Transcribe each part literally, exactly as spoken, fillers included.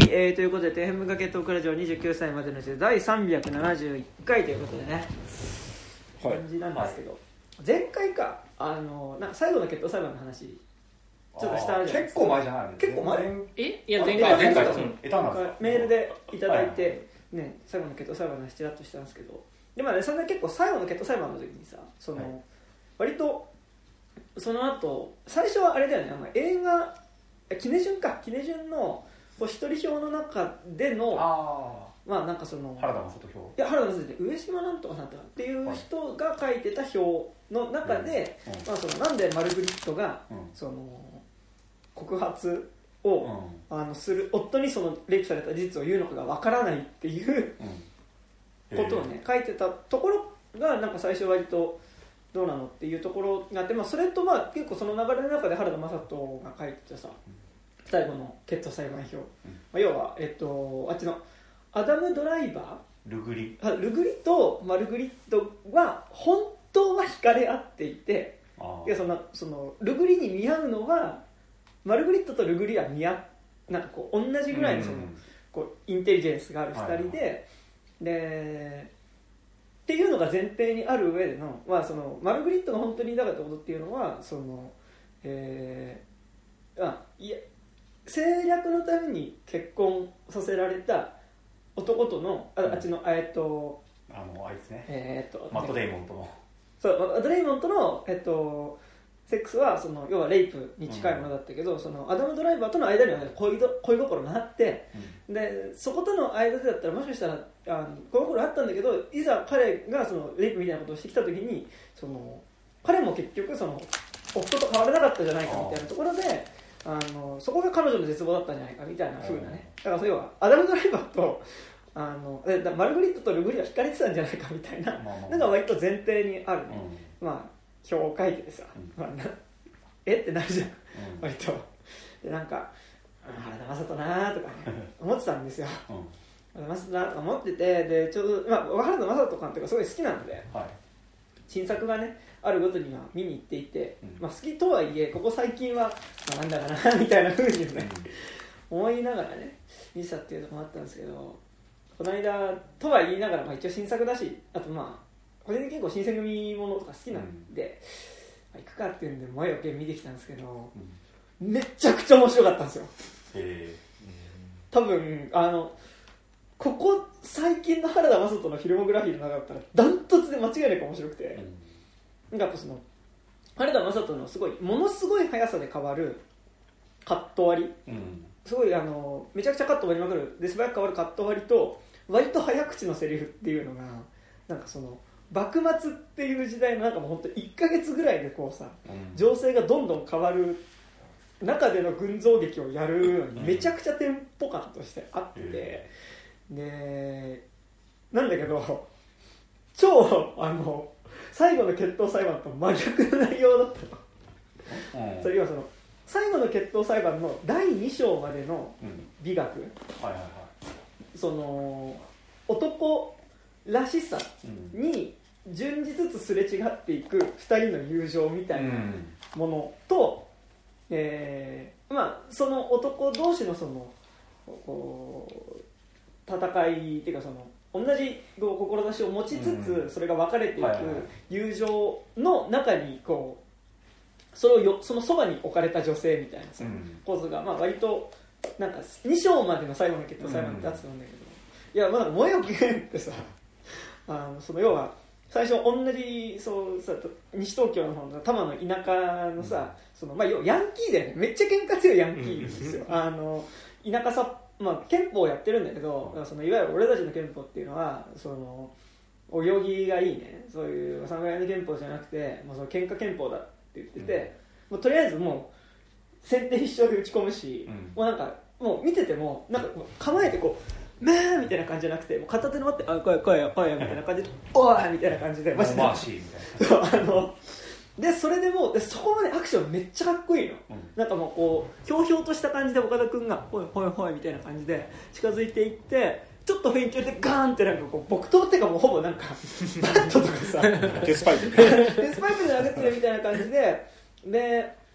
えー、ということで底辺文化系トークラジオにじゅうきゅうさいまでの時代だいさんびゃくななじゅういっかいということでね、はい、感じなんですけど、はい、前回かあのなんか最後の決闘裁判の話ちょっとしたあるじゃないですか。 結構前じゃないの？ 結構前？ えいや前回前回メールでいただいて、はいね、最後の決闘裁判の話ちらっとしたんですけど、でもねそれで結構最後の決闘裁判の時にさその、はい、割とその後最初はあれだよね、あの映画キネジュンかキネジュンのこう一人表の中でのあまあなんかその原田雅人表いや原田雅人で上島なんとかさんとかっていう人が書いてた表の中で、うんまあ、そのなんでマルグリットが、うん、その告発を、うん、あのする夫にそのレイプされた事実を言うのかがわからないっていうことをね書いてたところがなんか最初割とどうなのっていうところがあって、まあ、それとまあ結構その流れの中で原田雅人が書いてたさ最後の決闘裁判表、うんまあ、要は、えっと、あっちのアダム・ドライバールグリルグリとマルグリットは本当は惹かれ合っていていやそのそのルグリに見合うのはマルグリットとルグリは似合なんかこう同じぐらいのその、うん、こうインテリジェンスがあるふたりで、はい、でっていうのが前提にある上での、まあ、そのマルグリットが本当に言いたかったことっていうのはその、えー、あいや政略のために結婚させられた男との あ, あっちのえっとあのあいつね、 えー、っとマット・デイモンとのそうマット・デイモンとのえっとセックスはその要はレイプに近いものだったけど、うん、そのアダム・ドライバーとの間には恋ど恋心があって、うん、でそことの間でだったらもしかしたらあの恋心あったんだけどいざ彼がそのレイプみたいなことをしてきた時にその彼も結局その夫と変わらなかったじゃないかみたいなところであのそこが彼女の絶望だったんじゃないかみたいな風なねだからそれはアダム・ドライバーとあのマルグリットとルグリは惹かれてたんじゃないかみたいななんか割と前提にあるね、うん、まあ表を書いててさ、うんまあ、えってなるじゃん、うん、割とでなんか原田雅人なとかね思ってたんですよ、うん、原田雅人なとか思っててでちょうど、まあ、原田雅人監督がすごい好きなので、はい、新作がねあるごとには見に行っていて、うんまあ、好きとはいえここ最近は、まあ、なんだかなみたいな風にね、うん、思いながらね見せたっていうのもあったんですけどこの間とは言いながら、まあ、一応新作だしあとまあ個人的に結構新選組ものとか好きなんで、うんまあ、行くかっていうんで前を見てきたんですけど、うん、めちゃくちゃ面白かったんですよ。へー多分あのここ最近の原田雅人のフィルモグラフィーの中だったらダントツで間違いなく面白くて、うん、なんかその原田雅人のすごいものすごい速さで変わるカット割り、うん、すごいあのめちゃくちゃカット割りまくるで素早く変わるカット割りと割と早口のセリフっていうのがなんかその幕末っていう時代のなんかもう本当いっかげつぐらいでこうさ、うん、情勢がどんどん変わる中での群像劇をやるのにめちゃくちゃテンポ感としてあって、うん、でなんだけど超あの最後の決闘裁判と真逆の内容だったの、うん、それ要はその最後の決闘裁判のだいに章までの美学、うんはいはいはい、その男らしさに順次ずつすれ違っていくふたりの友情みたいなものと、うんえーまあ、その男同士のそのこう戦いっていうかその同じ志を持ちつつそれが分かれていく友情の中にこうそれをよそのそばに置かれた女性みたいなさ、うん、構図がまあ割となんかに章までの最後の決闘裁判ってやつなんだけど、うん、いやまあ燃えよ剣ってさあのその要は最初同じそうさ西東京の方の多摩の田舎のさ、うんそのまあ、要はヤンキーだよねめっちゃ喧嘩強いヤンキーですよ、うん、あの田舎さ、まあ、憲法をやってるんだけどそのいわゆる俺たちの憲法っていうのはその泳ぎがいいねそういう侍の憲法じゃなくてもうその喧嘩憲法だって言ってて、うん、もうとりあえずもう先手必勝で打ち込むし、うん、もうなんかもう見ててもなんか構えてこうめーみたいな感じじゃなくてもう片手の持ってあ来い来い来いみたいな感じでおいみたいな感じでマジでマーシーみたいなあのでそれでもうでそこまでアクションめっちゃかっこいいの、うん、なんかもうこうひょうひょうとした感じで岡田君がほいほいほいみたいな感じで近づいていってちょっとフェイントでガーンってなんかこう木刀っていうかもうほぼなんかバットとかさデスパイプデスパイプで殴ってるみたいな感じでで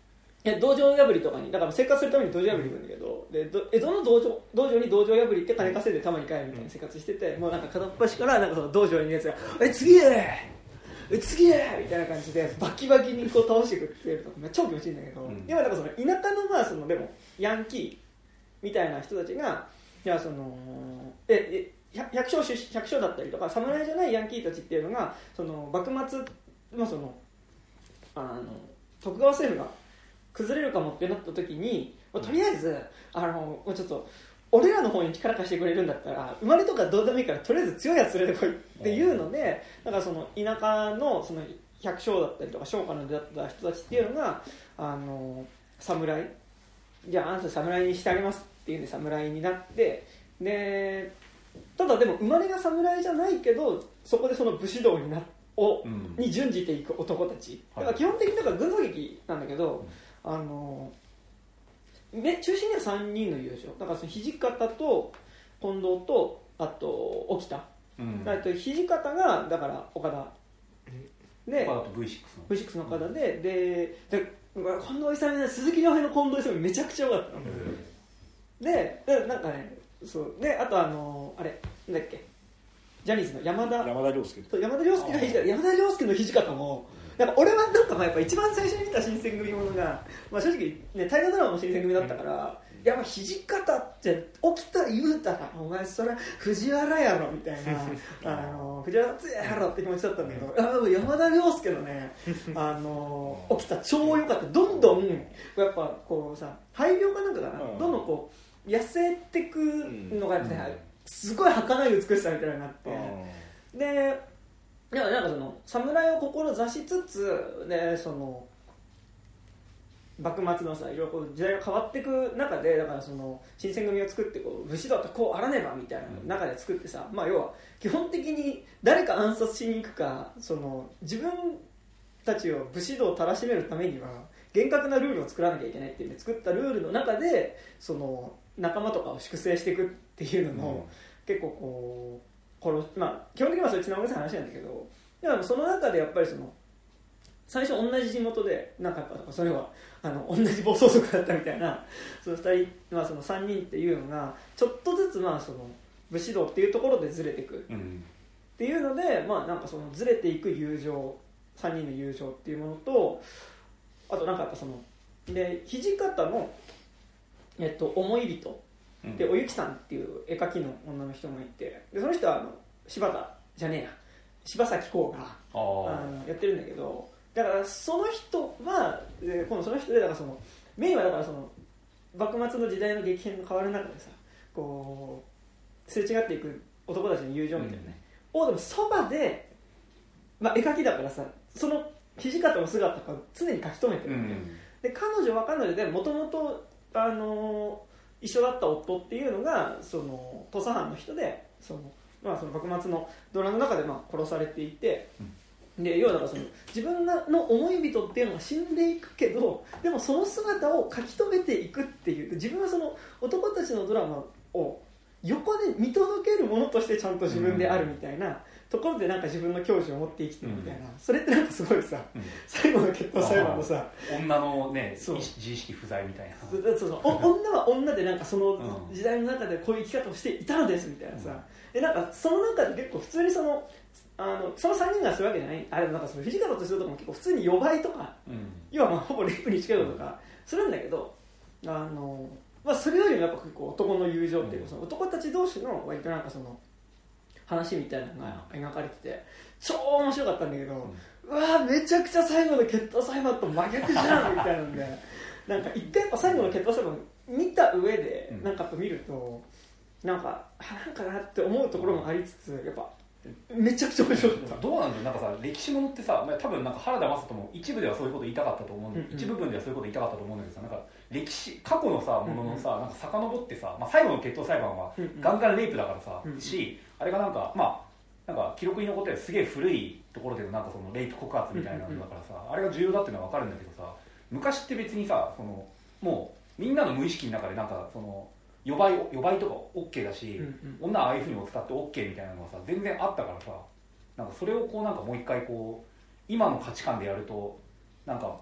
いや道場破りとかにだから生活するために道場破り行くんだけど、でど江戸の道場道場に道場破りって金稼いでたまに帰るみたいな生活してて、もうなんか片っ端からなんかその道場にいるやつが「え次へえ次へ!」みたいな感じでバキバキにこう倒していくっていうのが超気持ちいいんだけど、うん、今なんかその田舎のまあそのでもヤンキーみたいな人たちがいやそのええ百姓出百姓だったりとか侍じゃないヤンキーたちっていうのがその幕末のそのあの徳川政府が崩れるかもってなった時に、とりあえずあのもうちょっと俺らの方に力貸してくれるんだったら生まれとかどうでもいいからとりあえず強いやつ連れてこいっていうので、だからその田舎のその百姓だったりとか商家の出会った人たちっていうのがあの侍じゃああんた侍にしてあげますっていうんで侍になって、でただでも生まれが侍じゃないけどそこでその武士道になを、うん、に準じていく男たちだから基本的にだから軍曹劇なんだけど、うん、あの中心にはさんにんの友情だからその土方と近藤とあと沖田、うん、だから土方がだから岡田で岡田と ブイシックス のブイシックス の岡田で、でで近藤勇ね鈴木亮平の近藤勇めちゃくちゃ良かったの、うん、ででなんかねそうであとあのあれなんだっけジャニーズの山田山田涼介と山田涼介が土方山田涼介の土方もなんか俺はなんかまあやっぱ一番最初に見た新選組ものが、まあ、正直ね大河ドラマも新選組だったから、うん、いやまあ土方って起きた言うたらお前それ藤原やろみたいなあの藤原つやろって気持ちだったんだけど、うん、山田涼介のねあの起きた超良かったどんどんやっぱこうさ肺病かなんかかな、うん、どんどんこう痩せてくのがやっぱね、うんすごい儚い美しさみたいになって、うん、でいやなんかその侍を志しつつでその幕末のさいろいろ時代が変わっていく中でだからその新選組を作ってこう武士道ってこうあらねばみたいな中で作ってさ、うん、まあ要は基本的に誰か暗殺しに行くかその自分たちを武士道をたらしめるためには厳格なルールを作らなきゃいけないっていうんで作ったルールの中でその仲間とかを粛清していくっていうのも、うん、結構こう殺、まあ、基本的にはそれ血の話なんだけどでもその中でやっぱりその最初同じ地元でなんかやっぱそれはあの同じ暴走族だったみたいなそのふたり、まあ、そのさんにんっていうのがちょっとずつまあその武士道っていうところでずれていくっていうので、まあ、なんかそのずれていく友情さんにんの友情っていうものとあとなんかやっぱそので土方のえっと、思い人でおゆきさんっていう絵描きの女の人がいてでその人はあの柴田じゃねえや柴咲コウがあのやってるんだけどだからその人は今度その人でだからそのメインはだからその幕末の時代の激変の変わる中でさこうすれ違っていく男たちの友情みたいなね、うん、をでもそばで、まあ、絵描きだからさその土方の姿を常に描き留めてるんだよ、うん、で彼女は彼女でもともとあの一緒だった夫っていうのがその土佐藩の人でその、まあ、その幕末の動乱の中でまあ殺されていて、うん、で要はだからその自分の思い人っていうのが死んでいくけどでもその姿を書き留めていくっていう自分はその男たちのドラマを横で見届けるものとしてちゃんと自分であるみたいな、うんところでなんか自分の教授を持って生きてるみたいな、うん、それってなんかすごいさ、うん、最後の決闘裁判のさ女のね自意識不在みたいなそうそうそう女は女でなんかその時代の中でこういう生き方をしていたのですみたいなさ、うん、でなんかその中で結構普通にそのあのそのさんにんがするわけじゃないあれなんかその土方とするとかも結構普通に予売とか、うん、要はまあほぼレイプに近いこととかするんだけどあの、まあ、それよりもやっぱ結構男の友情っていうか、うん、その男たち同士の割となんかその話みたいなのが描かれてて超面白かったんだけど、うん、うわめちゃくちゃ最後の決闘裁判と真逆じゃんみたいなんでなんか一回やっぱ最後の決闘裁判見た上でなんかやっぱ見るとなんかなんかなって思うところもありつつやっぱめちゃくちゃ面白かった。 どうなんだよなんかさ歴史ものってさ、まあ、多分なんか原田雅人も一部ではそういうこと言いたかったと思う、うんうん、一部分ではそういうこと言いたかったと思うんだけどさなんか歴史過去のさもののさ、うんうん、なんか遡ってさ、まあ、最後の決闘裁判はガンガンレイプだからさ、うんうん、しあれがなんかまあなんか記録に残ってるすげえ古いところでのなんかそのレイプ告発みたいなのだからさ、うんうん、あれが重要だっていうのは分かるんだけどさ昔って別にさそのもうみんなの無意識の中でなんかその予売予売とか OK だし、うんうん、女ああいうふうに使って OK みたいなのがさ全然あったからさなんかそれをこうなんかもう一回こう今の価値観でやるとなんか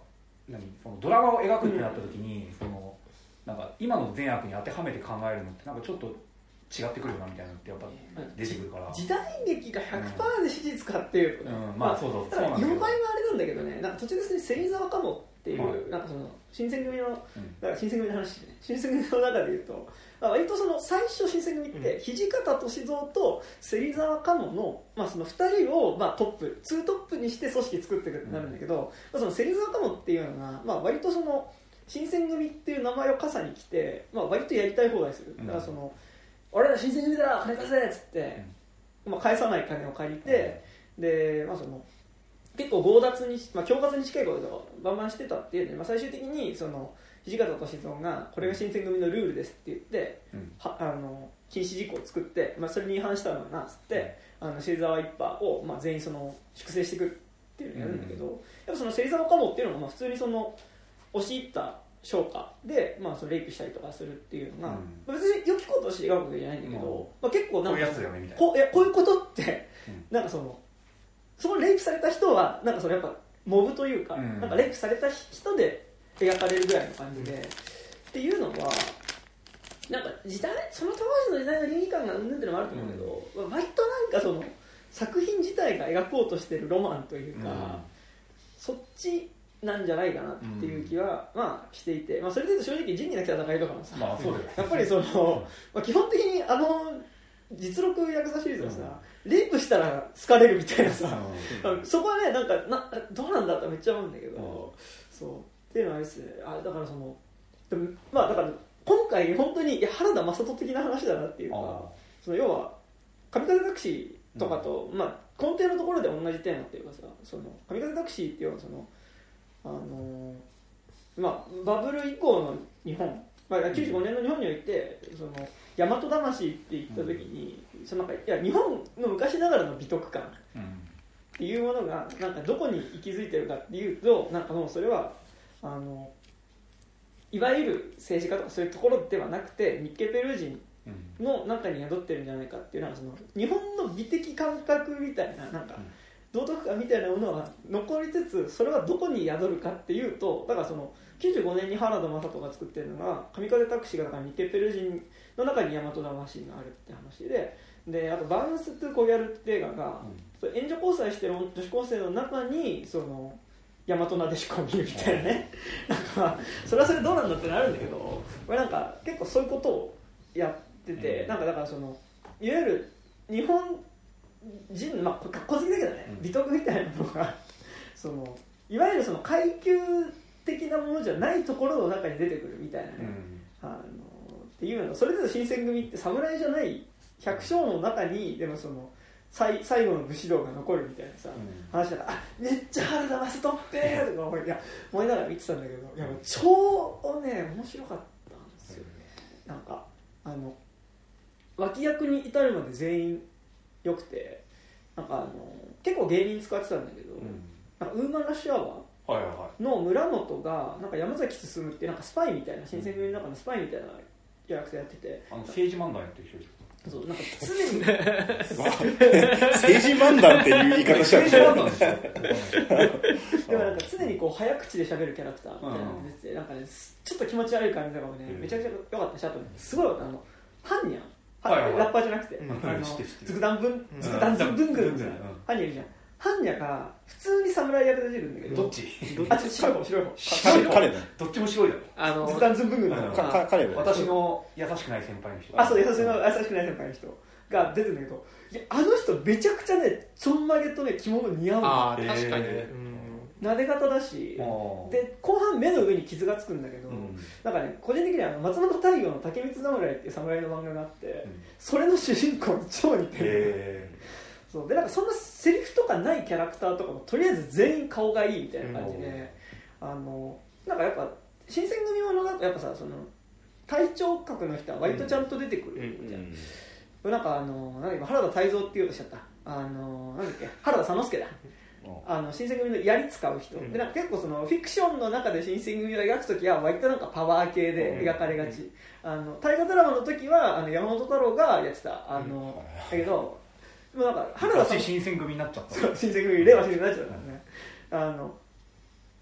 何そのドラマを描くってなった時に、うん、そのなんか今の善悪に当てはめて考えるのってなんかちょっと違ってくるなみたいなのってやっぱ出てくるから、 時代劇が ひゃくパーセント で史実かっていうと、ね、 うん、まあそうそうそうなんだけど、 よんばいもあれなんだけどね、なんか途中ですね、芹沢鴨っていう、はい、なんかその新選組の、だから新選組の話ね、新選組の中でいうと、割とその最初新選組って土方歳三と芹沢鴨の、まあ、そのふたりをまあトップツートップにして組織作っていくってなるんだけど、うん、その芹沢鴨っていうのが、まあ、割とその新選組っていう名前を傘に来て、まあ、割とやりたい放題する。だからその、うん、俺ら新選組だ金貸せっつって、うん、まあ、返さない金を借りて、うん、で、まあ、その結構強奪に、まあ、恐喝に近いことをバンバンしてたっていうので、まあ、最終的にその土方歳三がこれが新選組のルールですって言って、うん、はあの禁止事項を作って、まあ、それに違反したのなっつって、うん、あの芹沢一派を、まあ、全員その粛清していくっていうのをやるんだけど、うん、やっぱその芹沢鴨っていうのがまあ普通にその押し入った商家で、まあ、そのレイプしたりとかするっていうのが、うん、別に良きことをして描くわけじゃないんだけど、うん、まあ、結構なんかこういうやつだよねみたいな、こう、いやこういうことって、うん、なんかそのそのレイプされた人はなんかそのやっぱモブというか、うん、なんかレイプされた人で描かれるぐらいの感じで、うん、っていうのはなんか時代その当時の時代の倫理観がうんぬんっていうのもあると思うけど、うん、割となんかその作品自体が描こうとしてるロマンというか、うん、そっちなんじゃないかなっていう気は、うん、まあしていて、まあ、それで言うと正直仁義なき戦いとかもさ、 まあそうだよ、 やっぱりその、まあ、基本的にあの実録ヤクザシリーズはさ、うん、レイプしたら好かれるみたいなさ、うん、そこはねなんかなどうなんだってめっちゃ思うんだけど、うん、そうっていうのはあれですね、あだからそのでもまあだから今回本当にいや原田雅人的な話だなっていうか、その要は神風タクシーとかと、うん、まあ根底のところで同じテーマっていうかさ、その神風タクシーっていうのはそのあのまあバブル以降の日本、まあ、きゅうじゅうごねんの日本においてその大和魂って言った時に、うん、そのなんかいや日本の昔ながらの美徳感っていうものがなんかどこに息づいてるかっていうと、なんかもうそれはあのいわゆる政治家とかそういうところではなくて日系ペルー人の中に宿ってるんじゃないかっていうのは、その日本の美的感覚みたいななんか道徳感みたいなものは残りつつ、それはどこに宿るかっていうと、だからそのきゅうじゅうごねんに原田雅人が作ってるのが神風タクシーがだから日系ペルー人の中に大和魂があるって話で、であとバーンス・トゥ・コギャルって映画が、うん、援助交際してる女子高生の中にその大和なでしこを見るみたいなねなんかそれはそれどうなんだってなるんだけど、これなんか結構そういうことをやってて、うん、なんかだからそのいわゆる日本人、まあかっこつきだけどね、うん、美徳みたいなものがそのいわゆるその階級的なものじゃないところの中に出てくるみたいなね、うん、あのっていうの、それで新選組って侍じゃない百姓の中にでもその最, 最後の武士道が残るみたいなさ、うん、話だから、あめっちゃ原田雅人っぺーとか思いいや思いながら見てたんだけど、いや超ね面白かったんですよね。なんかあの脇役に至るまで全員良くて、なんかあの結構芸人使ってたんだけど、うん、なんかウーマンラッシュアワーの村本がなんか山崎進ってなんかスパイみたいな新選組の中のスパイみたいなキャラクターやってて、 あの政治漫談やってる人いる。 そうなんか常に政治漫談っていう言い方しちゃう。 でもなんか常にこう早口で喋るキャラクターみたいなのが出てて、なんかねちょっと気持ち悪い感じとかもねめちゃくちゃ良かったし、あとすごいあのハンニャン、はいはい、ラッパーじゃなくて、うん、あのズクダンブンズクダンズンブングルみたいなハンニャいるじゃん。ハンニャが普通に侍役で出てるんだけど、 どっち？ あ、ちょっと白い方白い方。彼だ。 どっちも白いだろ。 あのズクダンズンブングルの彼だ。 私の優しくない先輩の人。 あ、そう優しくない優しくない先輩の人が出てるんだけど、いやあの人めちゃくちゃねちょんまげとね着物似合う。 あー確かに。 なで方だし、で後半目の上に傷がつくんだけど、うん、なんかね個人的には松本太陽の竹光侍っていう侍の漫画があって、うん、それの主人公に超似てる。そうでなんかそんなセリフとかないキャラクターとかもとりあえず全員顔がいいみたいな感じで、うん、あのなんかやっぱ新選組ものだとやっぱさその隊長格の人は割とちゃんと出てくるみたいな、うんうん、なんかあのなんだっけ原田泰造って言おうとしちゃったあのなんだっけ原田佐之助だあの新選組の槍使う人、うん、でなんか結構そのフィクションの中で新選組を描くときは割となんかパワー系で描かれがち、うん、あの大河ドラマの時はあの山本太郎がやってたあの、うん、だけどなんか原田さん新選組になっちゃった。 新選組令和新選組になっちゃったからね、うん、あの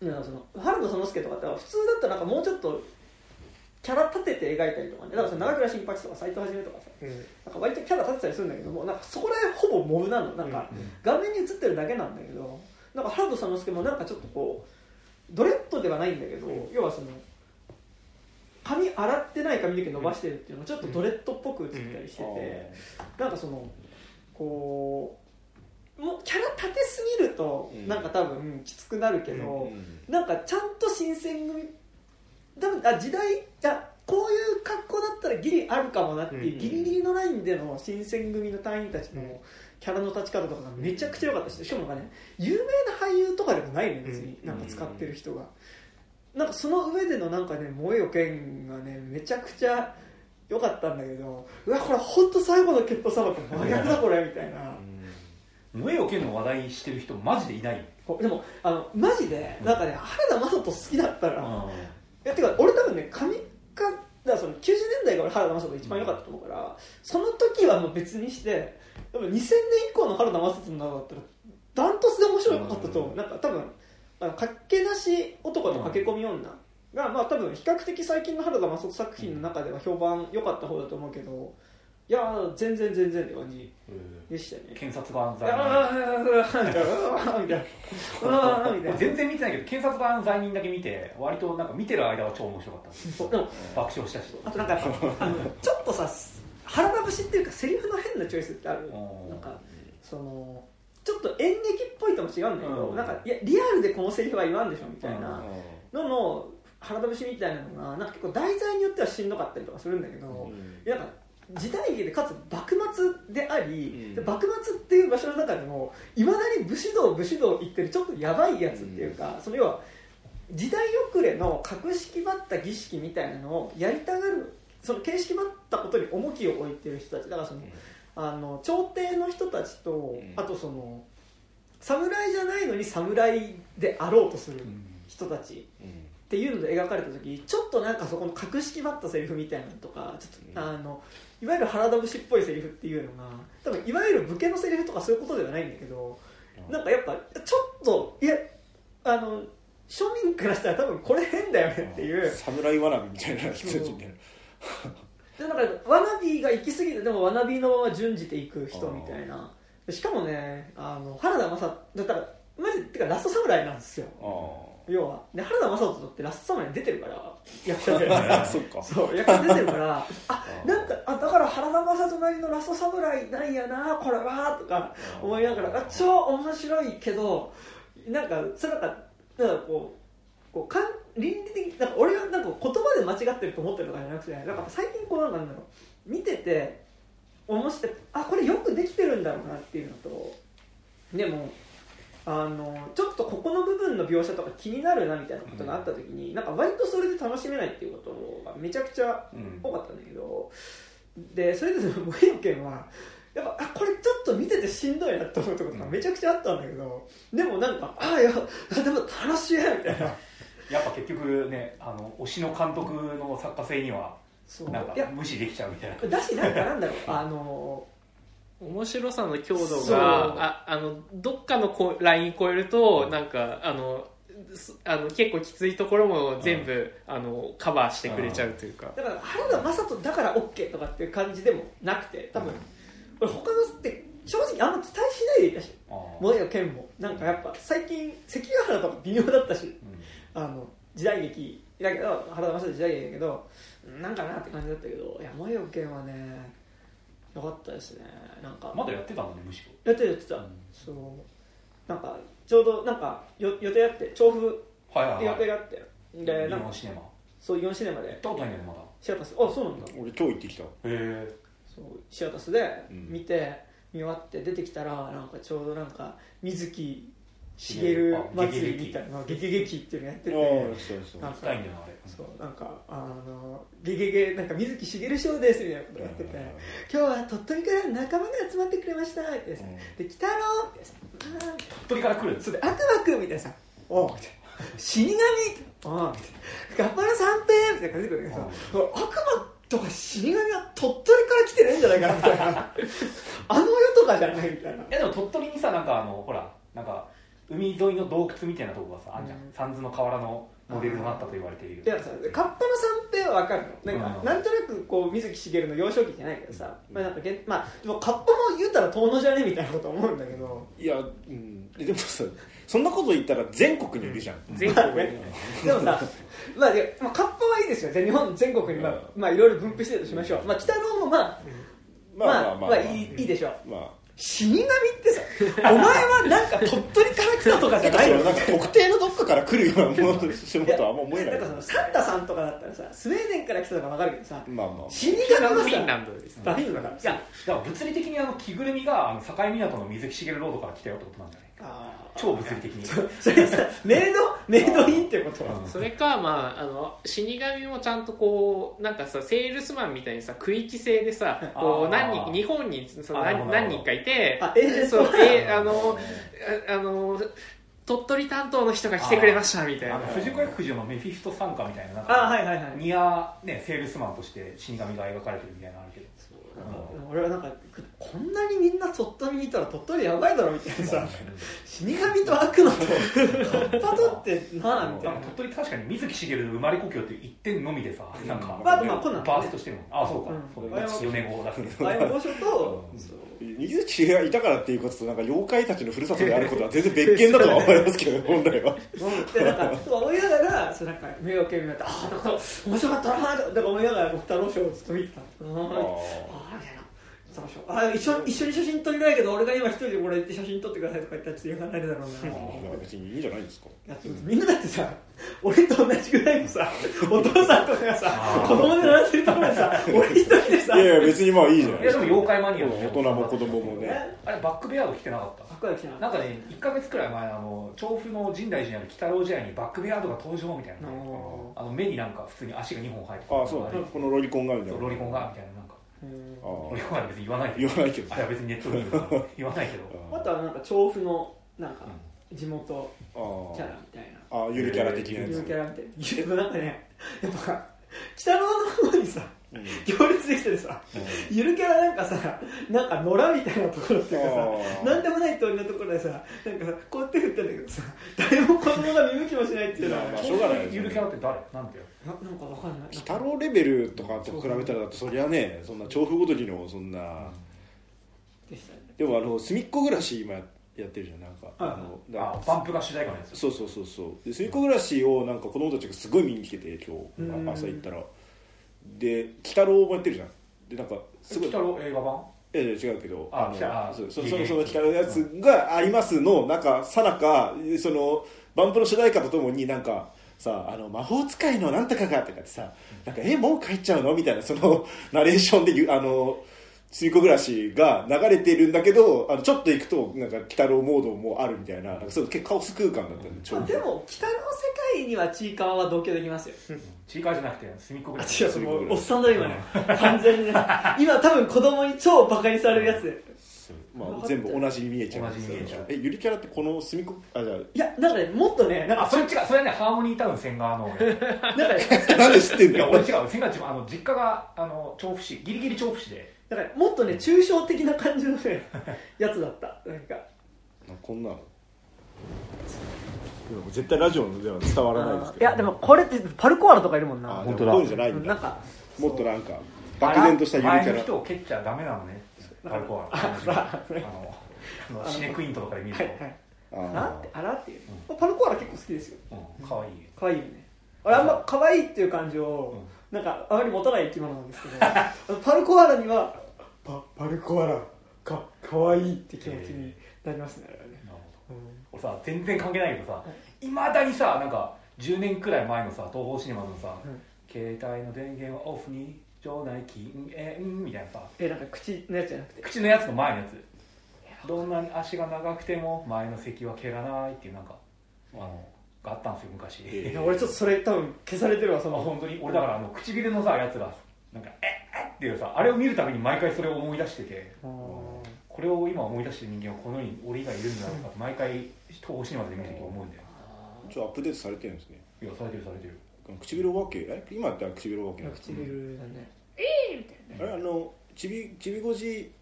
なんかその原田園介とかって普通だったらなんかもうちょっとキャラ立てて描いたりとかね、だからその長倉新八とか斎藤はじめとかさ、うん、なんか割とキャラ立てたりするんだけども、なんかそこら辺ほぼモブなの、なんか画面に映ってるだけなんだけど、なんか原田園介もなんかちょっとこうドレッドではないんだけど、うん、要はその髪洗ってない髪の毛伸ばしてるっていうのがちょっとドレッドっぽく映ったりしてて、うんうん、なんかそのこうもうキャラ立てすぎるとなんか多分きつくなるけど、うんうん、なんかちゃんと新選組多分あ時代じゃこういう格好だったらギリあるかもなっていうギリギリのラインでの新選組の隊員たちのキャラの立ち方とかがめちゃくちゃ良かったし、しかもなんかね有名な俳優とかでもないの別になんか使ってる人がなんかその上でのなんかね萌えよ剣がねめちゃくちゃ良かったんだけど、うわこれ本当最後の決闘様と真逆だこれみたいな。 萌えよ剣の話題してる人マジでいない。 でもあのマジでなんかね原田雅人好きだったら、うんいやてか俺多分ね髪かだからそのきゅうじゅうねんだいが俺原田雅人が一番良かったと思うから、うん、その時はもう別にして多分にせんねん以降の原田雅人の中だったらダントツで面白かったと思う、うん、なんか多分あの駆け出し男と駆け込み女が、うん、まあ多分比較的最近の原田雅人作品の中では評判良かった方だと思うけど、いや全然全然って感じでしたね。 検察側罪人全然見てないけど検察側罪人だけ見て割となんか見てる間は超面白かったです爆笑したし、 あとなんかあのちょっとさ腹立節っていうかセリフの変なチョイスってある。なんかそのちょっと演劇っぽいとも違うんだけど、うん、なんかいやリアルでこのセリフは言わんでしょみたいなのの腹立節みたいなのがなんか結構題材によってはしんどかったりとかするんだけど、うん、いやなんか時代劇でかつ幕末であり、うん、幕末っていう場所の中でもいまだに武士道武士道言ってるちょっとやばいやつっていうか、うん、その要は時代遅れの格式ばった儀式みたいなのをやりたがるその形式ばったことに重きを置いてる人たちだからその、うん、あの朝廷の人たちと、うん、あとその侍じゃないのに侍であろうとする人たち、うんうんっていうので描かれた時ちょっとなんかそこの格式ばったセリフみたいなのとかちょっと、うん、あのいわゆる原田節っぽいセリフっていうのが多分いわゆる武家のセリフとかそういうことではないんだけど、うん、なんかやっぱちょっといやあの庶民からしたら多分これ変だよねっていう侍わなびみたいな人たちみたいなだからわなびが行き過ぎてでもわなびのまま順じていく人みたいなしかもねあの原田雅人だったらマジてかラスト侍なんですよ。要はで原田雅人ってラストサムライに出てるから役者でそうかそう役者出てるからあなんかあだから原田雅人なりのラストサムライなんやなこれはとか思いながらあ超面白いけどなんかそれなんかなんかこうこうかん倫理的なんか俺がなんか言葉で間違ってると思ってるとかじゃなくてなんか最近こうなんかなんだろう見てて面白いあこれよくできてるんだろうなっていうのとでもあのちょっとここの部分の描写とか気になるなみたいなことがあった時に、うん、なんか割とそれで楽しめないっていうことがめちゃくちゃ多かったんだけど、うん、でそれで萌えよ剣はやっぱあこれちょっと見ててしんどいなって思うところがめちゃくちゃあったんだけど、うん、でもなんかああいやでも楽しいみたいなやっぱ結局ねあの推しの監督の作家性にはなんか無視できちゃうみたいなだしなんかなんだろうあの面白さの強度がああのどっかのこライン超えるとなんかあのあの結構きついところも全部、うん、あのカバーしてくれちゃうというかだから原田雅人だから OK とかっていう感じでもなくて多分、うん、俺他のって正直あんま期待しないでいたし萌えよ剣もなんかやっぱ最近関ヶ原とか微妙だったし、うん、あの時代劇だけど原田雅人時代劇だけどなんかなって感じだったけどいや萌えよ剣はねよかったですね。なんかまだやってたのねむしろ。 やってたやってた。うん、そうなんかちょうどなんかよ予定あって調布って予定があって、はいはいはい、でなんかイオンシネマ。そうイオンシネマで。行ったことないんだよまだ。 シアタスあそうなんだ。 俺今日行ってきた。へえ。 そうシアタスで見て、うん、見終わって出てきたらなんかちょうどなんか水木しげる祭りみたいなゲゲゲキっていうのやってて、 そうそうなんかしたいんだよあれ。 そうなんかあのゲゲゲなんか水木しげるショーですみたいなことやってて、今日は鳥取から仲間が集まってくれましたってさ、で来たろってさ、 鳥取から来る。 そうで悪魔くんみたいなさ、おみたいな死神おみたいなガッパの三平みたいな感じで来るけどさ、悪魔とか死神は鳥取から来てないんじゃないかなみたいなあの世とかじゃないみたいな。いやでも鳥取にさなんかあのほらなんか海沿いの洞窟みたいなとこがさあんじゃん、 うん、 三途の河原のモデルとなったと言われている。 いやさカッパの三平は分かるのなんか、うん、なんとなくこう水木しげるの幼少期じゃないけどさ、うん、まあなんかまあでもカッパも言うたら遠野じゃねみたいなこと思うんだけどいや、うん、でもさそんなこと言ったら全国にいるじゃん、 うん、全国にでもさまあ、でまあ、カッパはいいですよ日本全国にまあ、まあ、いろいろ分布してるとしましょう、まあ、北の方もまあ、うん、まあまあまあ、まあまあ、いい、いいでしょう、まあ死神ってさお前はなんか鳥取から来たとかじゃないのなんか特定のどっかから来るようなものとはあんま思えない。 なんかそのサンタさんとかだったらさスウェーデンから来たとか分かるけどさ、 まあまあ、 死神はさフィンランドですね。 フィンランドだから。 いやだから物理的にあの着ぐるみがあの境港の水木しげるロードから来たよってことなんじゃないか。 あ超物理的にそれさメイドメイドインってこと、 それか、まあ、あの死神もちゃんとこうなんかさセールスマンみたいにさ区域性でさこう何人日本にその 何, 何人かいてあエージェントそうえあのあの鳥取担当の人が来てくれましたみたいな藤子 F 不二雄のメフィスト参加みたいななんかあ、はいはいはい、 ニア、ね、セールスマンとして死神が描かれてるみたいなのあるけどうん、俺はなんかこんなにみんな鳥取にいたら鳥取やばいだろみたいなさ死神と悪魔とカッパとってなあみたいな。 鳥取確かに水木しげるの生まれ故郷っていう一点のみでさ、うん、なんか、 まあ、まあ、こんなんバーストしてるのあそうか、 うん、 そうよねんごだけどあやぼしょと水木しげるがいたからっていうこととなんか妖怪たちのふるさとであることは全然別件だとは思いますけど本来はでなんか思いながらそうなんか目を受け見ながらあなんか面白かったなとか思いながら僕太郎賞をずっと見てた。ああみたいなあ一緒一緒に写真撮りたいけど俺が今一人でこれ行って写真撮ってくださいとか言ったらちょっと言わないだろうな。 別にいいんじゃないですか。 みんなだってさ俺と同じぐらいのさお父さんとかがさ子供で習ってるところでさ俺一人でさいやいや別にまあいいじゃないいやでも妖怪マニアの大人も子供もねあれバックベアード来てなかったバックベアード来てなかったなんかねいっかげつくらい前あの調布の深大寺にある北郎茶屋にバックベアードが登場みたいなあの目になんか普通に足がにほん生えてああそうだねこのロリコンがみたいなロリコンがみたいななんかロリコンは別に言わないけど言わないけどあれは別にネットに言わないけどあとはなんか調布のなんか地元キャラみたいなああゆるキャラ的なやつゆるキャラみたいななんかねやっぱ北の方にさうん、行列できてるさ、うん、ゆるキャラなんかさなんか野良みたいなところっていうかさなんでもない通りのところでさなんかさこうやって振ってんだけどさ誰も子供が見向きもしないっていうのは、 まあ、しょうがないです、ね、 ゆるキャラって誰なんてよななんかわかんない鬼太郎レベルとかと比べたらだってそりゃねそんな調布ごとにのそんな、うんで, したね、でもあの隅っこ暮らし今やってるじゃんなんかあのあバンプが主題歌のやつそうそうそうそうで隅っこ暮らしをなんか子供たちがすごい見に来てて今日朝行ったらで鬼太郎もやってるじゃんでなんかすごい鬼太郎映画版いやいや違うけどあのそそその鬼太郎のやつがありますのなんかさなかそのバンプの主題歌とともになんかさあの魔法使いのなんとかがとかってさなんかえもう帰っちゃうのみたいなそのナレーションであの隅っこ暮らしが流れてるんだけどあのちょっと行くとなんか鬼太郎モードもあるみたいななんかそういう結構カオス空間だったんで、 まあ、でも鬼太郎世界にはちいかわは同居できますよちいかわじゃなくて隅っこ暮らし違うもうおっさんだ今ね完全にね今多分子供に超バカにされるやつで、 まあ、全部同じに見えちゃう同じに見えちゃうえゆりキャラってこの隅っこあじゃあいやなんかねもっとねなんかあそれ違うそれはねハーモニータウン千川のなんかねなんで知ってんのいやの俺違う千川あの実家があの調布市ギリギリ調布市でだからもっとね抽象的な感じのねやつだったなんかこんなの絶対ラジオでは伝わらないですけどいやでもこれってパルコアラとかいるもんな本当だこういうんじゃないんだなんかもっとなんか漠然としたゆるキャラ前の人を蹴っちゃダメなのねパルコアラあのシネクイントとかで見ると、はいはい、 あらってあらっていう、うん、パルコアラ結構好きですよ、 うん、かわいいかわいいよねあれあんまかわいいっていう感情を、うん、なんかあまり持たない生き物なんですけどパルコアラにはパ, パルコアラかかわいいって気持ちになりますね、えー、あれはねなるほど、うん、 俺さ全然関係ないけどさいま、はい、だにさなんかじゅうねんくらい前のさ東宝シネマのさ、うん、携帯の電源はオフに場内禁煙みたいなさえなんか口のやつじゃなくて口のやつの前のやつどんなに足が長くても前の席は蹴らないっていうなんかあのがあったんですよ昔、 えー、俺ちょっとそれ多分消されてるわその本当に俺だからあの唇のさやつがなんかえっっていうさあれを見るたびに毎回それを思い出しててこれを今思い出してる人間はこの世に俺以外いるんだろうかって毎回東宝シネマで見るとき思うんだよちょっとアップデートされてるんですねいやされてるされてる唇お化けえ今やったら唇お化けなんです唇だねえーみたいなあれあのちびちびごじ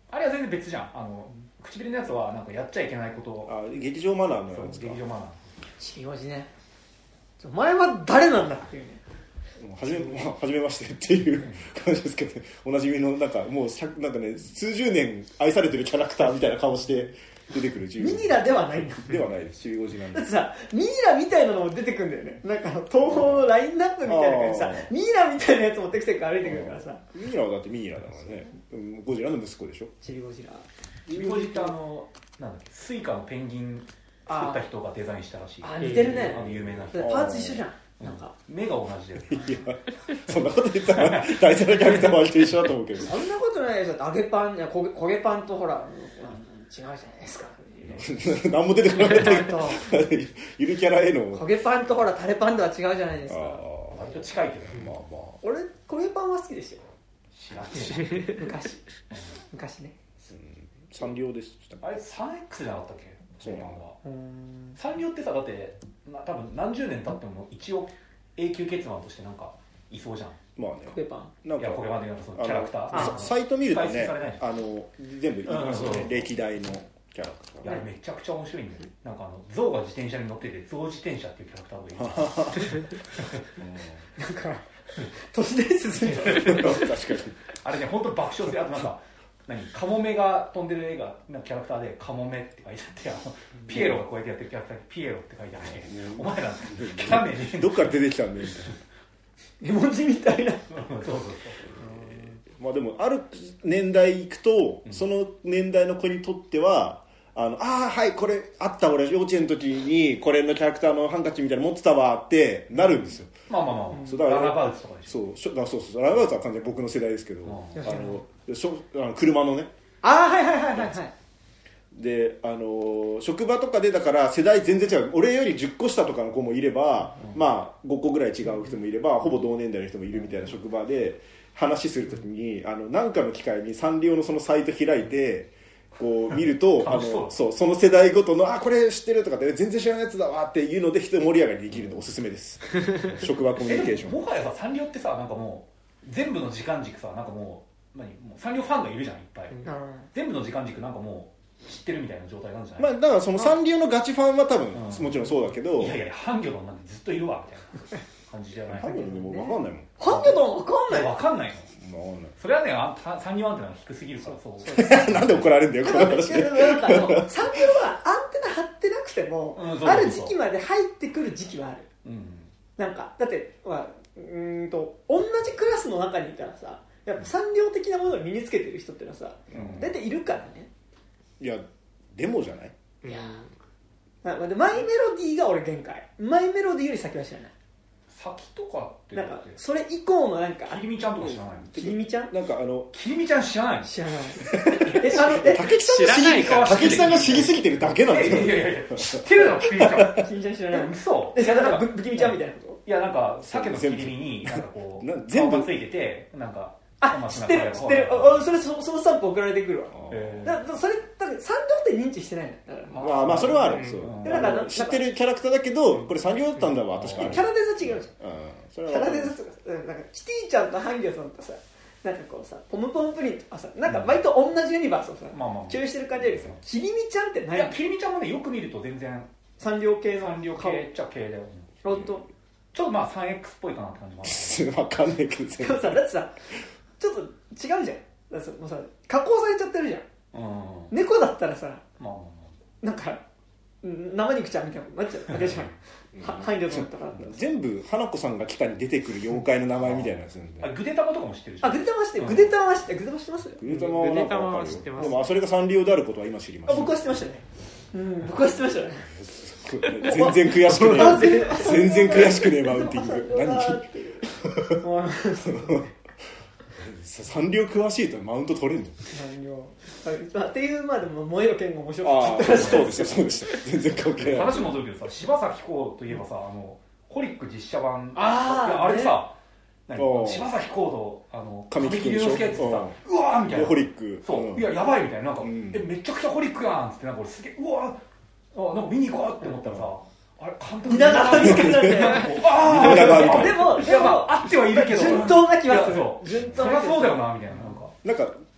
あれは全然別じゃん。あの唇のやつはなんかやっちゃいけないことを、 あ劇場マナーのやつか。 劇場マナー。 ちびおじね、お前は誰なんだっていうね、 はじめ、はじめましてっていう感じですけどね。おなじみのなんかもうなんかね数十年愛されてるキャラクターみたいな顔して出てくる。 ミイラではないんだではないです。ちびおじなんで。 だってさ、ミイラみたいなのも出てくるんだよね。なんか東宝のラインナップみたいな感じでさ、ミイラみたいなやつ持ってきてるから歩いてくるからさ。 ミイラはだってミイラだからね。ゴジラの息子でしょ。 ちびゴジラ。 ちびゴジってあのなんだっけ、スイカのペンギン作った人がデザインしたらしい。 あ、似てるね。 あの有名な人。 パーツ一緒じゃん。なんか目が同じだよ。 いや、そんなこと言ったら大体のキャラクターも割と一緒だと思うけど。 そんなことないですよ。揚げパン、いや焦げ焦げパンとほら違うじゃないですか。 何も出てこなかったけど、ゆるキャラへの焦げパンとほらタレパンでは違うじゃないですか。 割と近いけど、 まあまあ。 俺焦げパンは好きですよ。 知らねえ。 昔昔ね。 サンリオでした。 あれ スリーエックス じゃなかったっけ？ そうなんだ。 サンリオってさ、だってな多分何十年経っても一応永久欠番としてなんかいそうじゃん。 まあね。 焦げパン。 なんかいやポケモンでそのキャラクター。 サイト見るとね、 ああの全部いますよね。歴代のキャラクター。 いやめちゃくちゃ面白いんだよ。なんかあの象が自転車に乗ってて象自転車っていうキャラクターがいる。 なんか都市伝説みたいな。 確かに。 あれね本当爆笑する。あとなんか。何カモメが飛んでる映画のキャラクターでカモメって書いてあって、あのピエロがこうやってやってるキャラクターにピエロって書いてあって、お前らキャラ名ねどっから出てきたんだよみたいな。 絵文字みたいな。 そうそうそう。 まあでもある年代いくと、その年代の子にとってはあのあーはいこれあった俺幼稚園の時にこれのキャラクターのハンカチみたいなの持ってたわってなるんですよ。 まあまあまあ、 そうだからララバウツとかでしょ。 そうしょだそうそうララバウツは完全に僕の世代ですけど、 うんあのしょあの車のねああはいはいはいはいはい。 であの職場とかでだから世代全然違う。俺よりじゅっこ下とかの子もいれば、うん、まあごこぐらい違う人もいればほぼ同年代の人もいるみたいな職場で話するときにあの何かの機会にサンリオのそのサイト開いてこう見るとあのそうその世代ごとのあこれ知ってるとかって全然知らないやつだわっていうので人盛り上がりできるのおすすめです職場コミュニケーション。 もはやさサンリオってさなんかもう全部の時間軸さなんかもう何もうサンリオファンがいるじゃんいっぱい、うん、全部の時間軸なんかもう知ってるみたいな状態なんじゃない？ まあだからそのサンリオのガチファンは多分、うん、もちろんそうだけど、 いやいやハンギョドンなんてずっといるわみたいな感じじゃない？ ハンギョドンでも分かんないもん。 ハンギョドン分かんない？ 分かんないの？それはねあサンリオアンテナが低すぎるからそうなんで怒られるんだよこの話で。 なんかサンリオはアンテナ張ってなくても、うん、ある時期まで入ってくる時期はある、うん、なんかだって、まあ、うーんと同じクラスの中にいたらさやっぱサンリオ的なものを身につけてる人ってのはさ、うん、大体いるからね。 いやでもじゃない？ いやーマイメロディーが俺限界。マイメロディーより先は知らない。 先とかってなんかそれ以降のなんかきりみちゃんとか知らないの？ きりみちゃんなんかあのきりみちゃん知らないの？ 知らないえあのえ竹木さんが知らないから竹木さんが知りすぎてるだけなんですよ。 いやいやいや知ってるのきりみちゃん。 きりみちゃん知らない。 嘘。 えなんかぶきみちゃんみたいなこと？ いやなんか鮭の切り身になんかこう全部ついててなんかあ知ってる知ってる。それ そ, そのスタンプ送られてくるわ。だからそれだからサンリオって認知してないの。だからまあまあそれはある。そうだから知ってるキャラクターだけどこれサンリオだったんだわ確かに。 キャラデザ違うじゃん。 キャラデザとかなんかキティちゃんとハンギョさんとさなんかこうさポムポムプリンとかさなんか割と同じユニバースをさ共有してる感じよりさきりみちゃんってない？ いやきりみちゃんもねよく見ると全然サンリオ系のサンリオ系っちゃ系だよ。 本当。 ちょっとまあ スリーエックス っぽいかなって感じもある。わかんないけど。 でもさだってさちょっと違うじゃん。だってもうさ加工されちゃってるじゃん。うん、猫だったらさ、まあまあまあ、なんか生肉ちゃんみたいななっちゃうわけじゃん。ハンギョドンとか全部花子さんが来たに出てくる妖怪の名前みたいなやつなんで。 あグデタマとかも知ってるし。 あグデタマ知ってる。グデタマ知ってる。グデタマ知ってます？ グデタマはなんか分かるよ。でもそれがサンリオであることは今知りました。 あ僕は知ってましたね。うん僕は知ってましたね。 全然悔しくねえ。全然悔しくねえマウンティング。何？サンリオ詳しいとマウント取れんの？サンリオっていうまあでも燃えよ剣が面白かった。 あそうでしたそうでした全然関係ない。 話戻るけどさ柴咲コウといえばさあのホリック実写版あああれさ柴咲コウとあの神木隆之介ってさうわーみたいなホリックそういややばいみたいななんかえめちゃくちゃホリックやんっつってなんか俺すげえうわーなんか見に行こうって思ったらさあれ監督蜷川実花なんでああでもでもあってはいるけど順当な気はする。 順当なそりゃそうだよなみたいななんか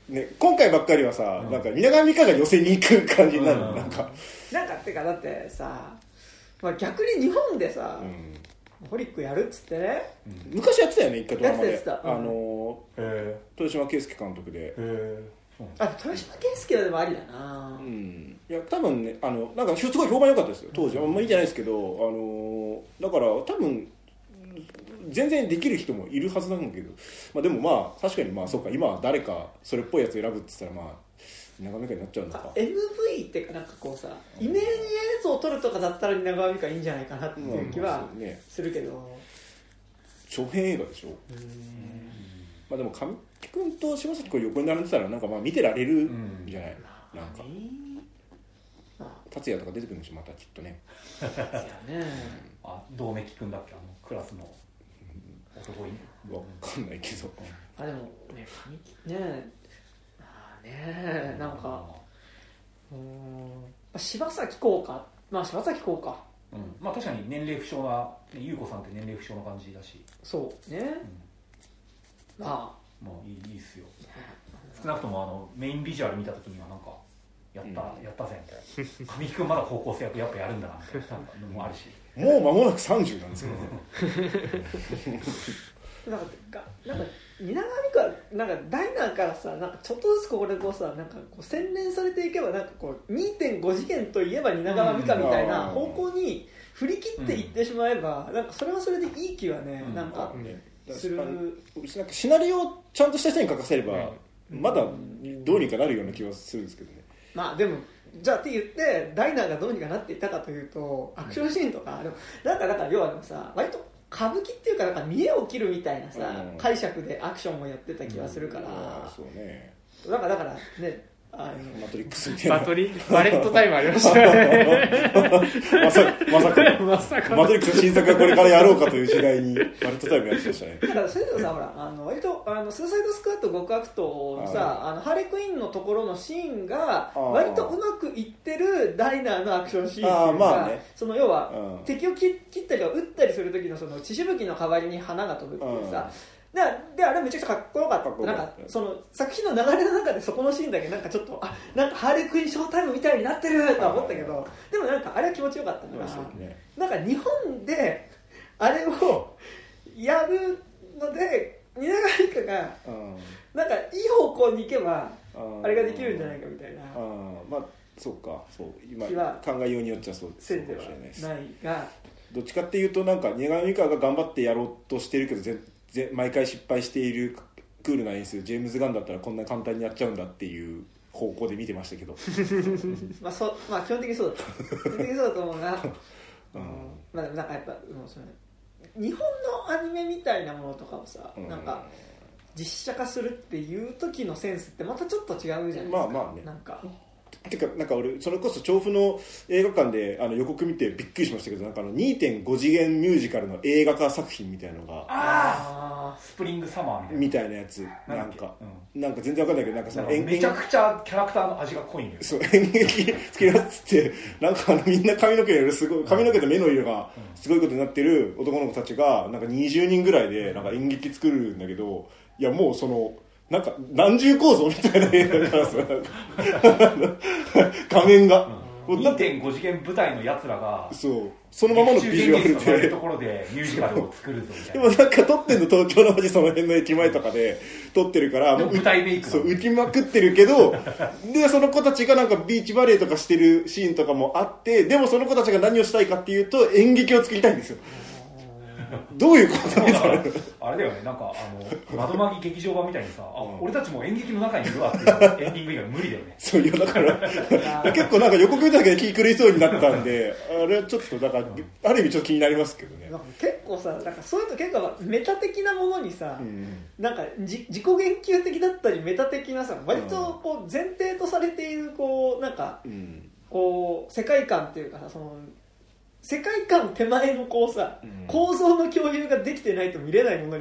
ね、今回ばっかりはさ、 うん、 なんか蜷川実花が寄せに行く感じになるの、うん、なんかなんかってかだってさ、まあ、逆に日本でさ、うん、ホリックやるっつってね、 うん、昔やってたよね、一回ドラマで、 やってたやってた、 あのー、豊島圭介監督で、 あ、豊島圭介はでもありだな、 うん、いや多分ね、あのなんかすごい評判良かったですよ当時、うん、あんまいいじゃないですけど、あのー、だから多分全然できる人もいるはずなんだけど、まあ、でもまあ確かにまあそうか、今は誰かそれっぽいやつ選ぶって言ったらまあ蜷川実花になっちゃうのか。 エムブイ ってかなんかこうさ、イメージ映像を撮るとかだったら蜷川実花いいんじゃないかなっていう気はするけど、 長編映画でしょ。うーん、まあ、でも神木君と柴咲コウ横に並んでたらなんかまあ見てられるんじゃない、うん、なんか達也とか出てくるんでしょまたきっとね。 達也ね、 あ、百目鬼くんだっけ、あのクラスの男いいわかんないけど、 あでもね神木ね、あねなんかうーん柴咲コウか、まあ柴咲コウか、 うん、まあ確かに年齢不詳な優子さんって年齢不詳な感じだし、 そうね、うん、まあもういい、いいっすよ。少なくともあのメインビジュアル見た時にはなんかやった、うん、やったぜみたいな、神木君まだ高校生役やっぱやるんだなみたいなのもあるし、 もう間もなくさんじゅうなんですけどね。 なんかなんか蜷川実花なんかダイナーからさ、なんかちょっとずつこれこうさ、なんかこう洗練されていけば、なんかこう にてんご 次元といえば蜷川実花みたいな方向に振り切っていってしまえば、うん、なんかそれはそれでいい気はね、うん、なんかする。 なんかシナリオをちゃんとした人に書かせれば、うん、まだどうにかなるような気はするんですけどね。 まあでもじゃあって言ってダイナーがどうにかなっていったかというと、アクションシーンとか、でもなんかだから要はでもさ、割と歌舞伎っていうかなんか見栄を切るみたいなさ、うん、解釈でアクションもやってた気がするから、うん、 そうね、 なんかだからね、あのマトリックスみたいなバトリバレットタイムありましたね。 まさまさかまさかマトリックスの新作がこれからやろうかという時代にバレットタイムやってましたね。 だからそれでもさ、ほらあの割とあのスーサイドスクワット極悪党のさ、はい、あのハーレークイーンのところのシーンが割とうまくいってるダイナーのアクションシーンっていうか、あ、まあね、その要は、うん、敵を切ったりとか撃ったりする時のその血しぶきの代わりに花が飛ぶっていうさ、で, であれめちゃくちゃかっこよかった。なんかその作品の流れの中でそこのシーンだけなんかちょっと、あ、なんかハーレークイーンショータイムみたいになってるとは思ったけど、でもなんかあれは気持ちよかったから、ね、なんか日本であれをやるので蜷川実花がなんかいい方向に行けばあれができるんじゃないかみたいな、 あ、まあそうか、そう今考えようによっちゃそうせいではないが、 どっちかっていうとなんか蜷川実花が頑張ってやろうとしてるけど全毎回失敗しているクールな演出、ジェームズ・ガンだったらこんな簡単にやっちゃうんだっていう方向で見てましたけどまあそ、まあ基本的にそうだった基本的にそうだと思うな、うん、まあでもなんかやっぱもうそれ日本のアニメみたいなものとかをさ、うん、なんか実写化するっていう時のセンスってまたちょっと違うじゃないですか。 まあまあね、 なんかてかなんか俺それこそ調布の映画館であの予告見てびっくりしましたけど、なんかあの にてんご 次元ミュージカルの映画化作品みたいなのが、 あースプリングサマーみたいなやつ、なんか、うん、なんか全然わかんないけど、なんかその演めちゃくちゃキャラクターの味が濃いんだよ。 そう演劇つけやつってなんかあのみんな髪の毛よりすごい髪の毛と目の色がすごいことになってる男の子たちがなんかにじゅうにんぐらいでなんか演劇作るんだけど、いやもうそのなんか何重構造みたいな映画なんですよ。画面が、 うん、にてんご 次元舞台のやつらがそうそのままのビジュアルでところでミュージカルを作るぞみたいな。でもなんか撮ってんの東京の街その辺の駅前とかで撮ってるからもう舞台メイクそう浮きまくってるけどでその子たちがなんかビーチバレーとかしてるシーンとかもあって、でもその子たちが何をしたいかっていうと演劇を作りたいんですよ。どういうことみたいな。 あれだよね、なんかあの窓マギ劇場版みたいにさ、あ、うん、俺たちも演劇の中にいるわっていうエンディング以外無理だよね。そういやだから結構なんか予告見ただけで気狂いそうになったんで、あれはちょっとだから、うん、ある意味ちょっと気になりますけどね。 なんか結構さ、なんかそういうと結構メタ的なものにさ、うん、なんかじ自己言及的だったりメタ的なさ、割とこう前提とされているこうなんか、うん、こう世界観っていうかさ、その世界観手前のこうさ、うん、構造の共有ができてないと見れないものに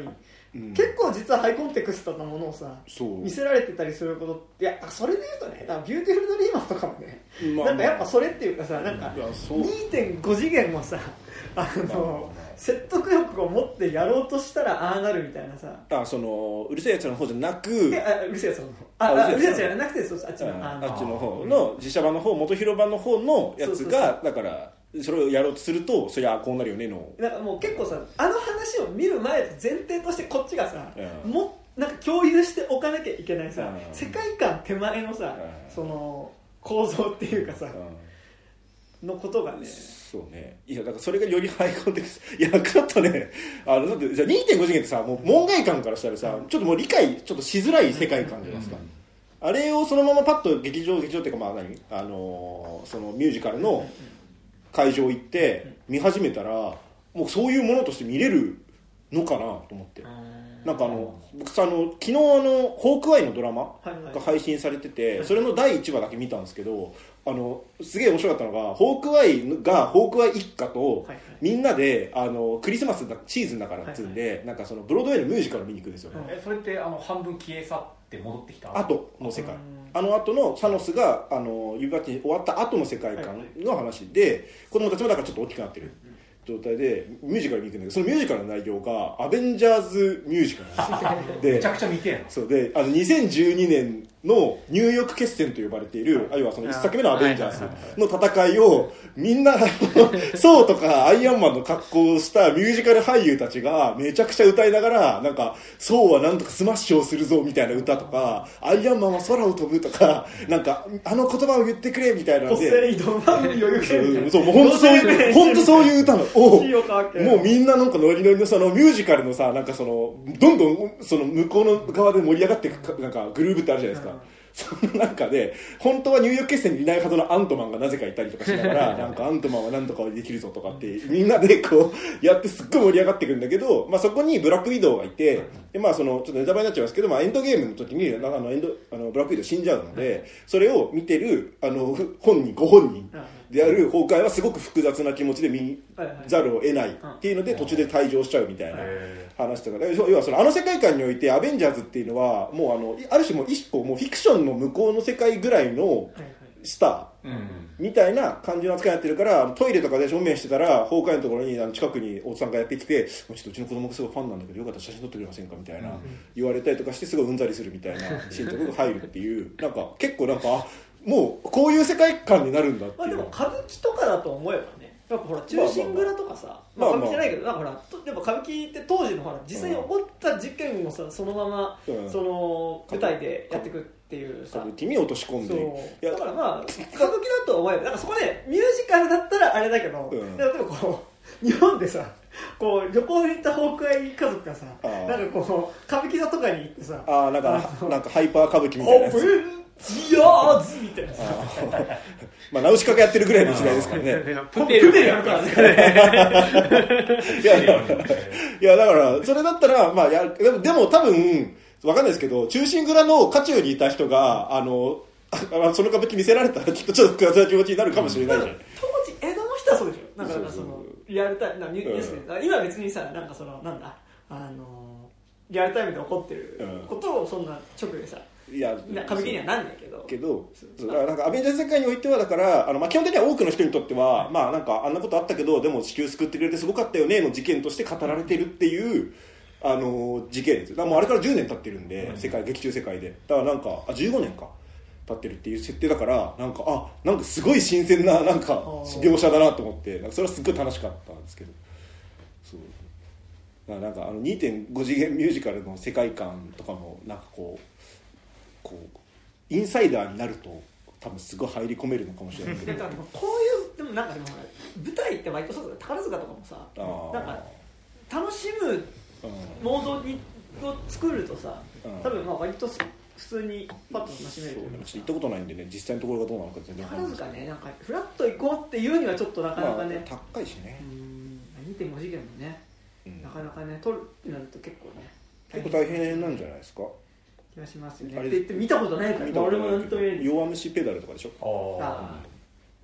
うん、 結構実はハイコンテクストなものをさそう見せられてたりすることって、いやそれで言うとね、ビューティフルドリーマーとかもね、 まあ、 なんかやっぱそれっていうかさ、なんか にてんご 次元もさ、あの、まあ、説得力を持ってやろうとしたらああなるみたいなさ、 あそのうるせえやつの方じゃなく、 あうるせえやつの方ああうるせえやつじゃなくて、そうあっちのああっちの方の実写版の方、元広版の方のやつがだからそれをやろうとすると、そりゃこうなるよねの、 なんかもう結構さ、あの話を見る前と前提としてこっちがさ、うん、もなんか共有しておかなきゃいけないさ、うん、世界観手前のさ、うん、その構造っていうかさ、うん、のことがね、 そうね、いやだからそれがよりハイコンテクスト、いやかったね、あのだってじゃあ にてんご 次元ってさ、もう門外観からしたらさ、ちょっともう理解ちょっとしづらい世界観じゃないですか。あれをそのままパッと劇場劇場っていうかまあ何あのー、そのミュージカルの会場行って見始めたら、もうそういうものとして見れるのかなと思って。なんかあの僕さあの昨日あのホークアイのドラマが配信されてて、それのだいいちわだけ見たんですけど、あのすげえ面白かったのが、ホークアイがホークアイ一家とみんなであのクリスマスだシーズンだからっつうんで、なんかそのブロードウェイのミュージカルを見に行くんですよね。 えそれってあの半分消え去って戻ってきた後の世界、あの後のサノスがあの指輪に終わった後の世界観の話で、子供たちもだからちょっと大きくなってる状態でミュージカルに行くんだけど、そのミュージカルの内容がアベンジャーズミュージカルなんですでめちゃくちゃ見てんの。 そうで、あのにせんじゅうにねんのニューヨーク決戦と呼ばれている、あるいはそのいっさくめのアベンジャーズの戦いをみんなソーとかアイアンマンの格好をしたミュージカル俳優たちがめちゃくちゃ歌いながら、なんかソーはなんとかスマッシュをするぞみたいな歌とか、アイアンマンは空を飛ぶとか、なんかあの言葉を言ってくれみたいなので、 ポセイドンは余裕けそう、もう本当そういう本当そういう歌のをもうみんななんかノリノリのそのミュージカルのさ、なんかそのどんどんその向こうの側で盛り上がっていくなんかグルーブってあるじゃないですか。その中で本当はニューヨーク決戦にいないはずのアントマンがなぜかいたりとかしながらなんかアントマンは何とかできるぞとかってみんなでこうやってすっごい盛り上がっていくんだけど、まあ、そこにブラックウィドウがいて、で、まあ、そのちょっとネタバレになっちゃいますけど、まあ、エンドゲームの時にあのエンドあのブラックウィドウ死んじゃうので、それを見てるあの本人ご本人である崩壊はすごく複雑な気持ちで見ざるを得ないっていうので途中で退場しちゃうみたいな話とか、要はそのあの世界観においてアベンジャーズっていうのはもうあのある種もう一個もうフィクションの向こうの世界ぐらいのスターみたいな感じの扱いになってるから、トイレとかで正面してたら崩壊のところにあの近くにおじさんがやってきて、ちょっとうちの子供がすごいファンなんだけどよかったら写真撮ってくれませんかみたいな言われたりとかして、すごいうんざりするみたいなシーンとかが入るっていうなんか結構なんかもうこういう世界観になるんだっていう。 まあ、でも歌舞伎とかだと思えばね、やっぱほら忠臣蔵とかさ、まあまあまあ、まあ、歌舞伎じゃないけど、なんかほらやっぱ歌舞伎って当時のほら実際に起こった事件をさそのまま、うん、その舞台でやっていくっていうさ、 歌舞伎に落とし込んで、 いやだからまあ歌舞伎だと思えばなんかそこでミュージカルだったらあれだけど、うん、例えばこう日本でさこう旅行に行ったホークアイ家族がさ、なんかこう歌舞伎座とかに行ってさ、 あなんかなんかハイパー歌舞伎みたいなやつ、 いやーずみたいなさまあナウシカがやってるぐらいの時代ですからね。 プペルやるからねいやいやだからそれだったらまあやでもでも多分わかんないですけど、忠臣蔵の家中にいた人があのその歌舞伎見せられたらきっとちょっと複雑な気持ちになるかもしれないじゃん。 当時江戸の人はそうでしょ。なんかそのリアルタイムなニュースで、うん、今別にさなんかそのなんだあのリアルタイムで起こってることをそんな直でさ。いや歌舞伎にはなんだけど、 けどそうなんかアベンジャーズ世界においてはだからあの、まあ、基本的には多くの人にとっては、まあ、なんかあんなことあったけどでも地球救ってくれてすごかったよねの事件として語られてるっていうあの事件です。だからもうあれからじゅうねん経ってるんで、うん、世界劇中世界でだからなんかあじゅうごねんか経ってるっていう設定だからなんかあなんかすごい新鮮ななんか描写だなと思ってなんかそれはすっごい楽しかったんですけど、そうだからなんかあの にてんご 次元ミュージカルの世界観とかもなんかこうこうインサイダーになると多分すごい入り込めるのかもしれないけどこういうでもなんかでも舞台って割とそうだ宝塚とかもさなんか楽しむモードにを作るとさ多分まあ割と普通にパッと楽しめるというか、 行ったことないんでね実際のところがどうなのか全然宝塚ねなんかフラッと行こうっていうにはちょっとなかなかね、 まあ、高いしねうん にてんご 次元もね、うん、なかなかね撮るってなると結構ね結構大変なんじゃないですか気がしますよね。って言って見たことないから俺もなんとも言えない。 弱虫ペダルとかでしょ。 ああ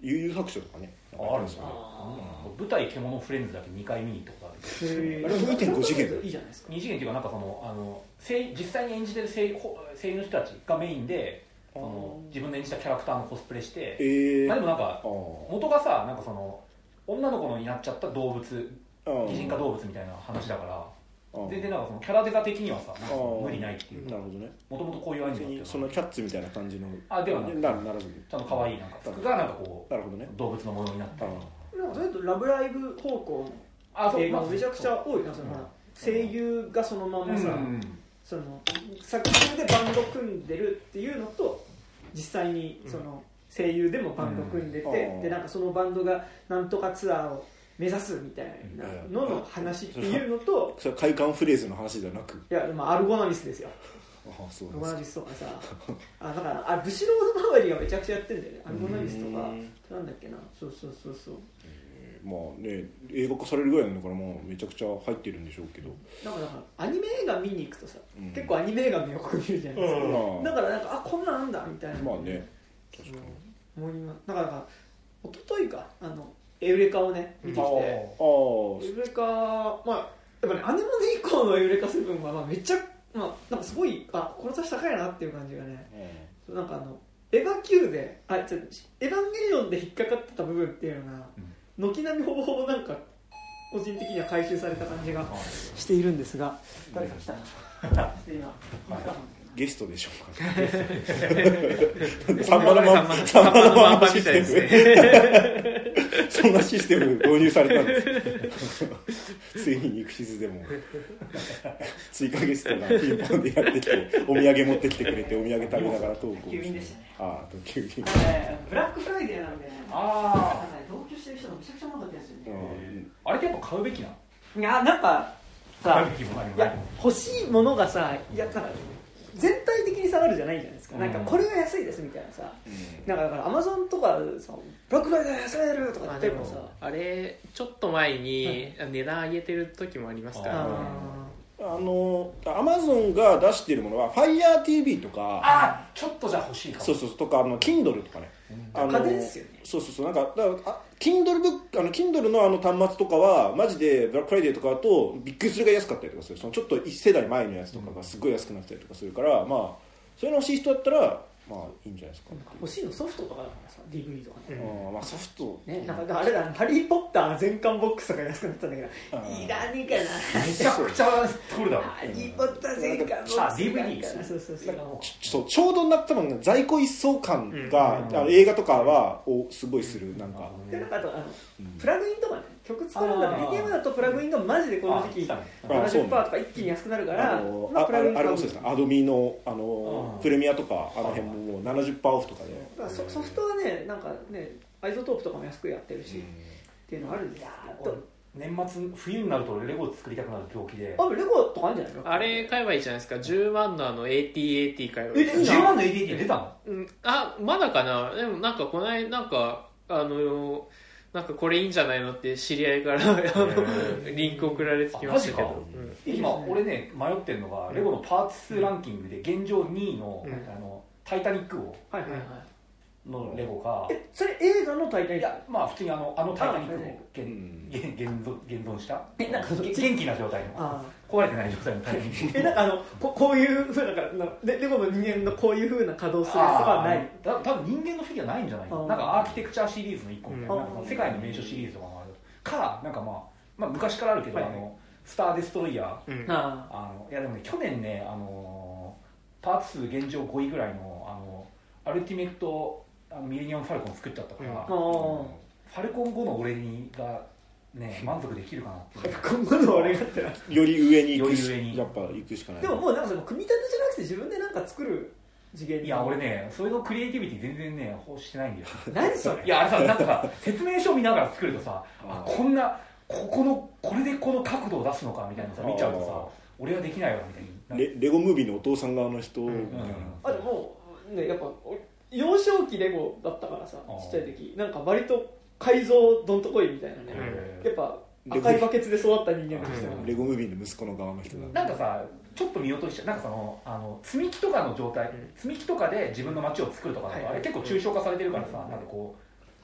悠々白書とかねああるんですよね。舞台獣フレンズだけにかい見に行ったことある。 あれにてんご 次元いいじゃないですか。 に次元っていうかなんかそのあの声実際に演じてる声声優の人たちがメインでその自分の演じたキャラクターのコスプレして、 えー、 まあ、でもなんか元がさなんかその女の子のになっちゃった動物擬人化動物みたいな話だから全然なんかそのキャラデザ的にはさなんか無理ないっていう。 なるほどね。 もともとこういうアニメだったそのキャッツみたいな感じのあではなくなるならずちゃんと可愛いなんか服がなんかこうなるほどね動物のものになったりなんかそれとラブライブ方向の映画もめちゃくちゃ多いな。その声優がそのままさ、うん、その作品でバンド組んでるっていうのと実際にその声優でもバンド組んでて、うん、でなんかそのバンドがなんとかツアーを目指すみたいなのの話っていうのと、 それは快感フレーズの話ではなく、 いや、まあ、アルゴナミスですよ。 ああそうです。 アルゴナミスとかさあだからあブシロード周りがめちゃくちゃやってるんだよね。アルゴナミスとかなんだっけな、そうそうそうそう、 えー、まあね映画化されるぐらいなんだからもうめちゃくちゃ入ってるんでしょうけど、 なんかだからアニメ映画見に行くとさ、うん、結構アニメ映画の予告見るじゃないですか、うん、だからなんかあこんなんあんだみたいな。 まあね確かに思います。だから一昨日かあのエウレカをね見てきて、あエウレカまあやっぱねアネモネ以降のエウレカセブンはまあめっちゃまあなんかすごいあ志高いなっていう感じがね、うん、なんかあのエヴァ Q であちょエヴァンゲリオンで引っかかってた部分っていうのが軒並みほぼほぼなんか個人的には回収された感じがしているんですが、誰か来たな今ゲストでしょうか。 サンマのまんまみたいですね。 そんなシステム導入されたんです。ついに肉質でも追加ゲストがピンポンでやってきてお土産持ってきてくれてお土産食べながらトークを。 急便でしたね。 ああ、急便。 ブラックフライデーなんでね。ああ。同居してる人がめちゃくちゃ多かったですよね。 あれってやっぱ買うべきな。 いやなんかさ、いや欲しいものがさ、いやなんか。全体的に下がるじゃないじゃないですか、うん、なんかこれが安いですみたいなさ、うん、なんかだからアマゾンとかさブラックフライデー安いるとか言ってもさ、 あれちょっと前に値段上げてる時もありますからね。 あのアマゾンが出しているものは FireTV とかあちょっとじゃ欲しいかも。 そうそうとかあの Kindle とかね、 うん、あの家電ですよね。 そうそうそうなんかだからあ Kindle ブックあの Kindle のあの端末とかはマジでブラックフライデーとかだとびっくりするが安かったりとかする。そのちょっと一世代前のやつとかがすごい安くなったりとかするから、うん、まあそういうの欲しい人だったらまあいいんじゃないですか。 欲しいのソフトとかだからさ ディーブイディー とかね、 うん、まあソフトねなんかあれだハリーポッター全巻ボックスが安くなったんだけどいらねえかな。 めちゃくちゃ取るだろ。 ハリーポッター全巻ボックスあ ディーブイディー かな。 そうそうそうそうちょうどなったもんね在庫一掃感が、うん、あの映画とかはおすごいするなんかでなんかあとあの、うん、プラグインとかね曲作るんだと ビージーエム だとプラグインがマジでこの時期 ななじゅっパーセント とか一気に安くなるからあのあああれもそうですねアドビのあのプレミアとかあの辺ももう ななじゅっパーセント オフとかでだから ソ, ソフトはねなんかねアイゾトープとかも安くやってるし、うん、っていうのがあるんですよ。 年末冬になるとレゴ作りたくなる病気であレゴとかあるんじゃないの。 あれ買えばいいじゃないですか。じゅうまんのあの エーティーエーティー 買えばいい。 えじゅうまんの エーティーエーティー 出たの、 うん、あまだかな。でもなんかこの間なんかあのなんかこれいいんじゃないのって知り合いからリンク送られてきましたけど、 うん、今俺ね迷ってるのがレゴのパーツ数ランキングで現状にいの、うん、あのタイタニック号のレゴか、 えそれ映画のタイタニック。いやまあ普通にあのあのタイタニックを現、現存現存したえなんか元気な状態の壊れてない状態のタイタニック。 えなんかあの こ, こういうふうなレレゴの人間のこういうふうな稼働するやつはない。 だ多分人間のフィギュアないんじゃないかな。なんかアーキテクチャシリーズのいっこみたいな、なんか世界の名所シリーズとかもあるかなんかまあまあ昔からあるけど、はい、あのスターデストロイヤー、うん、あのいやでもね去年ねあのパーツ数現状ごいぐらいのあのアルティメットあのミレニアムファルコン作っちゃったから、うん、ファルコン後の俺にがね満足できるかなって。 ファルコン後の俺がってなより上に行くしやっぱ行くしかない。 でももうなんかその組み立てじゃなくて自分でなんか作る次元に。 いや俺ねそれのクリエイティビティ全然ね欲してないんだよ。 何それ。 いやあれさなんかさ説明書見ながら作るとさあこんなここのこれでこの角度を出すのかみたいなさ見ちゃうとさ俺はできないわみたいな。 レ, レゴムービーのお父さん側の人、うんうん、 あでもねやっぱ幼少期レゴだったからさちっちゃい時なんか割と改造どんとこいみたいなね、やっぱ赤いバケツで育った人間としてはレゴムービーの息子の側の人だ。 なんかさちょっと見落としちゃうなんかそのあの積み木とかの状態、うん、積み木とかで自分の街を作るとか、はい、あれ結構抽象化されてるからさ、うん、なんかこう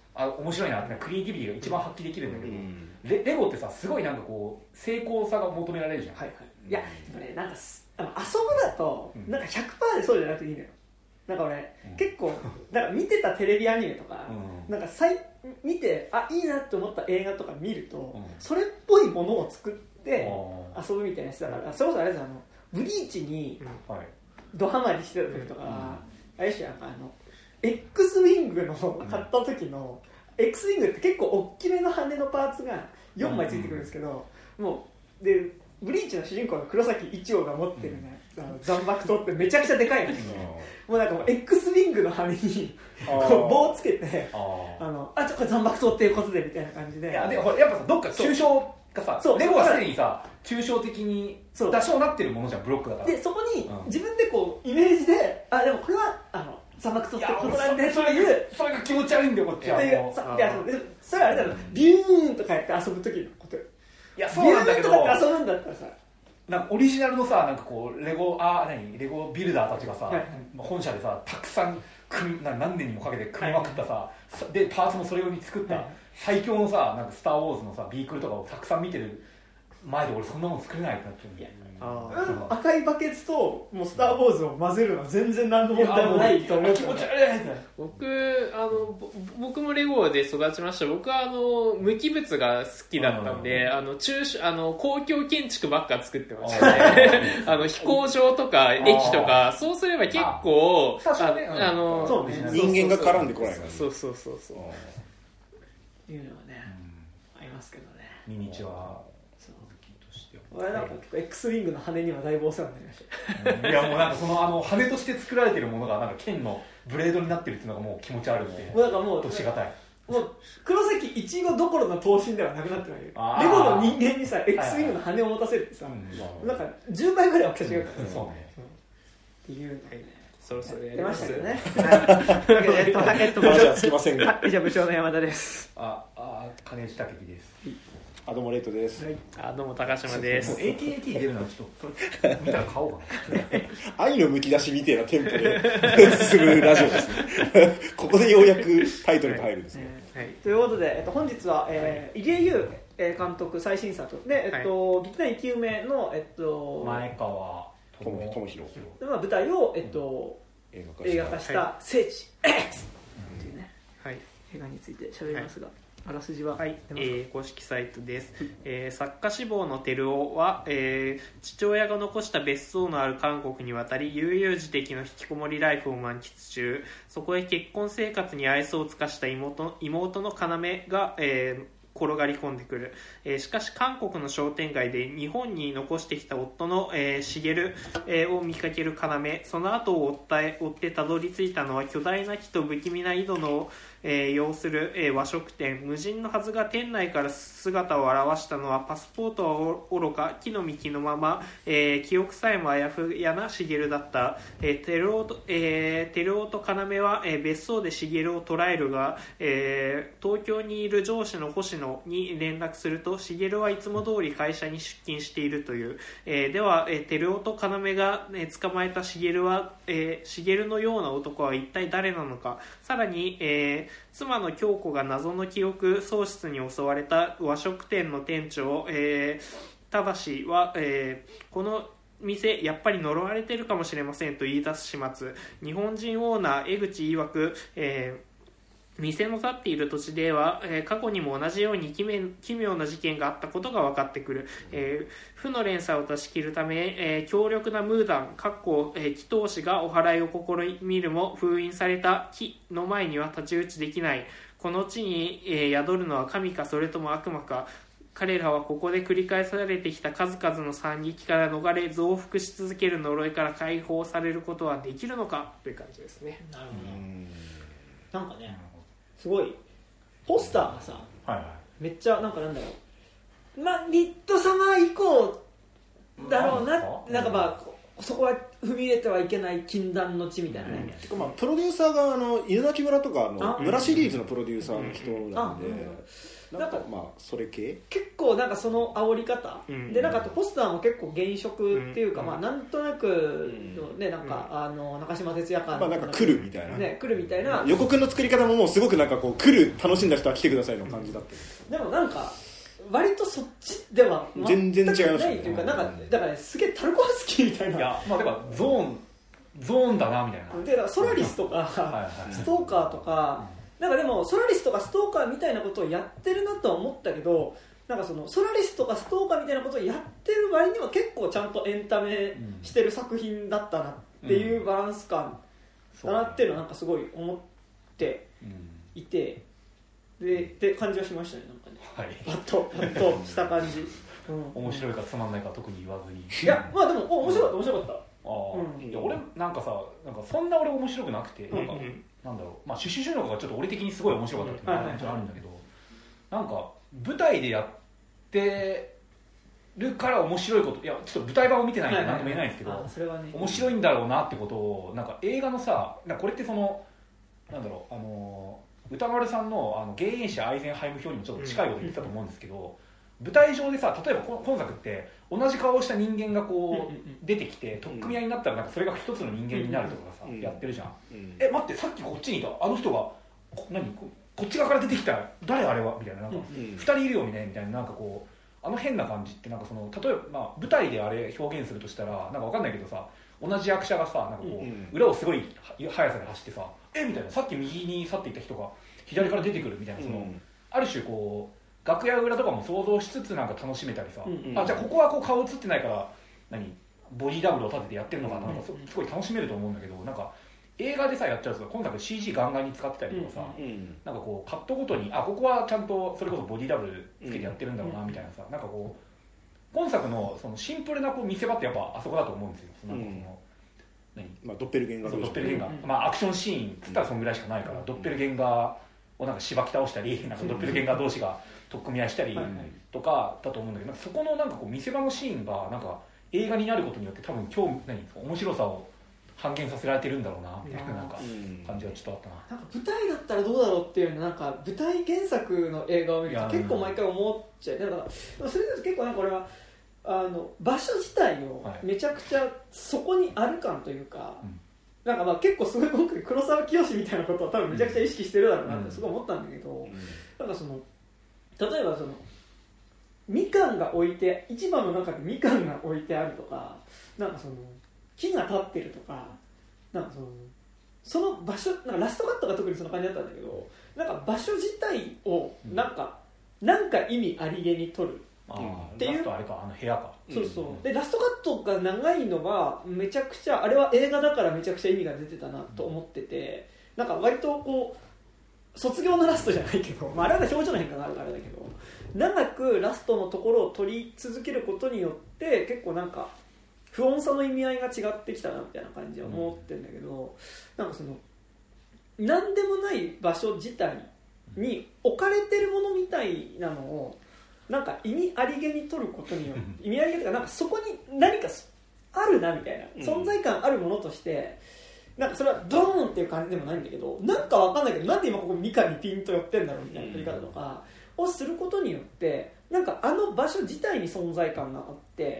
あ面白いなってクリエイティビティが一番発揮できるんだけど、 うん、 レ, レゴってさすごいなんかこう成功さが求められるじゃん。 はいはい、いやでもねなんかあの遊ぶだとなんか ひゃくパーセント でそうじゃなくていいのよ。なんか俺、うん、結構なんか見てたテレビアニメとか、うん、なんかさい見てあいいなって思った映画とか見ると、うん、それっぽいものを作って遊ぶみたいなやつだから、それこそあれですあのブリーチにドハマりしてた時とか、うん、あれしやあの X ウィングの買った時の、うん、X ウィングって結構大きめの羽のパーツがよんまいついてくるんですけど、うん、もうでブリーチの主人公の黒崎一護が持ってるね、うん、あの残爆刀ってめちゃくちゃでかいの、うん、もうなんかもう X ウィングの羽に棒をつけてあのあちょっと残爆刀っていうことでみたいな感じで、いやでほらやっぱさどっか抽象がさレゴはすでにさ抽象的に多少なってるものじゃんブロックだから。 でそこに自分でこうイメージであでもこれはあの残爆刀ってことなんでそういうそれが気持ち悪いんだよこっちは。 いやそれはあれだろビューンとかやって遊ぶ時のことよ。 いやそうなんだけどビューンとかって遊ぶんだったらさなんかオリジナルのさなんかこうレゴあ何レゴビルダーたちがさ、はい、本社でさたくさん組み何年にもかけて組みまくったさ、はい、でパーツもそれ用に作った最強のさなんかスター・ウォーズのさビークルとかをたくさん見てる前で俺そんなもん作れないってなってるんで、 ああ赤いバケツともうスター・ウォーズを混ぜるのは全然何の問題もないと思う。気持ち悪い。 僕あの僕もレゴで育ちました。僕はあの無機物が好きだったんで、あの中あの公共建築ばっか作ってましたね。あの飛行場とか駅とかそうすれば結構ああのそう、ね、人間が絡んでこないから、ね、 そうそうそうそういうのはね、うん、ありますけどね。 ミニチュア俺なんか結構 X ウィングの羽にはだいぶお世話になりました、 うん、いやもうなんかそのあの羽として作られてるものがなんか剣のブレードになってるっていうのがもう気持ち悪いってもうなんかもうどしがたい。 もう黒崎一護どころの闘神ではなくなってないよ。レゴの人間にさ X ウィングの羽を持たせるってさ、はいはい、なんかじゅうばいぐらい大きさ違うから、 うん、そうね、 うん、っていうのねそろそろやりましたけどね。 えっとえっと話はつきませんが。 以上部長の山田です。 ああ金内武樹です。 あどうもレイトです。 はい、あどうも高島です。 エーティーエーティー 出るのはちょっと見たら買おうかな。愛のむき出しみたいなテンポでするラジオですね。ここでようやくタイトルが入るんですね。 はいはい、ということで、えっと、本日は、えー、入江優監督最新作で、えっと、劇団生き埋めの、えっと、 前川智弘の舞台を、えっとうん、映画化した「聖地 X」というね、はい、映画について喋りますが、はいあらすじは、 はいえー、公式サイトです、えー、作家志望の照夫は、えー、父親が残した別荘のある韓国に渡り悠々自適の引きこもりライフを満喫中、そこへ結婚生活に愛想を尽かした妹、妹の要が、えー転がり込んでくる、えー、しかし韓国の商店街で日本に残してきた夫の、えー、茂、えー、を見かける要、その後を追って追ってたどり着いたのは巨大な木と不気味な井戸の、えー、要する、えー、和食店。無人のはずが店内から姿を現したのはパスポートはおろか木の幹のまま、えー、記憶さえもあやふやな茂だった。えー、テルオと、えー、テルオと要は、えー、別荘で茂を捕らえるが、えー、東京にいる上司の星野に連絡すると茂はいつも通り会社に出勤しているという、えー、では、えー、テルオと要が、ね、捕まえた茂は、えー、茂のような男は一体誰なのか。さらに、えー、妻の京子が謎の記憶喪失に襲われた和食店の店長、えー、ただしは、えー、この店やっぱり呪われてるかもしれませんと言い出す始末。日本人オーナー江口曰く、えー店の立っている土地では、えー、過去にも同じように奇妙な事件があったことが分かってくる。えー、負の連鎖を断ち切るため、えー、強力なムーダン、かっこ、えー、祈祷師がお祓いを試みるも封印された木の前には太刀打ちできない。この地に、えー、宿るのは神かそれとも悪魔か。彼らはここで繰り返されてきた数々の惨劇から逃れ増幅し続ける呪いから解放されることはできるのかという感じですね。 なるほど。なんかねすごいポスターがさ、はいはい、めっちゃなんかなんだろう、まあミッドサマー以降だろうな、なんかまあそこは踏み入れてはいけない禁断の地みたいなね、 うん、まあ、プロデューサーがあの犬鳴村とかの村シリーズのプロデューサーの人なんで、なんかまあそれ系結構なんかその煽り方、うん、でなんかポスターも結構原色っていうか、うん、まあなんとなくね、なんか、うん、あの中島哲也感まあなんか来るみたいなね、来るみたいな、 予告の作り方ももうすごくなんかこう来る楽しんだ人は来てくださいの感じだった、 うん、でもなんか割とそっちでは全然違いますね。 ないというか、なんかだから、ね、すげえタルコフスキーみたいな。 いや、まあだからゾーンゾーンだなみたいな。 でだからソラリスとかはい、ストーカーとか、うん、なんかでもソラリスとかストーカーみたいなことをやってるなとは思ったけど、なんかそのソラリスとかストーカーみたいなことをやってる割には結構ちゃんとエンタメしてる作品だったなっていうバランス感だなっていうのはなんかすごい思っていて、でって感じはしましたね。なんかね、はい、パッとパッとした感じ、 うん、面白いかつまんないか特に言わずに、 いやまあでも面白かった面白かった。あ、 うん、いや俺なんかさ、なんかそんな俺面白くなくて、なんか、うんうん、なんだろう、まあシュシュシュの方がちょっと俺的にすごい面白かったっていうのがあるんだけど、なんか舞台でやってるから面白いこと、いやちょっと舞台版を見てないんで何とも言えないんですけど、 それはね、 面白いんだろうなってことをなんか映画のさ、なんかこれってそのなんだろう、あの歌丸さんのあの減塩者アイゼンハイム表にもちょっと近いこと言ってたと思うんですけど、うん、舞台上でさ、例えば今作って同じ顔をした人間がこう出てきて取っ組み合いになったらなんかそれが一つの人間になるとかさ、うん、やってるじゃん、うん、え待ってさっきこっちにいたあの人がこ何 こ, こっち側から出てきた誰あれはみたいな、なんかふたりいるよねみたいな、なんかこうあの変な感じってなんかその例えば、まあ、舞台であれ表現するとしたらなんか分かんないけどさ、同じ役者がさなんかこう、うん、裏をすごい速さで走ってさえみたいな、さっき右に去っていった人が左から出てくるみたいな、その、うん、ある種こう楽屋裏とかも想像しつつなんか楽しめたりさ、うんうん、あじゃあここはこう顔映ってないから何ボディダブルを立ててやってるのかな、なんかすごい楽しめると思うんだけど、なんか映画でさやっちゃうと今作 シージー ガンガンに使ってたりとかさ、うんうん、なんかこうカットごとにあここはちゃんとそれこそボディダブルつけてやってるんだろうなみたいなさ、なんかこう今作のそのシンプルなこう見せ場ってやっぱあそこだと思うんですよ。なんかその、 何まあ、ドッペルゲンガー、 ドッペルゲンガー、まあ、アクションシーンっつったらそんぐらいしかないから、うん、ドッペルゲンガーをなんかしばき倒したり、なんかドッペルゲンガー同士が取っ組み合いしたりとかだと思うんだけど、そこのなんかこう見せ場のシーンがなんか映画になることによって多分今日何面白さを半減させられてるんだろうなみたいななんか感じはちょっとあったな。 なんか舞台だったらどうだろうっていうのなんか舞台原作の映画を見ると結構毎回思っちゃう。だからそれで結構なんか俺はあの場所自体をめちゃくちゃそこにある感というか、はい、なんかまあ結構すごい僕黒沢清みたいなことを多分めちゃくちゃ意識してるだろうなってすごい思ったんだけど、うん、なんかその例えばそのみかんが置いて市場の中でみかんが置いてあるとか、なんかその木が立ってるとか、なんかそのその場所なんかラストカットが特にその感じだったんだけど、なんか場所自体をなんか、うん、なんか意味ありげに撮るっていう、 ラストあれかあの部屋か、 そうそう、うん、でラストカットが長いのがめちゃくちゃあれは映画だからめちゃくちゃ意味が出てたなと思ってて、なんか割とこう卒業のラストじゃないけど、まあ、あれは表情の変化があるからだけど長くラストのところを撮り続けることによって結構なんか不穏さの意味合いが違ってきたなみたいな感じは思ってるんだけど、なんかその何でもない場所自体に置かれてるものみたいなのをなんか意味ありげに取ることによって意味ありげというか、なんかそこに何かあるなみたいな存在感あるものとしてなんかそれはドーンっていう感じでもないんだけど、なんかわかんないけどなんで今ここミカにピンと寄ってんだろうみたいな取り方とかをすることによってなんかあの場所自体に存在感があって、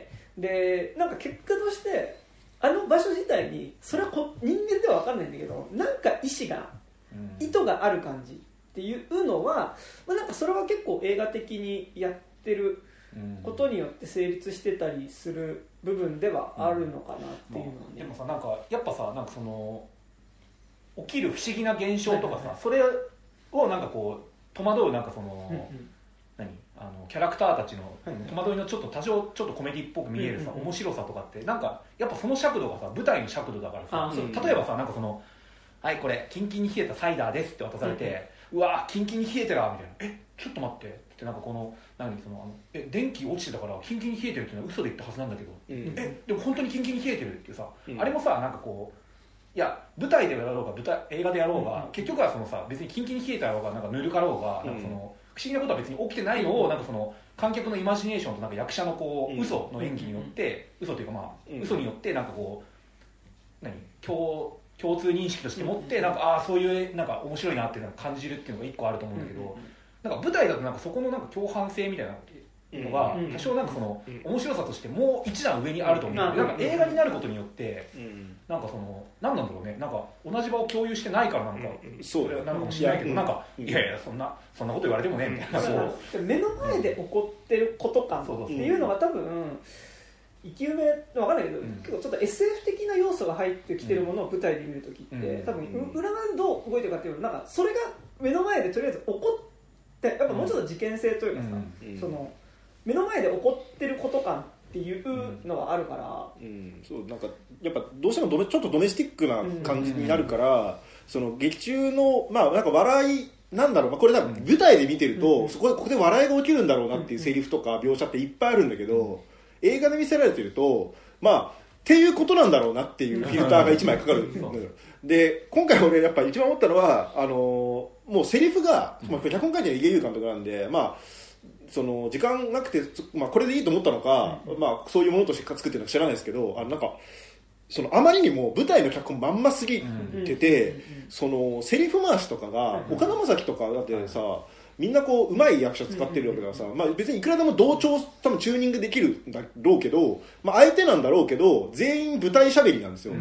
でなんか結果としてあの場所自体にそれはこ人間では分かんないんだけどなんか意志が、意図がある感じっていうのは、まあ、なんかそれは結構映画的にやってることによって成立してたりする部分ではあるのかなっていうのはね、 うんまあ、でもさなんかやっぱさなんかその起きる不思議な現象とかさ、はいはいはい、それをなんかこう戸惑うなんかその、うんうん何あのキャラクターたちの戸惑いのちょっと多少ちょっとコメディっぽく見えるさ、うんうんうん、面白さとかってなんかやっぱその尺度がさ舞台の尺度だからさ、うんうん、例えばさなんかそのはいこれキンキンに冷えたサイダーですって渡されて、うんうん、うわキンキンに冷えてらみたいなえちょっと待ってってなんかこの何そのあのえ電気落ちてたからキンキンに冷えてるっていうのは嘘で言ったはずなんだけど、うんうん、えでも本当にキンキンに冷えてるっていうさ、うん、あれもさなんかこういや舞台でやろうが舞台映画でやろうが、うんうん、結局はそのさ別にキンキンに冷えたろうがなんかぬるかろうが、うん、なんかその不思議なことは別に起きてないのをなんかその観客のイマジネーションとなんか役者のこう、 うん、 嘘の演技によって、うん、嘘というかまあ、うん、嘘によってなんかこう何共共通認識として持って、うん、なんかああそういうなんか面白いなっていうのを感じるっていうのが一個あると思うんだけど、うん、なんか舞台だとなんかそこのなんか共犯性みたいなのが多少なんかその面白さとしてもう一段上にあると思うんで、なんか映画になることによってなんかその何なんだろうね、なんか同じ場を共有してないからなんかそれなのかもしれないけど、なんかいやいやそんなそんなこと言われてもねみたいな、 そう目の前で起こってること感っていうのが多分生き埋め分かんないけど、結構ちょっと エスエフ 的な要素が入ってきてるものを舞台で見るときって多分裏側でどう動いてるかっていうのなんかそれが目の前でとりあえず起こってやっぱもうちょっと事件性というかさ、その目の前で起こってること感っていうのがあるから、 うんうん、そうなんかやっぱどうしてもドメちょっとドメスティックな感じになるから、うん、その劇中のまあなんか笑いなんだろう、まあ、これ多分舞台で見てると、うん、そこでここで笑いが起きるんだろうなっていうセリフとか描写っていっぱいあるんだけど、うん、映画で見せられてるとまあっていうことなんだろうなっていうフィルターがいちまいかかる、うん、で今回俺やっぱ一番思ったのはあのもうセリフが、まあ、脚本書いてる井出優監督なんでまあその時間なくて、まあ、これでいいと思ったのか、うんまあ、そういうものとして作ってるのか知らないですけどあのなんかそのあまりにも舞台の脚本まんますぎてて、うん、そのセリフ回しとかが、うん、岡田将生とかだってさ、うん、みんなこう上手い役者使ってるわけだからさ、うんまあ、別にいくらでも同調多分チューニングできるんだろうけど、まあ、相手なんだろうけど全員舞台喋りなんですよ、うん、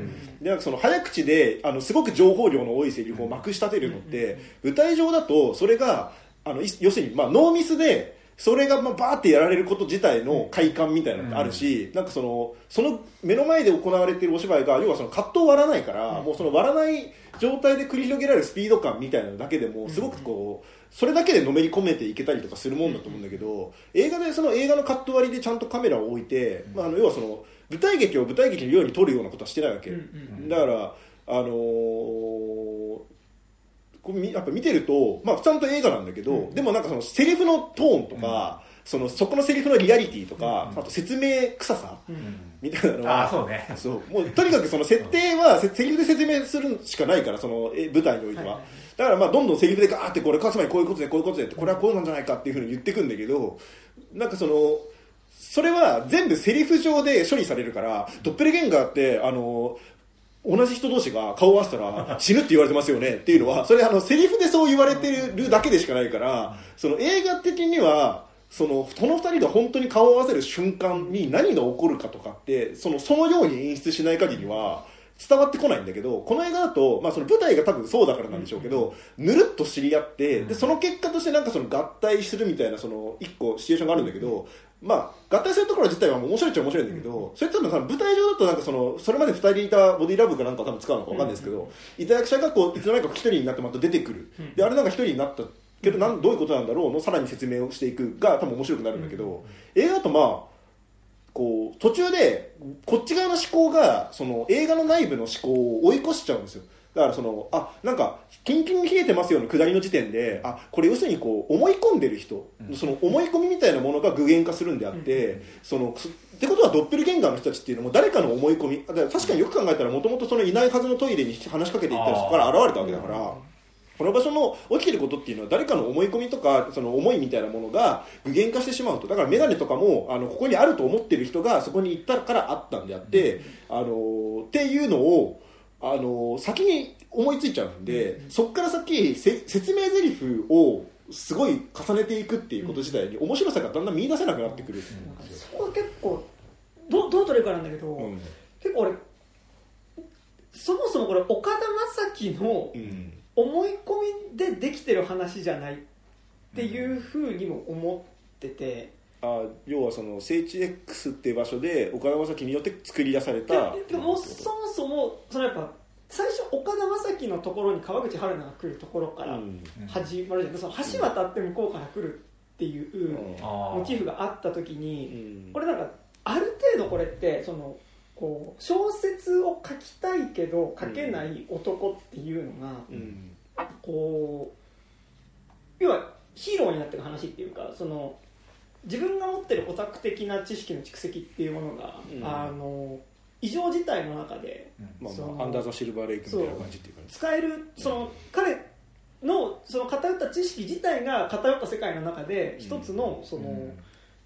でなんかその早口であのすごく情報量の多いセリフをまくし立てるのって、うん、舞台上だとそれがあの要するにまあノーミスでそれがまあバーってやられること自体の快感みたいなのってあるし、うん、なんかそのその目の前で行われているお芝居が要はそのカットを割らないから、うん、もうその割らない状態で繰り広げられるスピード感みたいなのだけでもすごくこうそれだけでのめり込めていけたりとかするもんだと思うんだけど、映画でその映画のカット割りでちゃんとカメラを置いて、まあ、あの要はその舞台劇を舞台劇のように撮るようなことはしてないわけ、だからあのーやっぱ見てると、まあ、ちゃんと映画なんだけど、うん、でもなんかそのセリフのトーンとか、うん、そのそこのセリフのリアリティとか、うん、あと説明臭さ、うん、みたいなのは、 あそうね、 そうもうとにかくその設定はセリフで説明するしかないからその舞台においては、はい、だからまあどんどんセリフでガーってこれつまりこういうことでこういうことでこれはこうなんじゃないかっていうふうに言ってくんだけど、なんかそのそれは全部セリフ上で処理されるから、ドッペルゲンガーってあの同じ人同士が顔を合わせたら死ぬって言われてますよねっていうのはそれあのセリフでそう言われてるだけでしかないから、その映画的にはそのこのふたりが本当に顔を合わせる瞬間に何が起こるかとかってそのそのように演出しない限りは伝わってこないんだけど、この映画だと、まあ、その舞台が多分そうだからなんでしょうけど、ぬるっと知り合ってでその結果としてなんかその合体するみたいなその一個シチュエーションがあるんだけど、まあ、合体するところ自体は面白いっちゃ面白いんだけど、それ多分舞台上だとなんかそのそれまでふたりいたボディラブかなんか多分使うのか分かんないですけど、いた役者がこういつの間にかひとりになってまた出てくる、であれなんかひとりになったけどなんどういうことなんだろうのさらに説明をしていくが多分面白くなるんだけど、映画だとまあこう途中でこっち側の思考がその映画の内部の思考を追い越しちゃうんですよ。だからそのあなんかキンキンに冷えてますよの下りの時点で、あこれ要するにこう思い込んでる人、うん、その思い込みみたいなものが具現化するんであって、うん、そのってことはドッペルゲンガーの人たちっていうのも誰かの思い込みだから確かによく考えたらもともとそのいないはずのトイレに話しかけていったらそこから現れたわけだから、うん、この場所の起きてることっていうのは誰かの思い込みとかその思いみたいなものが具現化してしまうと。だからメガネとかもあのここにあると思ってる人がそこに行ったからあったんであって、うん、あのっていうのをあの先に思いついちゃうんで、うん、そこから先説明台詞をすごい重ねていくっていうこと自体に面白さがだんだん見出せなくなってくる、うん、 そこは結構ど, どう取れるかなんだけど、うん、結構俺そもそもこれ岡田将生の思い込みでできてる話じゃないっていうふうにも思ってて、 あ要はその聖地 X っていう場所で岡田将生によって作り出された。 でもそもそもそのやっぱ最初岡田将生のところに川口春奈が来るところから始まるじゃん、うん、その橋渡って向こうから来るっていうモチーフがあった時に、うん、これなんかある程度これってそのこう小説を書きたいけど書けない男っていうのが、うん、こう要はヒーローになってる話っていうか、その自分が持ってるオタク的な知識の蓄積っていうものが、うん、あの異常事態の中で、 うんまあまあ、アンダーザシルバーレイクみたいな感じっていうか、ね、 使えるその、うん、彼のその偏った知識自体が偏った世界の中で一つのその、うん、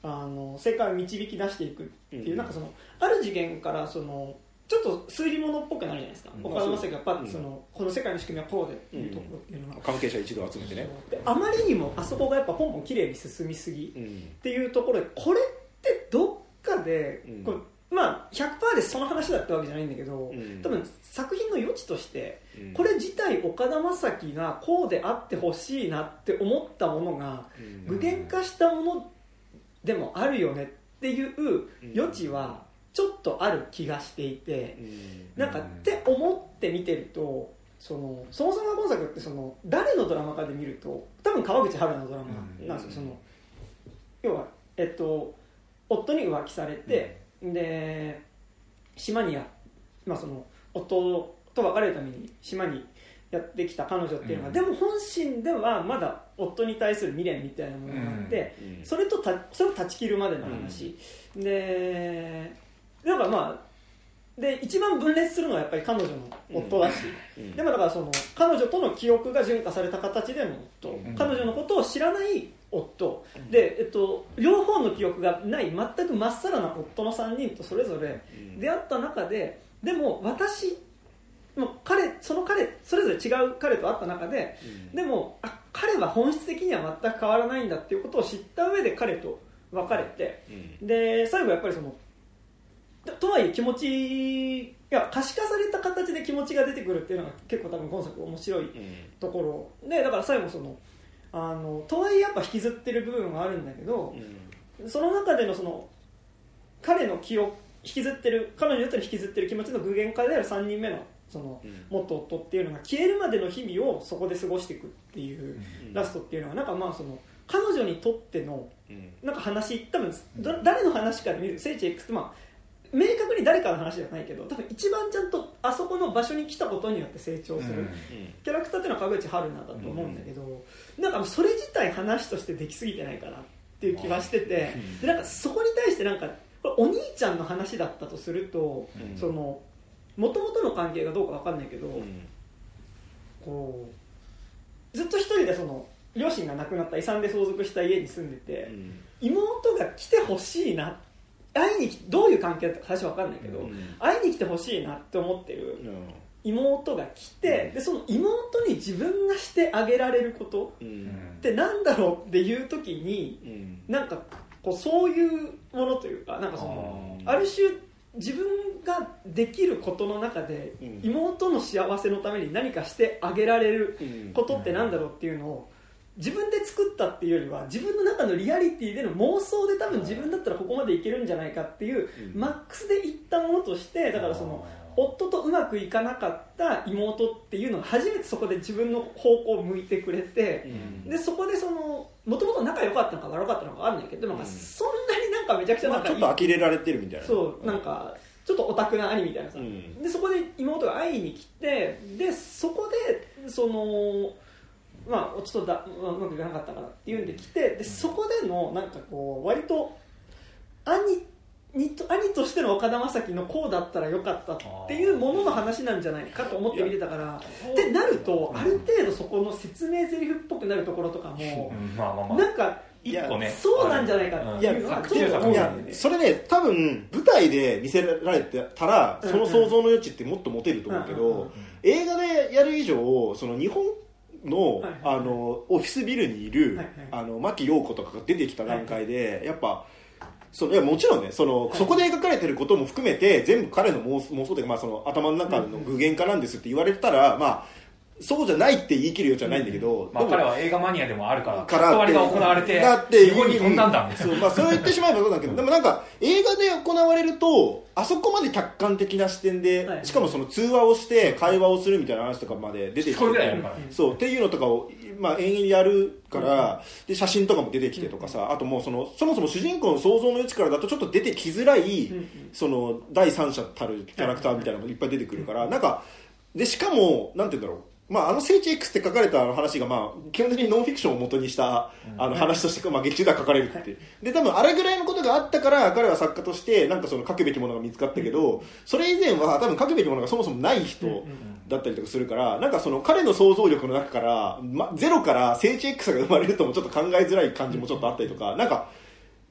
あの世界を導き出していくっていう、 うん、 なんかそのある次元からそのちょっと推理物っぽくなるじゃないですか、 うん、 岡田将生がパッとその、うん、この世界の仕組みはこうでっていうところっていうのが、 うん、関係者一同集めてね、 であまりにもあそこがやっぱポンポン綺麗に進みすぎっていうところで、これってどっかで、うん、これまあ ひゃくパーセント でその話だったわけじゃないんだけど、うん、多分作品の余地として、うん、これ自体岡田将生がこうであってほしいなって思ったものが具現化したものでもあるよねっていう余地はちょっとある気がしていて、うん、なんかって思って見てるとそのそもそも今作ってその誰のドラマかで見ると多分川口春奈のドラマなんですよ。その要は、えっと、夫に浮気されて、うん、で島にや、まあ、その夫と別れるために島にやってきた彼女っていうのが、うん、でも本心ではまだ夫に対する未練みたいなものがあって、うん、それとたそれを断ち切るまでの話、うん、でだからまあで一番分裂するのはやっぱり彼女の夫だし、うんうん、でもだからその彼女との記憶が純化された形での夫、うん、彼女のことを知らない夫、うん、で、えっと、両方の記憶がない全くまっさらな夫のさんにんとそれぞれ出会った中で、でも私もう彼その彼それぞれ違う彼と会った中で、うん、でもあ彼は本質的には全く変わらないんだっていうことを知った上で彼と別れて、うん、で最後やっぱりそのとはいえ気持ちが可視化された形で気持ちが出てくるっていうのが結構多分今作面白いところ、うん、でだから最後そのあのとはいえやっぱ引きずってる部分はあるんだけど、うん、その中でのその彼の記憶引きずってる彼女にとって引きずってる気持ちの具現化であるさんにんめのその元夫っていうのが消えるまでの日々をそこで過ごしていくっていうラストっていうのはなんかまあその彼女にとってのなんか話多分誰の話かで見る聖地 X ってまあ明確に誰かの話じゃないけど多分一番ちゃんとあそこの場所に来たことによって成長するキャラクターっていうのは川口春奈だと思うんだけど、なんかそれ自体話としてできすぎてないかなっていう気がしてて、でなんかそこに対してなんかこれお兄ちゃんの話だったとすると、その元々の関係がどうか分かんないけど、こうずっと一人でその両親が亡くなった遺産で相続した家に住んでて、妹が来てほしいな会いにどういう関係だったか最初分かんないけど、うん、会いに来てほしいなって思ってる妹が来て、うん、でその妹に自分がしてあげられることってなんだろうっていう時に、うん、なんかこうそういうものというかなんかその あ, ある種自分ができることの中で妹の幸せのために何かしてあげられることってなんだろうっていうのを自分で作ったっていうよりは自分の中のリアリティでの妄想で多分自分だったらここまでいけるんじゃないかっていうマックスでいったものとして、だからその夫とうまくいかなかった妹っていうのが初めてそこで自分の方向を向いてくれて、でそこでそのもともと仲良かったのか悪かったのか分かんないけど、なんかそんなになんかめちゃくちゃなんか、 まあ、ちょっと呆れられてるみたいな、 そうなんかちょっとオタクな兄みたいなさ、うん、でそこで妹が会いに来て、でそこでそのまあ、ちょっとだうまくいかなかったからっていうんで来て、でそこでのなんかこう割と兄にと兄としての岡田将生のこうだったらよかったっていうものの話なんじゃないかと思って見てたから、ってなるとある程度そこの説明台詞っぽくなるところとかも、うんまあまあまあ、なんか一個ねそうなんじゃないかっていうのはちょっと思うんだよね。 それね多分舞台で見せられてたらその想像の余地ってもっと持てると思うけど、映画でやる以上その日本の、はいはいはい、あのオフィスビルにいる、はいはい、あの牧陽子とかが出てきた段階で、はいはい、やっぱそのいやもちろんねその、はい、そこで描かれてることも含めて全部彼の妄想妄想というか、まあ、その頭の中の具現化なんですって言われたら、まあそうじゃないって言い切る余地はないんだけど、 うんまあ、彼は映画マニアでもあるからから関わりが行われて日本に飛んだんだみたいな、 そう、まあ、そう言ってしまえばそうだけどでもなんか映画で行われるとあそこまで客観的な視点で、はい、しかもその通話をして会話をするみたいな話とかまで出てきてそうっていうのとかを、まあ、延々やるから、うん、で写真とかも出てきてとかさ、うん、あともうそのそもそも主人公の想像の余地からだとちょっと出てきづらい、うん、その第三者たるキャラクターみたいなのがいっぱい出てくるから、うん、なんかでしかもなんて言うんだろう、まあ、あの聖地 X って書かれた話が、まあ、基本的にノンフィクションを元にしたあの話として、まあ、劇中では書かれるってで多分あれぐらいのことがあったから彼は作家としてなんかその書くべきものが見つかったけど、それ以前は多分書くべきものがそもそもない人だったりとかするから、なんかその彼の想像力の中から、ま、ゼロから聖地 X が生まれるともちょっと考えづらい感じもちょっとあったりとか、なんか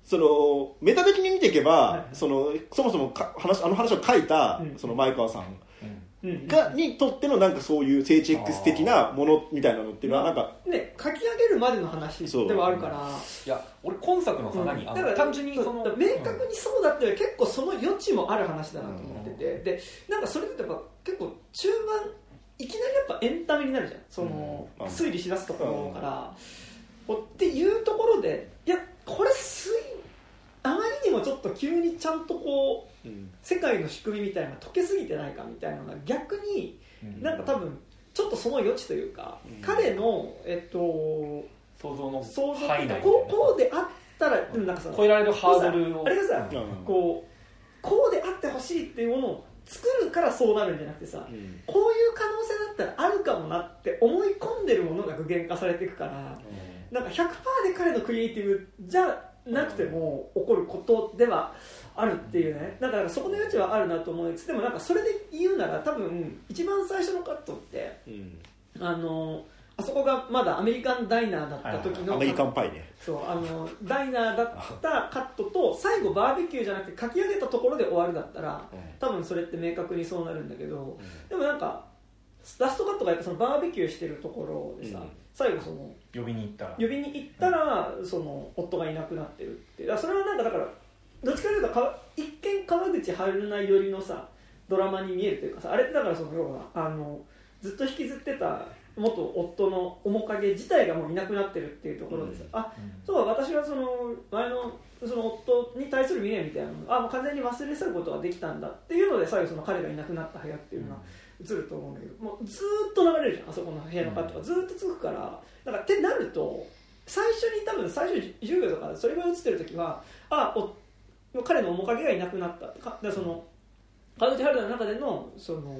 そのメタ的に見ていけば、 はいはい、 そのそもそもか話あの話を書いた、うん、その前川さんが、うん、にとってのなんかそういう聖地 X 的なものみたいなのっていうのはなんか、 まあ、ね書き上げるまでの話ではあるから、 いや俺今作のさ、何、うん、あの単純にその明確にそうだっていうのは結構その余地もある話だなと思ってて、うん、でなんかそれってやっぱ結構中盤いきなりやっぱエンタメになるじゃん、その、うん、推理しだすところから、うん、っていうところでいやこれ推あまりにもちょっと急にちゃんとこう、うん、世界の仕組みみたいな解けすぎてないかみたいなのが逆に、うん、なんか多分ちょっとその余地というか、うん、彼の、えっと、 想像の想像っていうかこう、こうであったら、うん、なんかさ超えられるハードルをあれがさ、うん、こう、こうであってほしいっていうものを作るからそうなるんじゃなくてさ、うん、こういう可能性だったらあるかもなって思い込んでるものが具現化されていくから、うん、なんか ひゃくパーセント で彼のクリエイティブじゃなくても起こることではあるっていうね、だからそこの余地はあるなと思いつつ、でもなんかそれで言うなら多分一番最初のカットって、うん、あのあそこがまだアメリカンダイナーだった時の、 アメリカンパイね、 そうあのダイナーだったカットと最後バーベキューじゃなくて書き上げたところで終わるだったら多分それって明確にそうなるんだけど、でもなんかラストカットがやっぱそのバーベキューしてるところでさ、うん、最後その呼びに行ったら呼びに行ったら、うん、その夫がいなくなってるって、だからそれはなんかだからどっちかというとか一見川口春奈寄りのさドラマに見えるというかさ、あれってだからその要はあのずっと引きずってた元夫の面影自体がもういなくなってるっていうところでさ、うん、あ、そう私はその前のその夫に対する未練みたいなのあもう完全に忘れ去ることができたんだっていうので最後その彼がいなくなった部屋っていうのが映ると思うんだけど、もうずっと流れるじゃんあそこの部屋のカットがずっと続くから、だからってなると最初に多分最初じゅうびょうとかそれが映ってる時はあお彼の面影がいなくなったかでその川口春奈の中でのその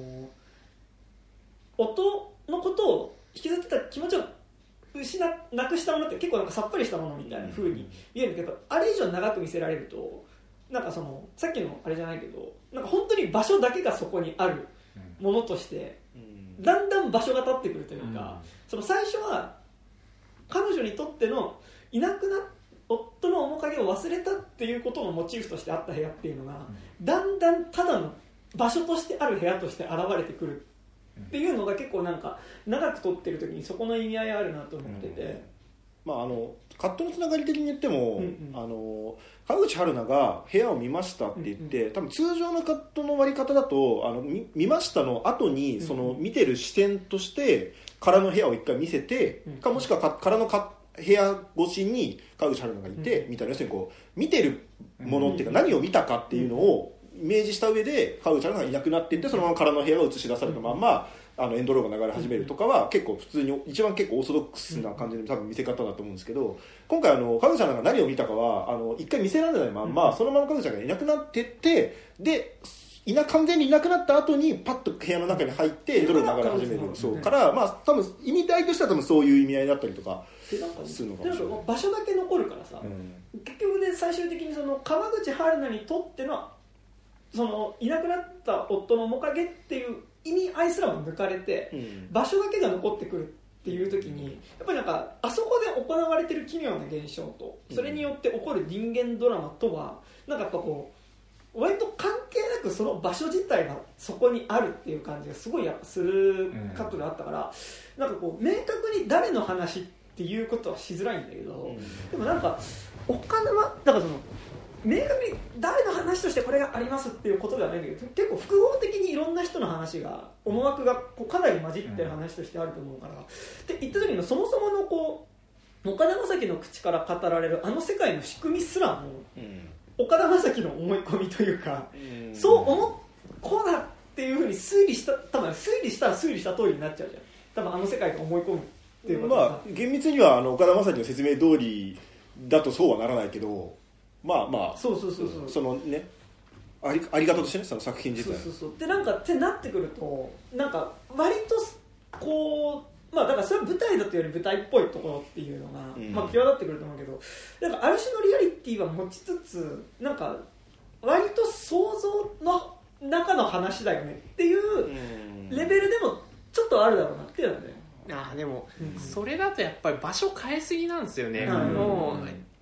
夫のことを引きずってた気持ちを失なくしたものって結構なんかさっぱりしたものみたいな風に見えるんだけど、あれ以上長く見せられるとなんかそのさっきのあれじゃないけどなんか本当に場所だけがそこにあるものとしてだんだん場所が立ってくるというか、その最初は彼女にとってのいなくな夫の面影を忘れたっていうことのモチーフとしてあった部屋っていうのがだんだんただの場所としてある部屋として現れてくるっていうのが結構なんか長く撮ってる時にそこの意味合いあるなと思ってて、うんまあ、あのカットのつながり的に言っても、うんうん、あの川口春奈が部屋を見ましたって言って、うんうん、多分通常のカットの割り方だとあの 見, 見ましたの後にその見てる視点として空の部屋を一回見せて、うんうん、かもしくは空のか部屋越しに川口春奈がいて、うん、みたいな要するにこう見てるものっていうか、うん、何を見たかっていうのをイメージした上で川口春奈がいなくなっていってそのまま空の部屋が映し出されたまんまあのエンドロールが流れ始めるとかは結構普通に一番結構オーソドックスな感じの多分見せ方だと思うんですけど、今回あの川口さんが何を見たかはあの一回見せられないまんまそのまま川口さんがいなくなってってでいな完全にいなくなった後にパッと部屋の中に入ってエンドロールが流れ始めるそうからまあ多分意味合いとしては多分そういう意味合いだったりとかするのかもしれない。 場所だけ残るからさ、うん、結局で最終的にその川口春奈にとってのそのいなくなった夫の面影っていう意味合いすらも抜かれて、うん、場所だけが残ってくるっていう時にやっぱりなんかあそこで行われてる奇妙な現象とそれによって起こる人間ドラマとはなんかやっぱこう割と関係なくその場所自体がそこにあるっていう感じがすごいやっぱするカットであったから、うん、なんかこう明確に誰の話っていうことはしづらいんだけど、うん、でもなんかお金はだからその明確に誰の話としてこれがありますっていうことではないんだけど結構複合的にいろんな人の話が思惑がこうかなり混じってる話としてあると思うから、うん、って言った時にそもそものこう岡田将生の口から語られるあの世界の仕組みすらも、うん、岡田将生の思い込みというか、うん、そう思っこうだっていうふうに推理した多分推理したら推理した通りになっちゃうじゃん多分あの世界が思い込むっていうことまあ厳密にはあの岡田将生の説明通りだとそうはならないけどまあまあそうそうそうそうそのねありあり方としてねその作品自体そうそうそうでなんかってなってくるとなんか割とこうまあだからそれは舞台だというより舞台っぽいところっていうのが、うんまあ、際立ってくると思うけどなんかある種のリアリティは持ちつつなんか割と想像の中の話だよねっていうレベルでもちょっとあるだろうなっていうのはねあでも、うん、それだとやっぱり場所変えすぎなんですよね、うん、もう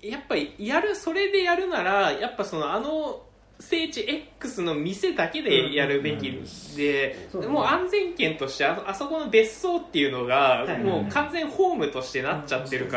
やっぱりやるそれでやるならやっぱそのあの聖地 X の店だけでやるべきで、うんうん、もう安全圏としてあそこの別荘っていうのがもう完全ホームとしてなっちゃってるから、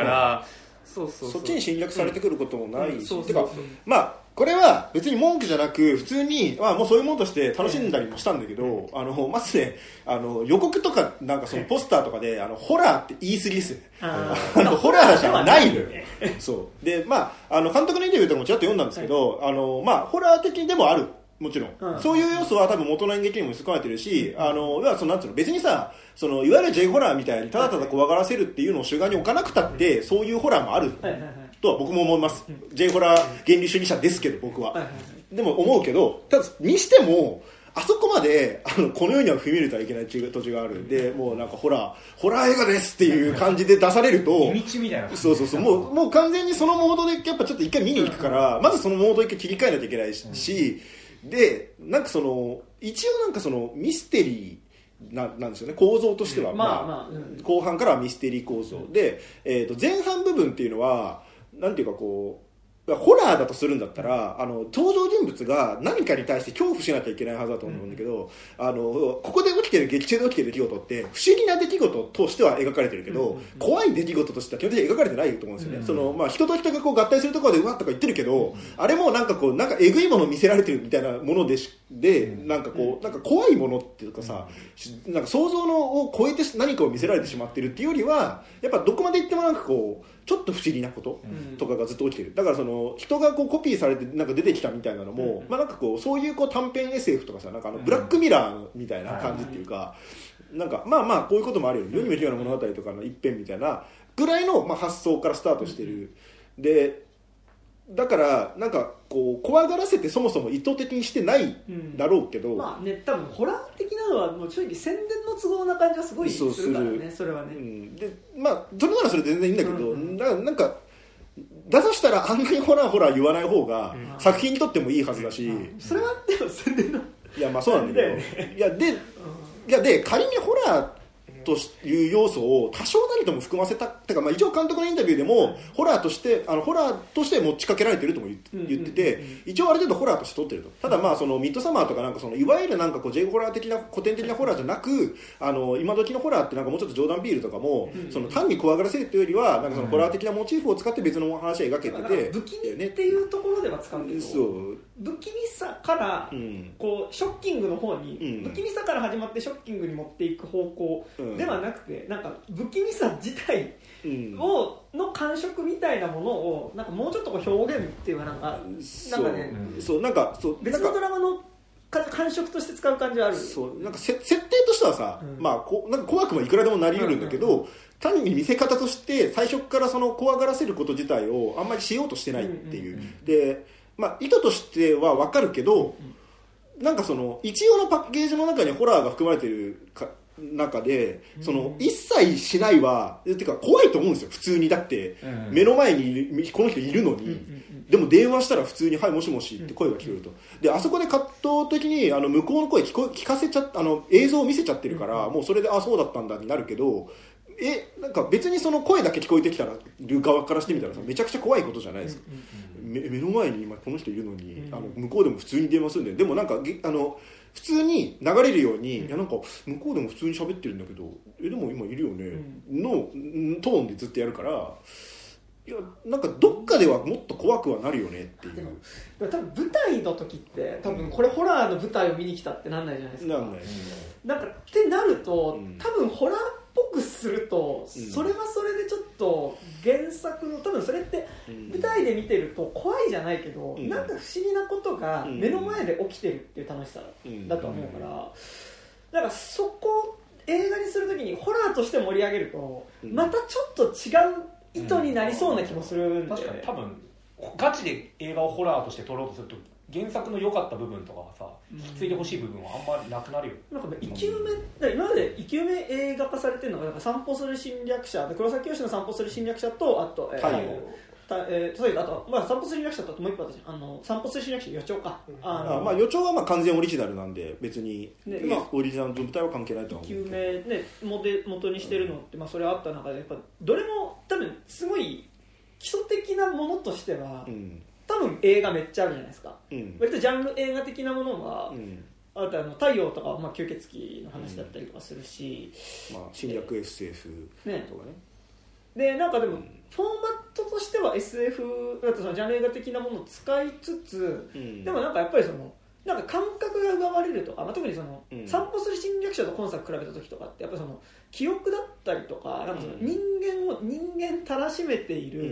そうそうそう、 そっちに侵略されてくることもないし、 うん、そうそうそう、 てかまあこれは別に文句じゃなく普通に、まあ、もうそういうものとして楽しんだりもしたんだけど、うん、あのまずねあの予告とかなんかそのポスターとかであのホラーって言い過ぎですよね。あのホラーじゃないのよ。そうで、まあ、あの監督のインタビューとかもちらっと読んだんですけど、はい、あのまあ、ホラー的でもある、もちろん、うん、そういう要素は多分元の演劇にも含まれてるし、あの要はそのなんていうの、別にさそのいわゆる J ホラーみたいにただただ怖がらせるっていうのを主眼に置かなくたって、そういうホラーもあるとは僕も思います。 J ホラー原理主義者ですけど僕は、でも思うけど、ただにしてもあそこまであのこの世には踏み入れてはいけない土地があるで、もうなんかホラーホラー映画ですっていう感じで出されると道みたいな、 そうそうそう、もうもう完全にそのモードでやっぱちょっと一回見に行くから、まずそのモードを一回切り替えなきゃいけないし、でなんかその一応なんかそのミステリーな, なんですよね、構造としては、まあまあうん、後半からはミステリー構造で、えー、と前半部分っていうのはなんていうかこうホラーだとするんだったら、あの登場人物が何かに対して恐怖しなきゃいけないはずだと思うんだけど、うん、あのここで起きてる劇中で起きてる出来事って不思議な出来事としては描かれてるけど、うん、怖い出来事としては基本的に描かれてないと思うんですよね、うん、そのまあ、人と人がこう合体するところでうわっとか言ってるけど、うん、あれもなんかこうなんかえぐいものを見せられてるみたいなものでしで、うん、なんかこうなんか怖いものっていうかさ、うん、なんか想像のを超えて何かを見せられてしまってるっていうよりは、やっぱどこまで行ってもなんかこうちょっと不思議なこととかがずっと起きてる。だからその人がこうコピーされてなんか出てきたみたいなのも、うん、まあなんかこうそういうこう短編 エスエフ とかさ、なんかあのブラックミラーみたいな感じっていうか、なんかまあまあこういうこともあるよね、世にも奇妙な物語とかの一編みたいなぐらいのまあ発想からスタートしてる。でだからなんかこう怖がらせてそもそも意図的にしてないだろうけど、うん、 まあね、多分ホラー的なのはもう正直宣伝の都合な感じはすごいするからね、それはね、うん、でまあそれならそれで全然いいんだけど、うん、だからなんかだとしたらあんなにホラーホラー言わない方が作品にとってもいいはずだし、うん、 それはでも宣伝のいやまあそうなんだけど、ね、いやで、うん、いやで仮にホラーという要素を多少なりとも含ませたってか、まあ、一応監督のインタビューでも、うん、ホラーとしてあのホラーとして持ちかけられてるとも 言, 言ってて、うんうんうん、一応ある程度ホラーとして撮ってると。ただまあそのミッドサマーとかなんかそのいわゆるなんかこう J ホラー的な古典的なホラーじゃなく、あの今時のホラーってなんかもうちょっとジョーダン・ピールとかも、うんうん、その単に怖がらせるというよりはなんかそのホラー的なモチーフを使って別の話を描けてて、 不気味っていうところでは使うけど、そう不気味さからこうショッキングの方に、うん、不気味さから始まってショッキングに持っていく方向ではなくて、なんか不気味さ自体をの感触みたいなものをなんかもうちょっとこう表現っていうかなんかなんかね、 そうなんかそう別のドラマの感触として使う感じはある。 そうなんか設定としてはさ、うん、まあこなんか怖くもいくらでもなり得るんだけど、うんうんうん、単に見せ方として最初からその怖がらせること自体をあんまりしようとしてないっていう、うんうんうん、で、まあ、意図としては分かるけど、うん、なんかその一応のパッケージの中にホラーが含まれてるか中でその一切しないは、うん、てか怖いと思うんですよ普通に。だって目の前にこの人いるのに、うんうんうん、でも電話したら普通にはいもしもしって声が聞こえると。であそこで葛藤的にあの向こうの声聞こ聞かせちゃあの映像を見せちゃってるから、うん、もうそれであそうだったんだになるけど、えなんか別にその声だけ聞こえてきたらる側からしてみたらさめちゃくちゃ怖いことじゃないですか、うんうんうん、目の前に今この人いるのに、うん、あの向こうでも普通に電話するんだよ。でもなんかあの普通に流れるように、うん、いやなんか向こうでも普通に喋ってるんだけどえでも今いるよね、うん、のトーンでずっとやるから、いやなんかどっかではもっと怖くはなるよねっていう。 でも多分舞台の時って多分これホラーの舞台を見に来たってなんないじゃないですか。 なんない、うん、 なんかってなると、うん、多分ホラーっぽくすると、うん、それはそれでちょっと原作の多分それって舞台で見てると怖いじゃないけど、うん、なんか不思議なことが目の前で起きてるっていう楽しさだと思うから、うん、だからそこ映画にするときにホラーとして盛り上げると、うん、またちょっと違う意図になりそうな気もするんで、 うん、確かに多分ガチで映画をホラーとして撮ろうとすると原作の良かった部分とかはさ、引き継いでほしい部分はあんまりなくなるよ。 なんか生き埋め今まで生き埋め映画化されてるのがなんか散歩する侵略者で黒崎清の散歩する侵略者とあと、えーえー、あと、まあ、散歩する侵略者ともう一個あったじゃん、あの散歩する侵略者予兆か、うん、ああまあ予兆はまあ完全オリジナルなんで別に、ねまあ、オリジナルの舞台は関係ないと思う。 生き埋め、ね、元にしてるのって、まあ、それあった中でやっぱどれも多分すごい基礎的なものとしては、 うん、 多分映画めっちゃあるじゃないですか、 うん、 割とジャンル映画的なものは、 うん、 あとあの太陽とかはまあ吸血鬼の話だったりとかするし、 うん、まあ、侵略 エスエフ とかね、 でなんかでも、うん、フォーマットとしては エスエフ だとそのジャンル映画的なものを使いつつ、うん、でもなんかやっぱりそのなんか感覚が奪われるとか、まあ、特にその、うん、散歩する侵略者と今作比べた時とかってやっぱその記憶だったりとか、なんかその人間を人間たらしめている、うん、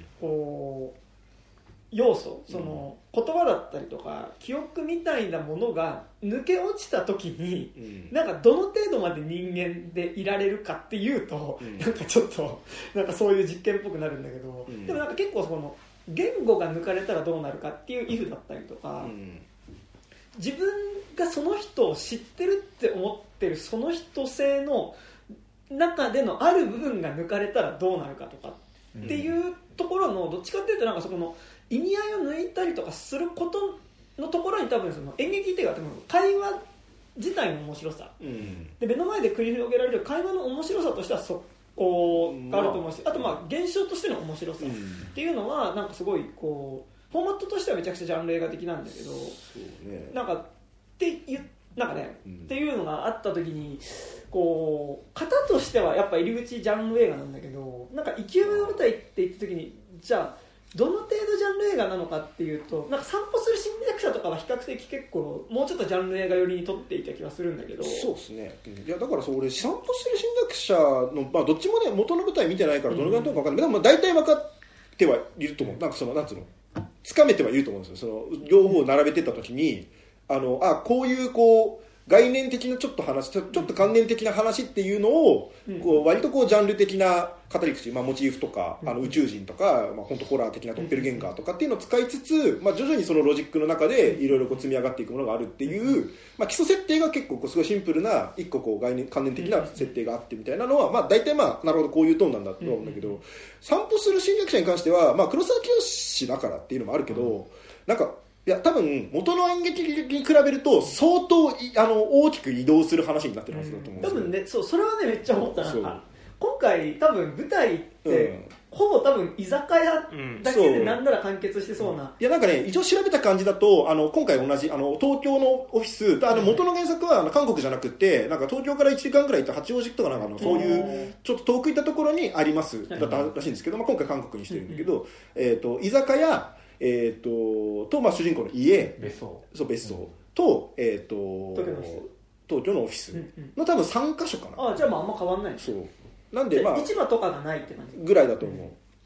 こう要素、その言葉だったりとか記憶みたいなものが抜け落ちた時に、うん、なんかどの程度まで人間でいられるかっていうと、うん、なんかちょっとなんかそういう実験っぽくなるんだけど、うん、でもなんか結構その言語が抜かれたらどうなるかっていうイフだったりとか、うん、自分がその人を知ってるって思ってるその人性の中でのある部分が抜かれたらどうなるかとかっていうところのどっちかっていうとなんかそこの意味合いを抜いたりとかすることのところに多分その演劇っていうか多分会話自体の面白さ、うん、で目の前で繰り広げられる会話の面白さとしてはそこがあると思うし、あとまあ現象としての面白さっていうのはなんかすごいこうフォーマットとしてはめちゃくちゃジャンル映画的なんだけど、そうね、なんかっていうなんかね、うん、っていうのがあった時にこう型としてはやっぱ入り口ジャンル映画なんだけど、なんか生き埋めの舞台って言った時にじゃあどの程度ジャンル映画なのかっていうと、なんか散歩する侵略者とかは比較的結構もうちょっとジャンル映画寄りに撮っていた気がするんだけど。 そうですね、いやだからそう俺散歩する侵略者の、まあ、どっちもね元の舞台見てないからどのぐらいのとこか分かんない、うん、でも大体分かってはいると思う。なんかそのなんつうのつかめてはいると思うんですよ。その両方を並べてった時にあのあこういうこう概念的なちょっと話ちょっと関連的な話っていうのを、うん、こう割とこうジャンル的な語り口、まあ、モチーフとか、うん、あの宇宙人とか、まあ、本当ホラー的なドッペルゲンガーとかっていうのを使いつつ、まあ、徐々にそのロジックの中でいろいろ積み上がっていくものがあるっていう、まあ、基礎設定が結構こうすごいシンプルな一個こう概念関連的な設定があってみたいなのは、まあ、大体まあなるほどこういうトーンなんだと思うんだけど、散歩する侵略者に関しては、まあ、黒沢清だからっていうのもあるけど、なんかいや多分元の演劇に比べると相当あの大きく移動する話になってるはずだと思うんですよ、 うん、多分ね、そうそれはねめっちゃ思ったな。今回多分舞台って、うん、ほぼ多分居酒屋だけでなんなら完結してそうな、うん、 いやなんかね一応調べた感じだとあの今回同じあの東京のオフィスあの元の原作はあの韓国じゃなくてなんか東京からいちじかんぐらい行った八王子とかなんかのそういうちょっと遠く行ったところにありますだったらしいんですけど、まあ、今回韓国にしてるんだけど、えーと居酒屋えー、とと、まあ、主人公の家別荘そう別荘と、えー、と東京のオフィスの多分さんかしょかな。 あじゃあまああんま変わんない。 そうなんで、まあ、 市場とかがないって感じぐらいだと思う、うん、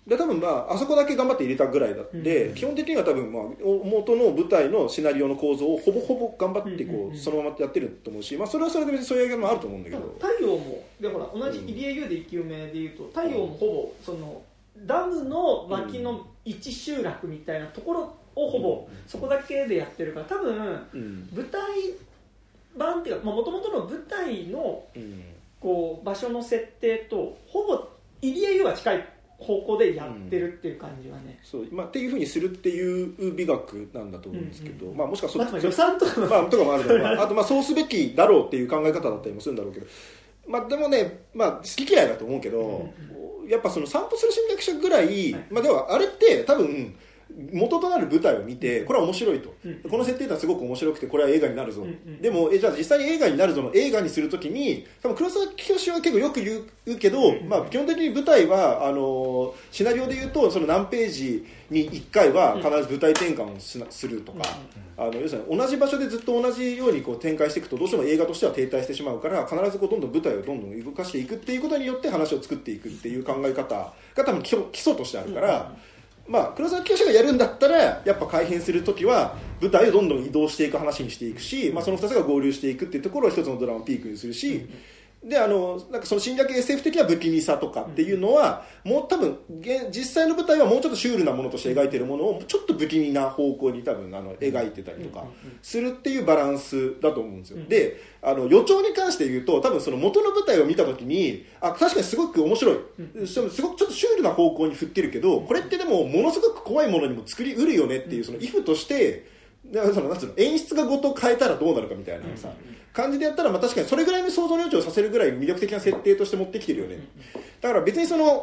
で多分、まあ、あそこだけ頑張って入れたぐらいだって、うん、基本的には多分、まあ、元の舞台のシナリオの構造をほぼほぼ頑張ってこう、うんうんうん、そのままやってると思うし、まあ、それはそれで別にそういう映画もあると思うんだけど、 太陽もでほら同じ入江優で生き埋めでいうと、太陽もほぼそのダムの脇の一集落みたいなところをほぼそこだけでやってるから、多分舞台版っていうかもともとの舞台のこう場所の設定とほぼ入江優は近い方向でやってるっていう感じはね、 うんそうまあ、っていうふうにするっていう美学なんだと思うんですけど、うんうんまあ、もしかしたら、 まあ、予算とかも、 まあ、とかもあるだろう、まあ、あとまあそうすべきだろうっていう考え方だったりもするんだろうけど、まあ、でもね、まあ、好き嫌いだと思うけど、うんうん、やっぱその散歩する侵略者ぐらい、はいまあ、ではあれって多分元となる舞台を見てこれは面白いと、うん、この設定はすごく面白くてこれは映画になるぞ、うんうん、でもえじゃあ実際に映画になるぞの映画にするときに多分黒沢清は結構よく言うけど、うんうんまあ、基本的に舞台はあのシナリオで言うとその何ページにいっかいは必ず舞台転換をするとか、うんうん、あの要するに同じ場所でずっと同じようにこう展開していくとどうしても映画としては停滞してしまうから必ずこうどんどん舞台をどんどん動かしていくっていうことによって話を作っていくっていう考え方が多分基礎、基礎としてあるから、うんうんまあ、黒沢清がやるんだったらやっぱ改変するときは舞台をどんどん移動していく話にしていくし、まあ、そのふたつが合流していくっていうところを一つのドラマピークにするし、であのなんかその侵略 エスエフ 的な不気味さとかっていうのはもう多分実際の舞台はもうちょっとシュールなものとして描いているものをちょっと不気味な方向に多分あの描いてたりとかするっていうバランスだと思うんですよ。であの予兆に関して言うと多分その元の舞台を見た時にあ確かにすごく面白いすごくちょっとシュールな方向に振ってるけどこれってでもものすごく怖いものにも作りうるよねっていうそのイフとしてだからそのなんつうの演出がごと変えたらどうなるかみたいなさ感じでやったら、まあ、確かにそれぐらいの想像の余地をさせるぐらい魅力的な設定として持ってきてるよね。だから別にその、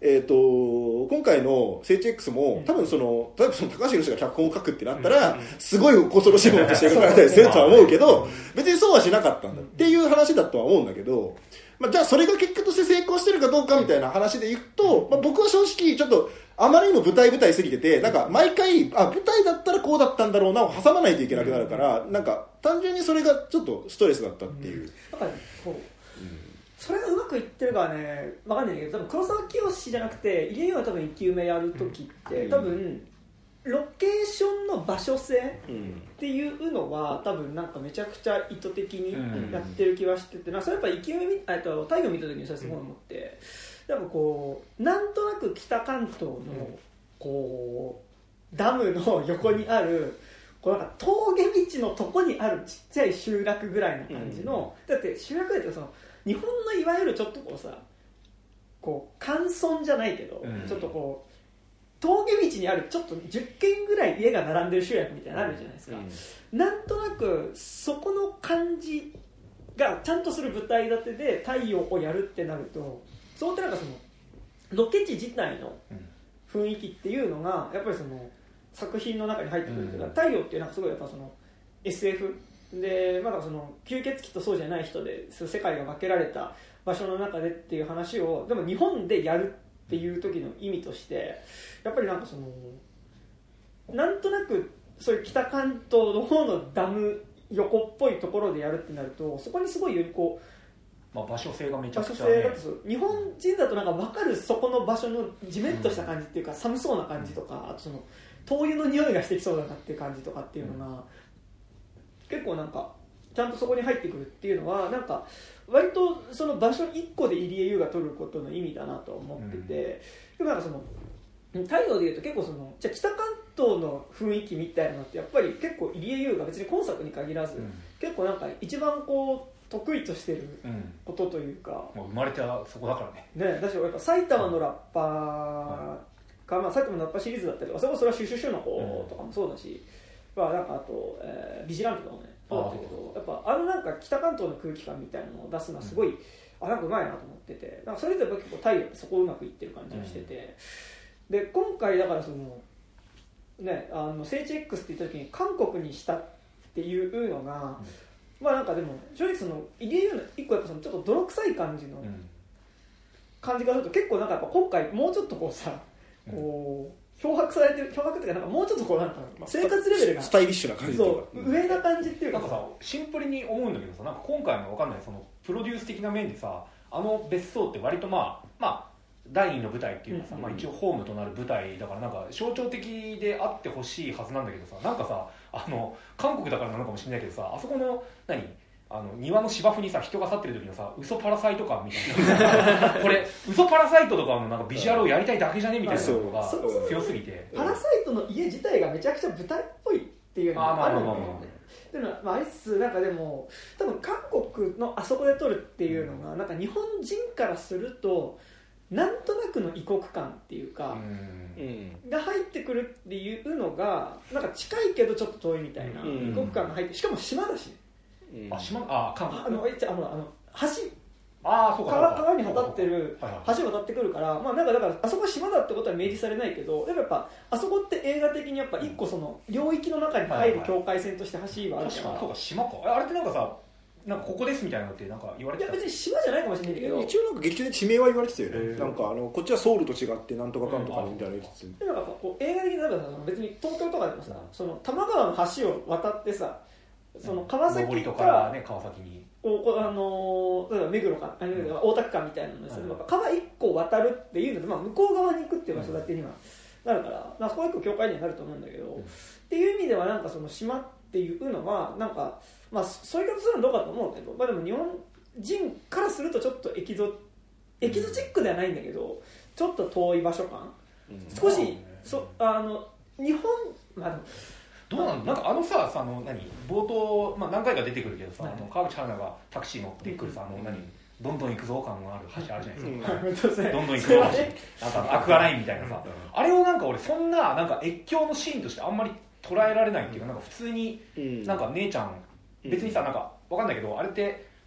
えー、と今回の聖地 X も多分その例えばその高橋宏が脚本を書くってなったらすごい恐ろしいものとして描かれたりするとは思うけど別にそうはしなかったんだっていう話だとは思うんだけど、まあ、じゃあそれが結果として成功してるかどうかみたいな話でいくと、まあ、僕は正直ちょっとあまりにも舞台舞台すぎててなんか毎回あ舞台だったらこうだったんだろうなを挟まないといけなくなるからなんか単純にそれがちょっとストレスだったっていう。 だからそうそれがうまくいってるかはね分かんないけど多分黒沢清じゃなくて入江優が多分生き埋めやるときって多分ロケーションの場所性っていうのは多分なんかめちゃくちゃ意図的にやってる気はしててなそれやっぱ生き埋めあと太陽見た時にそれすごい思ってやっぱこうなんとなく北関東のこうダムの横にあるこうなんか峠道のとこにあるちっちゃい集落ぐらいの感じのだって集落だってその日本のいわゆるちょっとこうさこう寒村じゃないけど、うん、ちょっとこう峠道にあるちょっとじゅっけんぐらい家が並んでる集落みたいなのあるじゃないですか、うん、なんとなくそこの感じがちゃんとする舞台立てで太陽をやるってなるとそうってなんかそのロケ地自体の雰囲気っていうのがやっぱりその作品の中に入ってくるというか、うん、太陽っていうなんかすごいやっぱその エスエフでまだその吸血鬼とそうじゃない人で世界が分けられた場所の中でっていう話をでも日本でやるっていう時の意味としてやっぱりなんかそのなんとなくそういう北関東の方のダム横っぽいところでやるってなるとそこにすごいよりこう、 まあ、場所性がめちゃくちゃ、 ね、場所性が日本人だとなんか分かるそこの場所のジメッとした感じっていうか、うん、寒そうな感じとかあとその灯油の匂いがしてきそうだなっていう感じとかっていうのが、うん、結構なんかちゃんとそこに入ってくるっていうのはなんか割とその場所いっこで入江優が取ることの意味だなと思ってて、うん、でもなんかその太陽でいうと結構そのじゃあ北関東の雰囲気みたいなのってやっぱり結構入江優が別に今作に限らず、うん、結構なんか一番こう得意としてることというか、 うん、もう生まれてはそこだからね。 ね、だしやっぱ埼玉のラッパーか、まあ、埼玉のラッパーシリーズだったりとかそれこそそれはシュシュシュの方とかもそうだし、うんまあ、なんかあと、えー、ビジラントとかもねそうだったけどやっぱあのなんか北関東の空気感みたいなのを出すのはすごい、うん、あなんかうまいなと思っててなんかそれでやっぱ結構太陽ってそこをうまくいってる感じがしてて、うん、で今回だからそのねあの聖地 X って言った時に韓国にしたっていうのが、うん、まあなんかでも正直その入江優の一個やっぱそのちょっと泥臭い感じの感じがすると結構なんかやっぱ今回もうちょっとこうさこう漂白されてる漂白っていうかなんかもうちょっとこうなんか生活レベルがスタイリッシュな感じとか上な感じっていうかなんかさシンプルに思うんだけどさなんか今回の分かんないそのプロデュース的な面でさあの別荘って割とまあまあ第二の舞台っていうかさ、うんうんまあ、一応ホームとなる舞台だからなんか象徴的であってほしいはずなんだけどさなんかさあの韓国だからなのかもしれないけどさあそこの何あの庭の芝生にさ人が去ってる時のさ嘘パラサイト感みたいなこれ嘘パラサイトとかのなんかビジュアルをやりたいだけじゃねみたいなのが強すぎてパラサイトの家自体がめちゃくちゃ舞台っぽいっていうのがあるんだよねでも、まあ、あいつなんかでも多分韓国のあそこで撮るっていうのがなんか日本人からするとなんとなくの異国感っていうか、うん、が入ってくるっていうのがなんか近いけどちょっと遠いみたいな異国感が入ってしかも島だし、 うん、あ島あ韓国あのあの橋あそうか川, 川に渡ってる橋渡ってくるから、まあ、なんかだからあそこは島だってことは明示されないけどでもやっぱあそこって映画的にやっぱ一個その領域の中に入る境界線として橋はあるから、 はいはい、そうか島かあれってなんかさなんかここですみたいなのってなんか言われてたいや別に島じゃないかもしれないけど一応なんか劇中で地名は言われてたよねなんかあのこっちはソウルと違ってなんとかかんとかみたいなやつでなんかこう映画的になんか別に東京とかでもさその多摩川の橋を渡ってさその川崎上りとかね川崎にこあの例えば目黒か、うん、大田区かみたいなのです、うん、川いっこ渡るっていうので、まあ、向こう側に行くっていう場所だけにはなるから、うん、まあ、そこは一個境界にはなると思うんだけど、うん、っていう意味ではなんかその島っていうのはなんか、まあ、そういう言い方するのはどうかと思うけど、まあ、でも日本人からするとちょっとエキゾエキゾチックではないんだけどちょっと遠い場所感、うん、少し、うん、そあの日本まあでもどうなのなんかあのさあの何冒頭、まあ、何回か出てくるけどさ、はい、あの川口春奈がタクシー乗ってくるさ、うん、あの何どんどん行くぞ感のある橋あるじゃないですか、うん、どんどん行くぞ橋なんかアクアラインみたいなさ、うん、あれをなんか俺そんななんか越境のシーンとしてあんまり捉えられないっていうかなんか普通になんか姉ちゃん別にさなんかわかんないけどあれって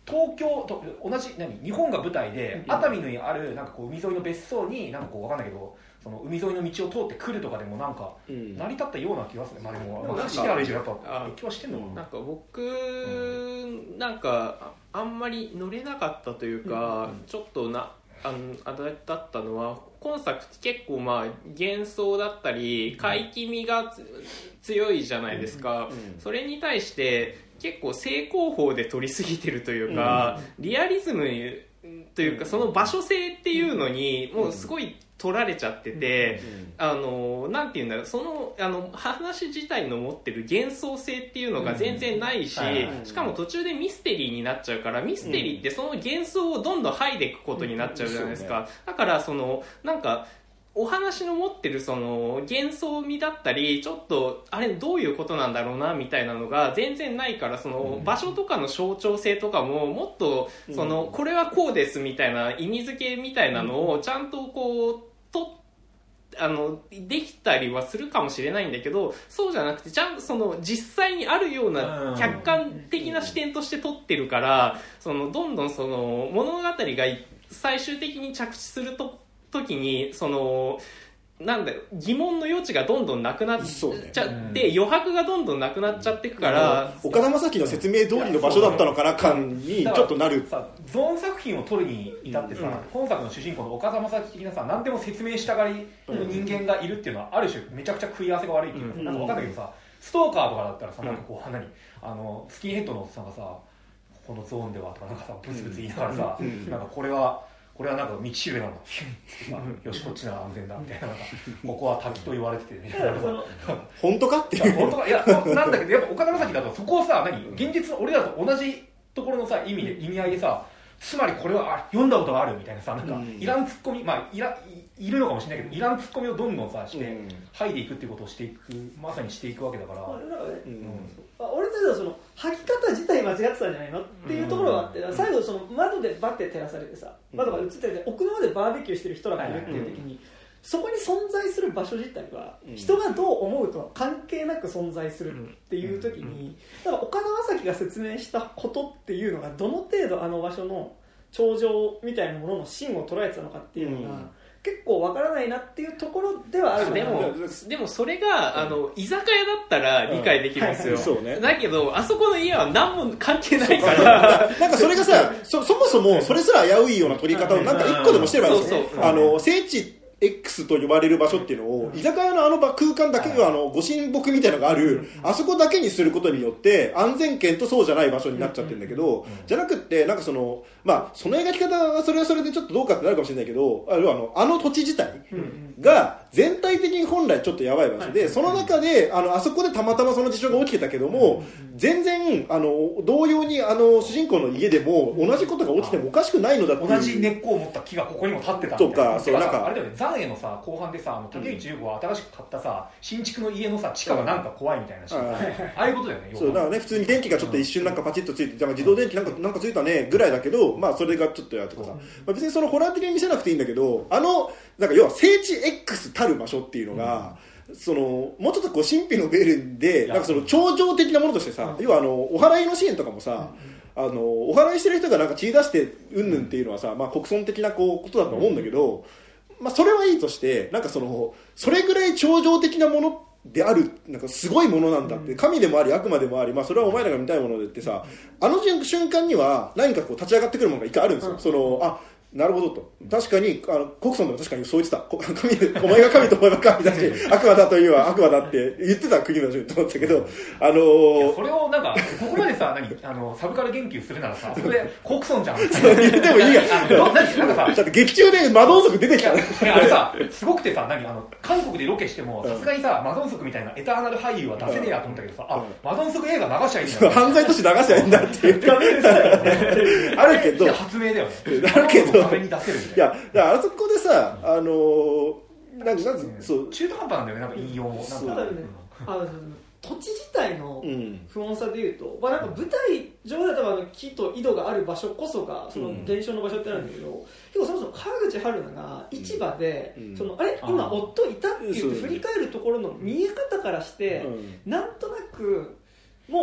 東京と同じ何日本が舞台で、 うん、 熱海にあるなんかこう海沿いの別荘になんかこう分かんないけどその海沿いの道を通ってくるとかでもなんか成り立ったような気がする、まあでもまあ走ってある以上やっぱ影響はしてんのかな。 なんか僕、うん、なんかあんまり乗れなかったというか、うん、ちょっとなあのあれだったのは今作って結構まあ幻想だったり怪奇味が強いじゃないですか、うんうん、それに対して結構正攻法で撮りすぎてるというか、うん、リアリズムというかその場所性っていうのにもうすごい取られちゃってて、あのなんていうんだろう、そのあの話自体の持ってる幻想性っていうのが全然ないし、しかも途中でミステリーになっちゃうから、ミステリーってその幻想をどんどん剥いでいくことになっちゃうじゃないですか。だからそのなんかお話の持ってるその幻想味だったりちょっとあれどういうことなんだろうなみたいなのが全然ないから、その場所とかの象徴性とかももっとそのこれはこうですみたいな意味付けみたいなのをちゃんとこうとあのできたりはするかもしれないんだけど、そうじゃなくてちゃんとその実際にあるような客観的な視点として撮ってるから、そのどんどんその物語が最終的に着地すると時にそのなんだろう疑問の余地がどんどんなくなっちゃって、ね、余白がどんどんなくなっちゃっていくから、 うん、岡田将生の説明通りの場所だったのかな感にちょっとなる。 さゾーン作品を撮るに至ってさ、うん、本作の主人公の岡田将生的なさ何でも説明したがりの人間がいるっていうのはある種めちゃくちゃ食い合わせが悪いっていうか、うん、なんか分かんないけどさストーカーとかだったらさなんかこう何あのスキンヘッドのおっさんがさこのゾーンではとかなんかさブツブツ言いながらさ、うん、なんかこれはこれはなんか道しるべなんだよしこっちなら安全だみたいな、ここは滝と言われててみたいな本当かっていう本当かいやなんだけどやっぱ岡田将生だとそこをさ何現実の俺らと同じところのさ意味で意味合いでさつまりこれはあ読んだことがあるみたいなさなんかいらんツッコミまあいらいるのかもしれないけどいらんツッコミをどんどんさして剥いでいくっていうことをしていくまさにしていくわけだから、 俺なんかね、うん、俺たちはその履き方自体間違ってたんじゃないのっていうところがあって、うん、最後その窓でバッて照らされてさ窓が映ってて奥の方でバーベキューしてる人らがいるっていう時に、うん、そこに存在する場所自体は人がどう思うとは関係なく存在するっていう時に、だから岡田将生が説明したことっていうのがどの程度あの場所の頂上みたいなものの芯を捉えてたのかっていうのが、うん結構わからないなっていうところではある。 でもでもそれが、うん、あの居酒屋だったら理解できるんですよ、うんはいはいそうね、だけどあそこの家は何も関係ないからなんかそれがさ そ, そもそもそれすら危ういような取り方をなんか一個でもしてればいいんですよ、うん、あの聖地X と呼ばれる場所っていうのを居酒屋のあの空間だけがあのご神木みたいなのがあるあそこだけにすることによって安全圏とそうじゃない場所になっちゃってるんだけどじゃなくってなんかそのまあその描き方はそれはそれでちょっとどうかってなるかもしれないけどあのあの土地自体が全体的に本来ちょっとやばい場所でその中であのあそこでたまたまその事象が起きてたけども全然あの同様にあの主人公の家でも同じことが起きてもおかしくないのだっていう同じ根っこを持った木がここにも立ってたみたいなとかそうなんかあれだよね残影のさ後半でさあの竹内優子が新しく買ったさ新築の家のさ地下がなんか怖いみたいなシーン、うん、ああいうことだよねそうだからね普通に電気がちょっと一瞬なんかパチッとついて、うん、自動電気なんかなんかついたねぐらいだけどまあそれがちょっとやるとかさ、うんまあ、別にそのホラー的に見せなくていいんだけどあのなんか要は聖地 X たる場所っていうのが、うん、そのもうちょっとこう神秘のベールでなんかその頂上的なものとしてさ、うん、要はあのお祓いのシーンとかもさ、うん、あのお祓いしてる人がなんか血出してうんぬんっていうのはさ、まあ、国村的なこうことだと思うんだけど、うんまあ、それはいいとしてなんかそのそれぐらい頂上的なものであるなんかすごいものなんだって神でもあり悪魔でもあり、まあ、それはお前らが見たいものでってさあの瞬間には何かこう立ち上がってくるものが一回あるんですよ、うん、そのあなるほどと確かにあのコクソンでも確かにそう言ってた神お前が神と思えば神だし悪魔だと言えば悪魔だって言ってた国の人と思ったけどあのー、 それをなんかここまでさ何あのサブカル言及するならさそれでコクソンじゃん言ってもいいや何なんかさだって劇中でマドンソク出てきたねあれさすごくてさ何あの韓国でロケしてもさすがにさマドンソクみたいなエターナル俳優は出せねえやと思ったけどさ、うん、あマドンソク映画流しゃいいんだ、ね、 犯罪として流しゃいいんだっていうあるけど発明だよねあるけど画面に出せるみたいな。 いやだからあそこでさあのー、なんかなんかそう中途半端なんだよねなんか引用もそうだよねあの土地自体の不穏さでいうと、うんまあ、なんか舞台上では木と井戸がある場所こそがその現象の場所ってなるんだけど、うん、結構そもそも川口春奈が市場で、うん、そのあれ今夫いたって言って振り返るところの見え方からして、うん、なんとなくもう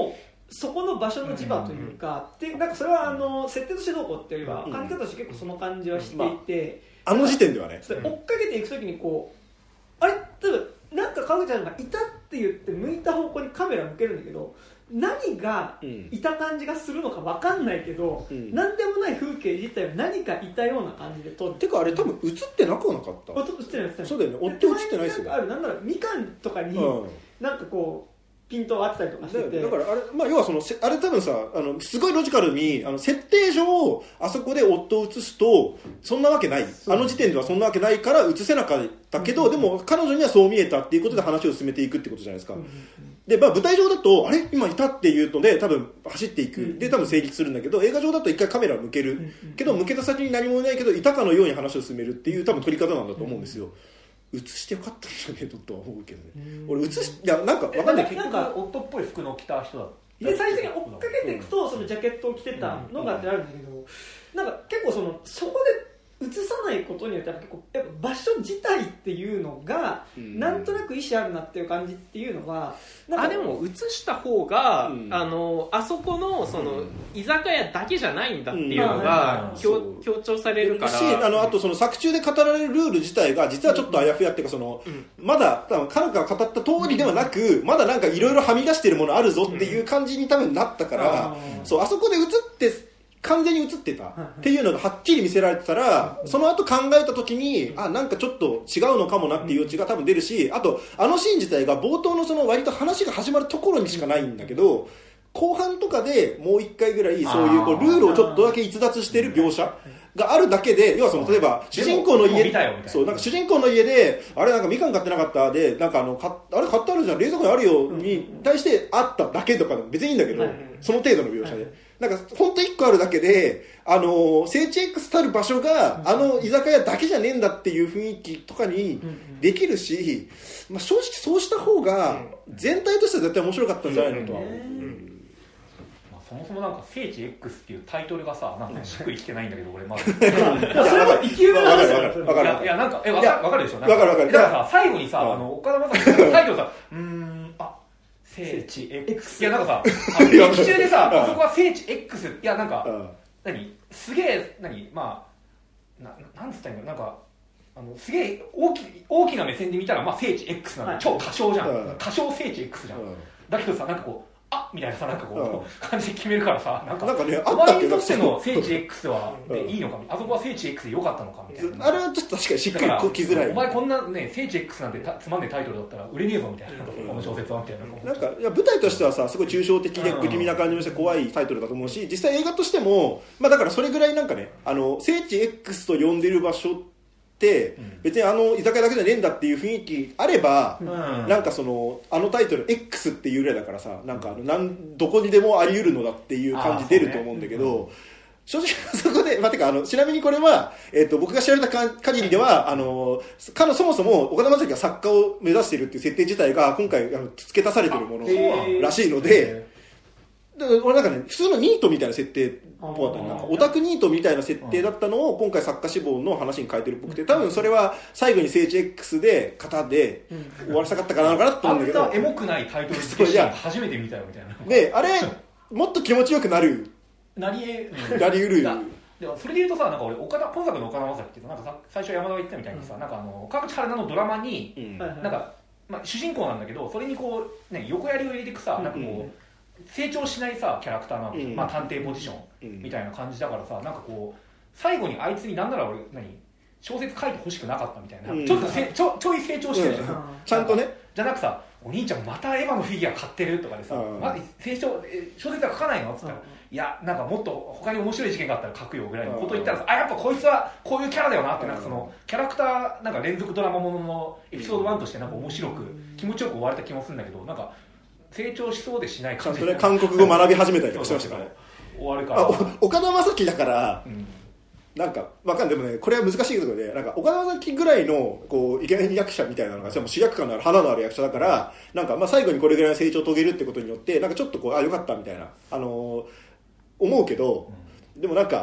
そこの場所の磁場というか、うん、でなんかそれはあの設定としてどうこうっていうよりは、 うん、 感じ方として結構その感じはしていて、 まあ、あの時点ではね、 追っかけていくときにこうあれ例えばなんかかぐちゃんがいたって言って向いた方向にカメラ向けるんだけど、何がいた感じがするのか分かんないけど、うん、何でもない風景自体は何かいたような感じで撮って、 てかあれ多分映ってなくはなかった。 映ってない映ってない。 そうだよね。追って映ってないですよね。 あるなんならみかんとかに、うん、なんかこうピントが合ってたりとかしてて、 だからあれ、まあ、要はそのあれ多分さあのすごいロジカルにあの設定上あそこで夫を映すとそんなわけない、あの時点ではそんなわけないから映せなかったけど、うん、でも彼女にはそう見えたっていうことで話を進めていくってことじゃないですか、うん、で、まあ、舞台上だとあれ今いたっていうので多分走っていく、うん、で多分成立するんだけど、映画上だと一回カメラを向ける、うん、けど向けた先に何もないけどいたかのように話を進めるっていう多分撮り方なんだと思うんですよ、うん映してよかったんじゃねえとは思うけどね。俺映しいやなんかわかんないけどなんか夫っぽい服の着た人だで最終的に追っかけていくとそのジャケットを着てたのがってあるんだけど、なんか結構そのそこで映さないことによって結構やっぱ場所自体っていうのがなんとなく意思あるなっていう感じっていうのはなんかあでも映した方が、うん、あのあそこのその居酒屋だけじゃないんだっていうのが、うん、強, 強調されるからし、あのあとその作中で語られるルール自体が実はちょっとあやふやっていうかその、うん、まだ多分彼が語った通りではなく、うん、まだなんかいろいろはみ出してるものあるぞっていう感じに多分なったから、うん、そうあそこで映って完全に映ってたっていうのがはっきり見せられてたら、その後考えた時にあなんかちょっと違うのかもなっていう余地が多分出るし、あとあのシーン自体が冒頭のその割と話が始まるところにしかないんだけど、後半とかでもう一回ぐらいそういうこうルールをちょっとだけ逸脱してる描写があるだけで、要はその例えば主人公の家そうなんか主人公の家であれなんかみかん買ってなかったでなんかあのかあれ買ってあるじゃん冷蔵庫にあるよに対してあっただけとか別にいいんだけど、その程度の描写で。なんか本当いっこあるだけで、あの聖地 X たる場所があの居酒屋だけじゃねえんだっていう雰囲気とかにできるし、まあ、正直そうした方が全体としては絶対面白かったんじゃないのとは思う、うんまあ、そもそもなんか聖地 X っていうタイトルがさなんかしっくりきてないんだけど俺まだそれは生き埋めなんですよ。 いやいやなんかえわかるわかるでしょ。 わかるわかる。 だからさ最後にさあの岡田将生のタイトルさうーんあ聖地 X いやなんかさ劇中でさあそこは聖地 X いやなんか、うん、何すげえ何まあななんつったらいいのなんかあのすげえ大き大きな目線で見たらまあ聖地 X なんで、はい、超過小じゃん、うん、過小聖地 X じゃん、うん、だけどさなんかこうあみたいなさなんかこう、うん、感じで決めるからさなんかなんかねあったっけお前にとっての聖地 X はでいいのか、うん、あそこは聖地 X で良かったのかみたいなあれはちょっと確かにしっかりこう来づらいお前こんなね聖地 X なんてつまんねえタイトルだったら売れねえぞみたいな、うん、この小説はみたいななんかいや舞台としてはさすごい抽象的で不気味な感じもして怖いタイトルだと思うし実際映画としてもまあだからそれぐらいなんかねあの聖地 X と呼んでる場所って別にあの居酒屋だけじゃねえんだっていう雰囲気あれば、うん、なんかそのあのタイトル X っていうぐらいだからさなんかあのなんどこにでもあり得るのだっていう感じ出ると思うんだけど、ねうん、正直そこで、まあ、てかあのちなみにこれは、えー、と僕が調べたか限りではあのかのそもそも岡田将生が作家を目指しているっていう設定自体が今回あの付け足されているものらしいので。で俺なんかね普通のニートみたいな設定っぽかったねなんかオタクニートみたいな設定だったのを今回作家志望の話に変えてるっぽくて多分それは最後に聖地 X で型で終わらせたかったかなと思うんだけどあんたエモくないタイトル付けシーン初めて見たよみたいなであれもっと気持ちよくなるなりえなりうるでもそれで言うとさなんか俺岡田今作の岡田将生っていうとなんかさ最初山田が言ったみたいにさ、うん、なんかあの川口春奈のドラマに、うん、なんか、まあ、主人公なんだけどそれにこう、ね、横やりを入れていくさ、うん、なんかこう、うん成長しないさキャラクターなの、うんまあ、探偵ポジションみたいな感じだからさ、うん、なんかこう最後にあいつになんなら俺何小説書いてほしくなかったみたいな、うん、ちょっとせちょちょい成長してるじゃん、うん、 ちゃんとねじゃなくさお兄ちゃんまたエヴァのフィギュア買ってるとかでさ、うん、まだ成長小説は書かないのって言ったら、うん、いやなんかもっと他に面白い事件があったら書くよぐらいのことを言ったらさ、うん、あやっぱこいつはこういうキャラだよなって、うん、なんかそのキャラクターなんか連続ドラマもののエピソードワンとしてなんか面白く気持ちよく終われた気もするんだけどなんか成長しそうでしない感じで韓国語学び始めたりとかしてましたから終わるから岡田将生だから、うん、なんかわかんないでもねこれは難しいところでなんか岡田将生ぐらいのこうイケメン役者みたいなのが主役感のある花のある役者だからなんかまあ最後にこれぐらいの成長を遂げるってことによってなんかちょっとこうあ良かったみたいなあのー、思うけど、うん、でもなんか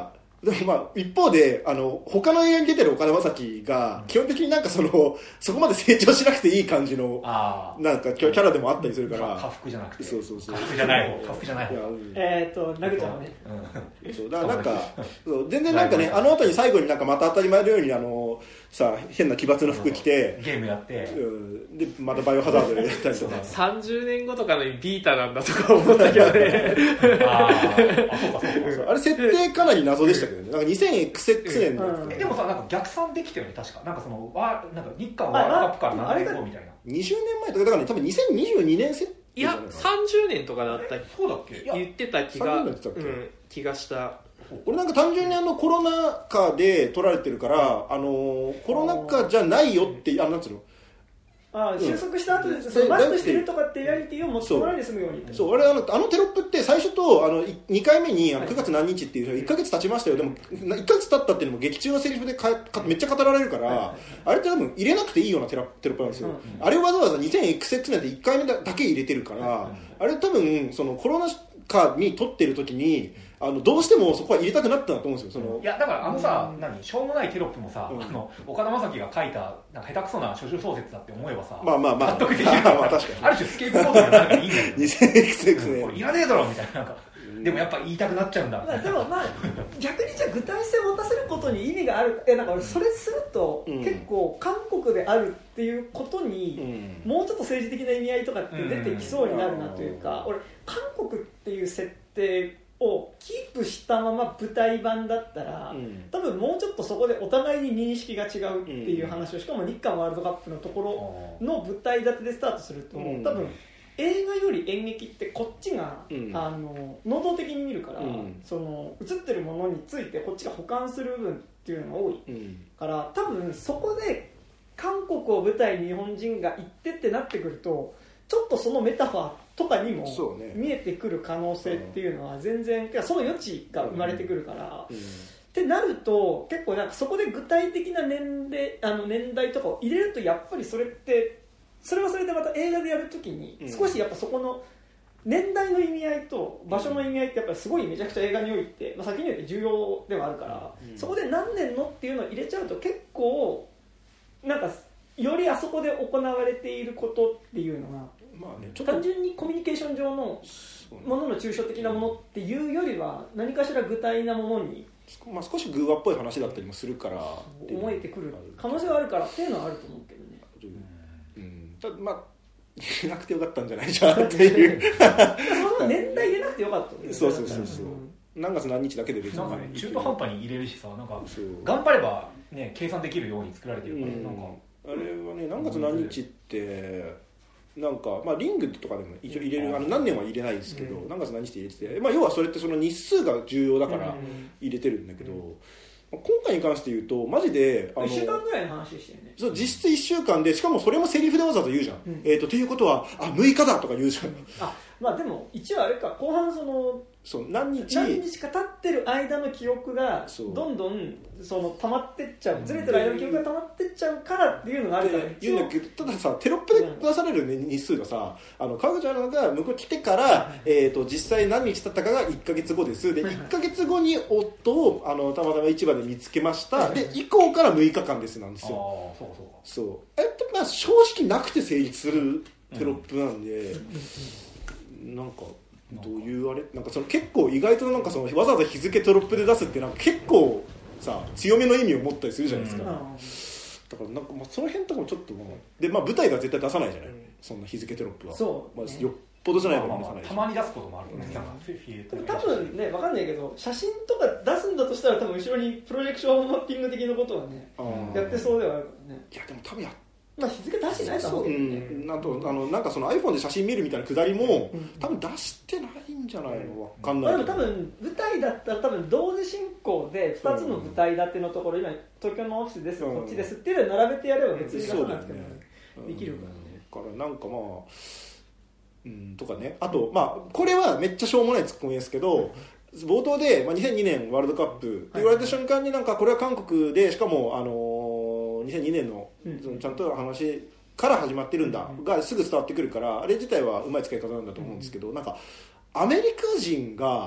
でもまあ一方であの他の映画に出てる岡田将生が基本的になんかそのそこまで成長しなくていい感じのなんかキャラでもあったりするから下腹じゃなくてそうそうそう下腹じゃない方下腹じゃない方えっとナグちゃんはね、 うん、そうだからなんかそう全然なんかねあの後に最後になんかまた当たり前のようにあのさ変な奇抜の服着てゲームやって、 うん、でまたバイオハザードでやったりとかさんじゅうねんごとかのにビータなんだとか思ったけどねああそうかそうかあれ設定かなり謎でしたけどねなんか にせんエックスエックス 年の、 うん、でもさなんか逆算できたよね確かなんかそのわなんか日韓ワールドカップから何年後みたいなにじゅうねんまえとかだからね多分にせんにじゅうにねん設定いやさんじゅうねんとかだったそうだっけ言ってた気が、 うん、 気がした俺なんか単純にあのコロナ禍で撮られてるからあのコロナ禍じゃないよってあのなんつうのあ収束した後で、うん、そのマスクしてるとかっていうリアリティを持ってもらいで済むようにそう俺あのあのテロップって最初とあのにかいめにあのくがつ何日っていういっかげつ経ちましたよでもいっかげつ経ったっていうのも劇中のセリフでかかめっちゃ語られるから、はいはい、あれって多分入れなくていいようなテロテロップなんですよ、うん、あれをわざわざ にせんエックスエックス 年でいっかいめだけ入れてるから、うん、あれ多分そのコロナ禍に撮ってる時にあのどうしてもそこは入れたくなったんだと思うんですよそのいやだからあのさ、うん、何しょうもないテロップもさ、うん、 あの岡田将生が書いたなんか下手くそな処女小説だって思えばさまあまあまあ納得できるからまあ確かにある種スケープゴートになるからいいんだよにせんエックスエックス ねこれいらねえだろみたいななんかでもやっぱ言いたくなっちゃうんだ、 まあ、でもまあ逆にじゃあ具体性を持たせることに意味があるえなんか俺それすると、うん、結構韓国であるっていうことに、うん、もうちょっと政治的な意味合いとかって出てきそうになるなというか、うん、俺韓国っていう設定をキープしたまま舞台版だったら、うん、多分もうちょっとそこでお互いに認識が違うっていう話をしかも日韓ワールドカップのところの舞台立てでスタートすると、うん、多分映画より演劇ってこっちが、うん、あの能動的に見るから、うん、その映ってるものについてこっちが補完する部分っていうのが多い、うん、から多分そこで韓国を舞台に日本人が行ってってなってくるとちょっとそのメタファーとかにも見えてくる可能性っていうのは全然、ね、その余地が生まれてくるから、うんうん、ってなると結構なんかそこで具体的な年齢あの年代とかを入れるとやっぱりそれってそれはそれでまた映画でやるときに少しやっぱそこの年代の意味合いと場所の意味合いってやっぱりすごいめちゃくちゃ映画において、まあ、先に言って重要ではあるから、うん、そこで何年のっていうのを入れちゃうと結構なんかよりあそこで行われていることっていうのが、まあね、ちょっと単純にコミュニケーション上のものの抽象的なものっていうよりは何かしら具体なものに、 まあ、少し偶話っぽい話だったりもするから思えてくる可能性はあるからっていうのはあると思うけどね。 うん、ただまあ入れなくてよかったんじゃないじゃんっていうその年代入れなくてよかった、 ね、そうそうそうそう、うん、何月何日だけで別になんかね中途半端に入れるしさなんか頑張ればね計算できるように作られてるから、うん、なんかあれはね何月何日ってなんかまあリングとかでも一応入れるあの何年は入れないですけど、うん、何月何日って入れてて、まあ、要はそれってその日数が重要だから入れてるんだけど、うんうん今回に関して言うとマジであのいっしゅうかんぐらいの話でしたよね。 そう実質いっしゅうかんでしかもそれもセリフでわざわざ言うじゃん、うん、えーとということはあむいかだとか言うじゃん、うん、 あまあでも一応あれか後半そのそう何日何日か経ってる間の記憶がどんどんその溜まってっちゃうずれてる間の記憶が溜まってっちゃうからっていうのがあるから言うんだけどたださテロップで出される、ね、日数がさあの川口アナが向こう来てから、えー、と実際何日経ったかがいっかげつごですでいっかげつごに夫をあのたまたま市場で見つけましたで以降からむいかかんですなんですよ。 あそうそうそうえっとまあ正直なくて成立するテロップなんで、うん、なんかどういうあれなんかその結構意外となんかそのわざわざ日付テロップで出すってなんか結構さ強めの意味を持ったりするじゃないですか、うん、だからなんかまあその辺とかもちょっともうでまあ舞台が絶対出さないじゃない、うん、そんな日付テロップはそう、 まあ、よっぽどじゃないと出さないし、 たまに出すこともあるよね、 うん、多分ね分かんないけど写真とか出すんだとしたら多分後ろにプロジェクションマッピング的なことはねやってそうではあるからね。 いやでも多分やまあ、日付出してないと思うけどね、 うん、なんとあのなんかその iPhone で写真見るみたいなくだりも、うん、多分出してないんじゃないの分かんないけど、 まあ、でも多分舞台だったら多分同時進行でふたつの舞台立てのところ、今東京のオフィスです、うん、こっちですっていうのを並べてやれば別に出さなくてもできるからね、 だからなんかまあうんとかねあとまあこれはめっちゃしょうもないツッコミですけど、うん、冒頭で、まあ、にせんにねんワールドカップって言われた瞬間になんかこれは韓国でしかもあのにせんにねん の, そのちゃんと話から始まってるんだがすぐ伝わってくるからあれ自体はうまい使い方なんだと思うんですけどなんかアメリカ人が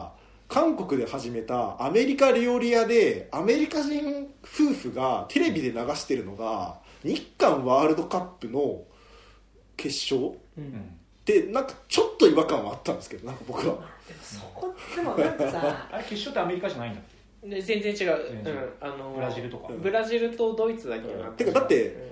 韓国で始めたアメリカ料理屋でアメリカ人夫婦がテレビで流してるのが日韓ワールドカップの決勝、うん、でなんかちょっと違和感はあったんですけど、なんか僕はでもそこでもなんかさあれ決勝ってアメリカじゃないんだっけ？ で全然違う、うん、あのブラジルとかブラジルとドイツだけな、 うん、てかだって、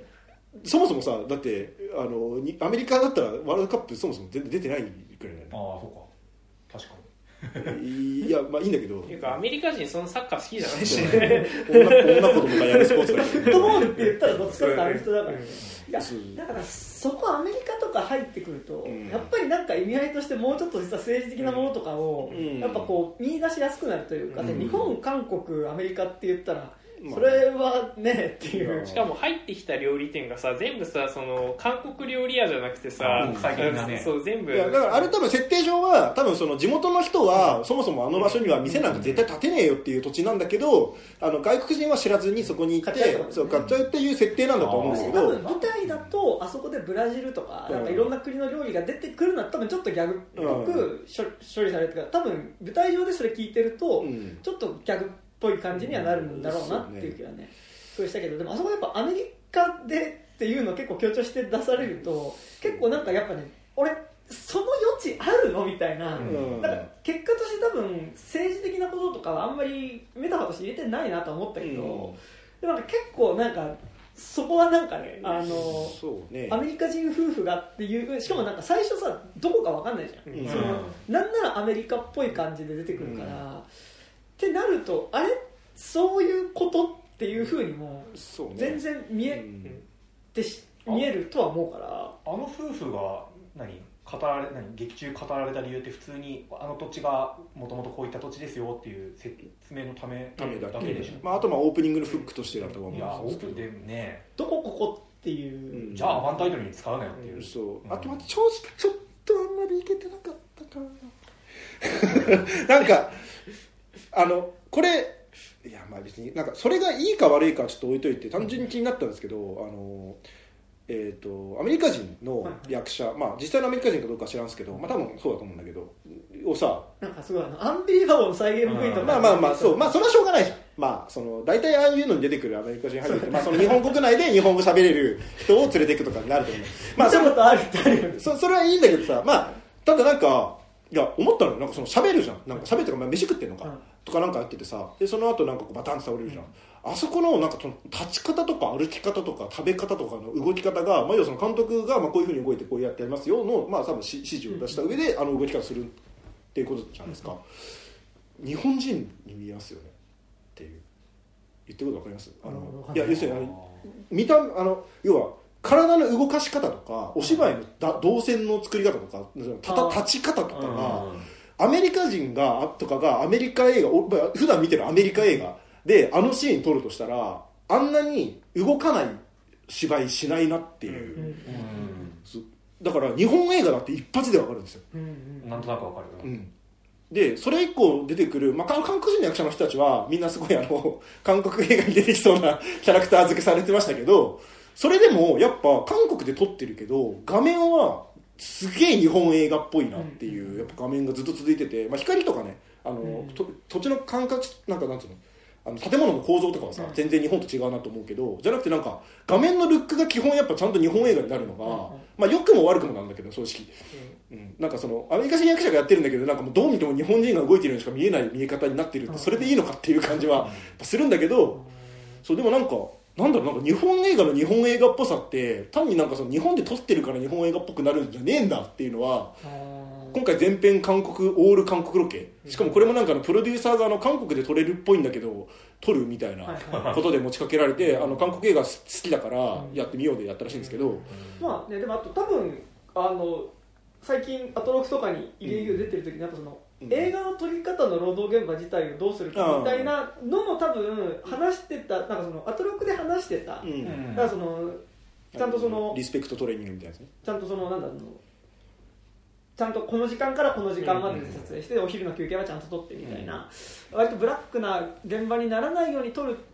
うん、そもそもさだってあのアメリカだったらワールドカップそもそも全然出てないくらいだよね。 ああそうか確かにいやまあいいんだけど、 っていうかアメリカ人そのサッカー好きじゃないしね女, 女子供がやるスポーツだけどフットボールって言ったらどっちかってある人だからね。いやだからそこアメリカとか入ってくると、うん、やっぱりなんか意味合いとしてもうちょっと実は政治的なものとかを、うん、やっぱこう見出しやすくなるというか、うん、日本韓国アメリカって言ったらそれはねっていう。 しかも入ってきた料理店がさ全部さその韓国料理屋じゃなくてさ、 うん、最近だね。 そう全部。 いやだからあれ多分設定上は多分その地元の人は、うん、そもそもあの場所には店なんか絶対建てねえよっていう土地なんだけど、あの外国人は知らずにそこに行って買っちゃう、そう買っちゃうっていう設定なんだと思うんですけど、 多分舞台だとあそこでブラジルとか、なんかいろんな国の料理が出てくるのは多分ちょっとギャグっぽく処理されてるから、多分舞台上でそれ聞いてると、うん、ちょっとギャグっぽい感じにはなるんだろうなっていう気はね。そうしたけど、でもあそこやっぱアメリカでっていうのを結構強調して出されると結構なんかやっぱね、俺その余地あるのみたいな、うん、なんか結果として多分政治的なこととかはあんまりメタファーとして入れてないなと思ったけど、うん、でもなんか結構なんかそこはなんかね、あのそうね、 アメリカ人夫婦がっていう、しかもなんか最初さどこか分かんないじゃん、うん、そのなんならアメリカっぽい感じで出てくるから、うん、ってなるとあれそういうことっていう風にも全然見えて、うん、見えるとは思うから、 あの夫婦が何語られ何劇中語られた理由って普通にあの土地がもともとこういった土地ですよっていう説明のためためだけでしょ、 まあ、あとまあオープニングのフックとしてだと思うんですけど、 いやオープンでねどこここっていう、 うん、じゃあアバンタイトルに使うなよっていう、 うん、そう、うん、あとは正直ちょっとあんまりいけてなかったかななんかあのこれいやまあ別になんかそれがいいか悪いかちょっと置いといて単純に気になったんですけど、あのえーとアメリカ人の役者、はい、まあ実際のアメリカ人かどうか知らんすけど、まあ多分そうだと思うんだけどをさ、 なんかすごいあのアンビリバボーの再現 V とか、 まあまあまあそうまあそれはしょうがないじゃん。まあその大体ああいうのに出てくるアメリカ人俳優ってまあその日本国内で日本語喋れる人を連れていくとかになると思う。まあそのことあるってあるよね。 そそれはいいんだけどさ、まあただなんかいや思ったのよ、なんかその喋るじゃん、なんか喋ってるか、まあ、飯食ってんのか、うん、とかなんかやっててさ、でその後なんかこうバタンって倒れるじゃん、うん、あそこのなんかその立ち方とか歩き方とか食べ方とかの動き方が、まあ、要はその監督がまあこういう風に動いてこうやってやりますよの、まあ、多分指示を出した上であの動き方するっていうことじゃないですか、うん、日本人に見えますよねっていう言ってること分かります？あのいや要するにあの見たあの要は体の動かし方とかお芝居のだ動線の作り方とかたた立ち方とかがアメリカ人がとかがアメリカ映画普段見てるアメリカ映画であのシーン撮るとしたらあんなに動かない芝居しないなっていう、うんうん、だから日本映画だって一発で分かるんですよ、うんうん、なんとなく分かる、 うん、でそれ以降出てくる、まあ、韓国人の役者の人たちはみんなすごいあの韓国映画に出てきそうなキャラクター付けされてましたけど、それでもやっぱ韓国で撮ってるけど画面はすげえ日本映画っぽいなっていうやっぱ画面がずっと続いてて、まあ、光とかねあの、うん、と土地の感覚なんかなんつうのあの建物の構造とかはさ、うん、全然日本と違うなと思うけどじゃなくてなんか画面のルックが基本やっぱちゃんと日本映画になるのが、うん、まあ良くも悪くもなんだけど正直、うんうん、なんかそのアメリカ人役者がやってるんだけどなんかもうどう見ても日本人が動いてるようにしか見えない見え方になってるってそれでいいのかっていう感じはするんだけど、そうでもなんかなんだろうなんか日本映画の日本映画っぽさって単になんかその日本で撮ってるから日本映画っぽくなるんじゃねえんだっていうのは今回全編韓国オール韓国ロケしかもこれもなんかのプロデューサーがあの韓国で撮れるっぽいんだけど撮るみたいなことで持ちかけられてあの韓国映画好きだからやってみようでやったらしいんですけど、 まあねでもあと多分あの最近アトロクとかに入れ出てる時にやっぱその映画の撮り方の労働現場自体をどうするかみたいなのも多分話してたなんかそのアトロクで話してた、うん、だからそのちゃんとそのリスペクトトレーニングみたいなやつねちゃんとそのなんだろうちゃんとこの時間からこの時間までで撮影してお昼の休憩はちゃんと撮ってみたいな、うん、割とブラックな現場にならないように撮るっ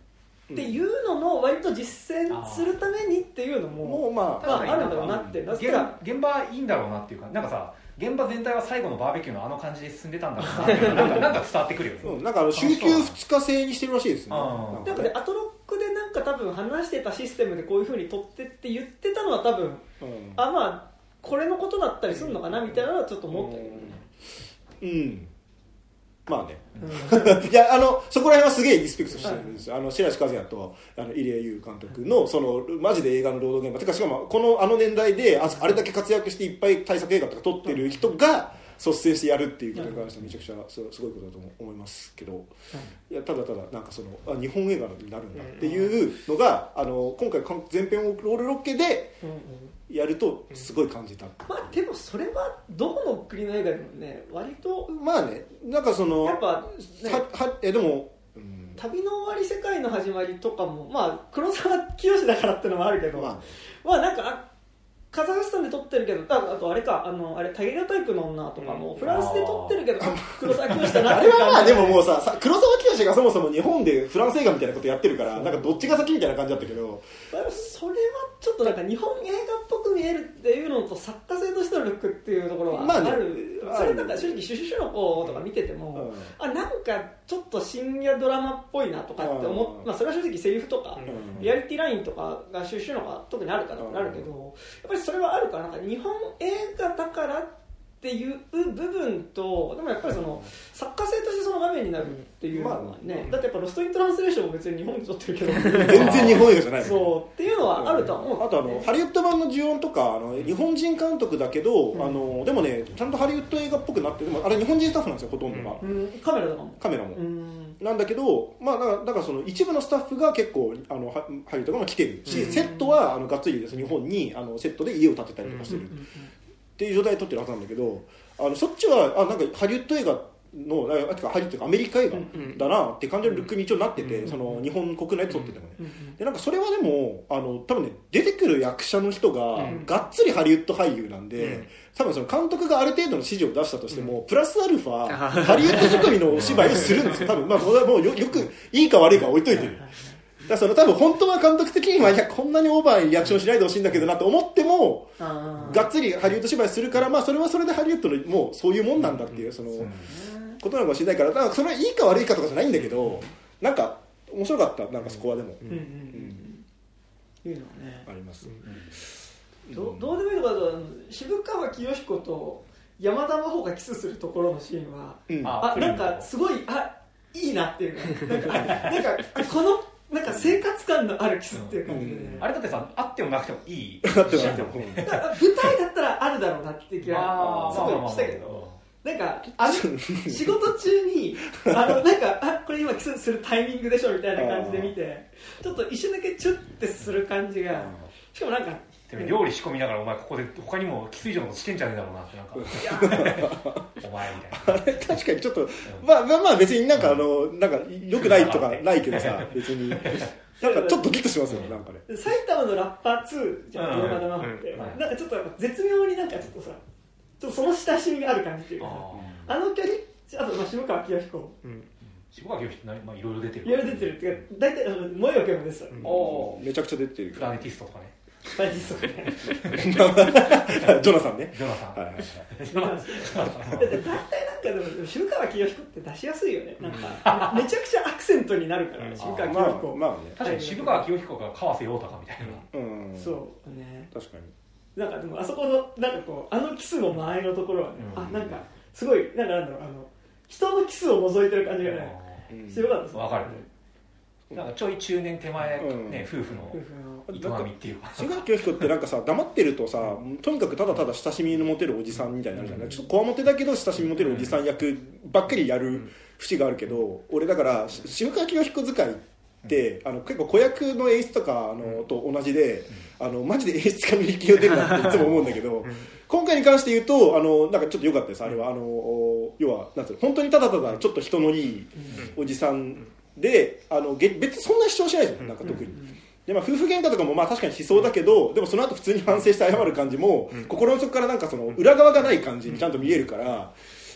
っていうのの割と実践するためにっていうのも、 もうまあ、 まあ、あるんだろうなってなったら現場いいんだろうなっていうか、なんかさ現場全体は最後のバーベキューのあの感じで進んでたんだろうなっていうなんかなんか伝わってくるよね、 うん、なんかあの週休ふつか制にしてるらしいですね。 なんかねアトロックでなんか多分話してたシステムでこういう風に取ってって言ってたのは多分、うん、あまあこれのことだったりするのかなみたいなのはちょっと思ったけどね。 うん、うんまあね、うん、いやあのそこら辺はすげえリスペクトしてるんですよ、はい、あの白石和也とあの入江優監督のそのマジで映画の労働現場てかしかもこのあの年代で あ, あれだけ活躍していっぱい大作映画とか撮ってる人が率先してやるっていうことに関してはめちゃくちゃすごいことだと思いますけど、はい、いやただただなんかそのあ日本映画になるんだっていうのがあの今回前編をロールロケでやるとすごい感じた、うん、 まあでもそれはどこの国の映画でもね割とまあねなんかそのやっぱ、ね、 ははえでも、うん、 旅の終わり世界の始まりとかもまあ黒沢清だからってのもあるけど、まあ、まあなんかカザフスタンで撮ってるけど、あとあれか、あのあれタゲガタイプの女とかもフランスで撮ってるけど、黒沢清だなっていう感じ。 あれはまあでももうさ、黒沢清がそもそも日本でフランス映画みたいなことやってるから、なんかどっちが先みたいな感じだったけど、 それはちょっとなんか日本映画っぽく見えるっていうのと作家性としてのルックっていうところはある。まあね、それなんか正直シュシュシュの子とか見てても、うん、あなんかちょっと深夜ドラマっぽいなとかって思って、うん、まあそれは正直セリフとか、うん、リアリティラインとかがシュシュの子が特にあるからってなるけど、やっぱりそれはあるからなんか日本映画だからっていう部分とでもやっぱりその作家性としてその画面になるっていうのはね、まあ、だってやっぱロストイントランスレーションも別に日本で撮ってるけど全然日本映画じゃないそうっていうのはあるとは思う、 うん、あとあのハリウッド版の呪音とかあの日本人監督だけど、うん、あのでもねちゃんとハリウッド映画っぽくなってでもあれ日本人スタッフなんですよほとんどが、 うん、カメラとかもカメラも、うん、なんだけどまあだからだからその一部のスタッフが結構あのハリウッドが来てるし、うん、セットはあのがっつりです日本にあのセットで家を建てたりとかしてる、うんっていう状態で撮ってるはずなんだけどあのそっちはあなんかハリウッド映画のあてかハリウッドというかアメリカ映画だなって感じのルックに一応なってて、うん、その日本国内で撮っててもね、うん、でなんかそれはでもあの多分ね出てくる役者の人ががっつりハリウッド俳優なんで、うん、多分その監督がある程度の指示を出したとしても、うん、プラスアルファハリウッド仕込みのお芝居をするんですよ多分まあこれはもう よ, よくいいか悪いか置いといてるだからその多分本当は監督的にはいやこんなにオーバーにリアクションしないでほしいんだけどなと思ってもがっつりハリウッド芝居するからまあそれはそれでハリウッドのもうそういうもんなんだっていうそのことなのかもしれないからだからそれはいいか悪いかとかじゃないんだけどなんか面白かったなんかそこはでも、うんうんうんうん、いうのはねあります、 うん、ど, どうでもいいのかと渋川清彦と山田真帆がキスするところのシーンは、うん、あなんかすごいあいいなっていうなんかなんかこのなんか生活感のあるキスっていう感じで、ねうん、 あれだってさあってもなくてもいいあってもなくても舞台だったらあるだろうなっていう気はすごいしたけどなんかあの仕事中にあのなんかあこれ今キスするタイミングでしょみたいな感じで見てちょっと一瞬だけチュッてする感じがしかもなんか料理仕込みながらお前ここで他にもキス以上のことしてんじゃねえだろうなってなんかお前みたいなあれ確かにちょっとまあまあまあ別になんかあのなんか良くないとかないけどさ別になんかちょっとドキッとしますよねなんかね埼玉のラッパーツーじゃん山田真帆ってなんかちょっと絶妙になんかちょっとさちょっとその親しみがある感じっていうかあの距離あとまあ渋川清彦、うん、 渋川清彦ってまあいろいろ出てるいろいろ出てるっていうか大体萌えよけも出てた、 うん、めちゃくちゃ出てるプラネティストとかねプラネティストとかねジョナサンねジョナサンはいはいジョナサン大体なんかでも渋川清彦って出しやすいよねなんかめちゃくちゃアクセントになるから渋川清彦まあまあね確かに渋川清彦が川瀬陽太かみたいな、 うん、 そうね確かになんかでもあそこのなんかこうあのキスの間合いのところはね、うん、あなんかすごいなんかなんだろうあの人のキスを覗いてる感じがね、うん、してよかったですね。 わかる。なんかちょい中年手前、うんね、夫婦の営みっていうか渋川清彦ってなんかさ黙ってるとさとにかくただただ親しみの持てるおじさんみたいになるじゃない、うん、ちょっとこわもてだけど親しみ持てるおじさん役ばっかりやる節があるけど、うん、俺だから渋川清彦使いってあの結構子役の演出とかあのと同じで、うん、あのマジで演出家の力を出るなっていつも思うんだけど今回に関して言うとあのなんかちょっと良かったですあれはあの要はなんていうの本当にただただちょっと人のいいおじさんであの別にそんな主張しないじゃんなんか特にで、まあ、夫婦喧嘩とかもまあ確かにしそうだけどでもその後普通に反省して謝る感じも心の底からなんかその裏側がない感じにちゃんと見えるから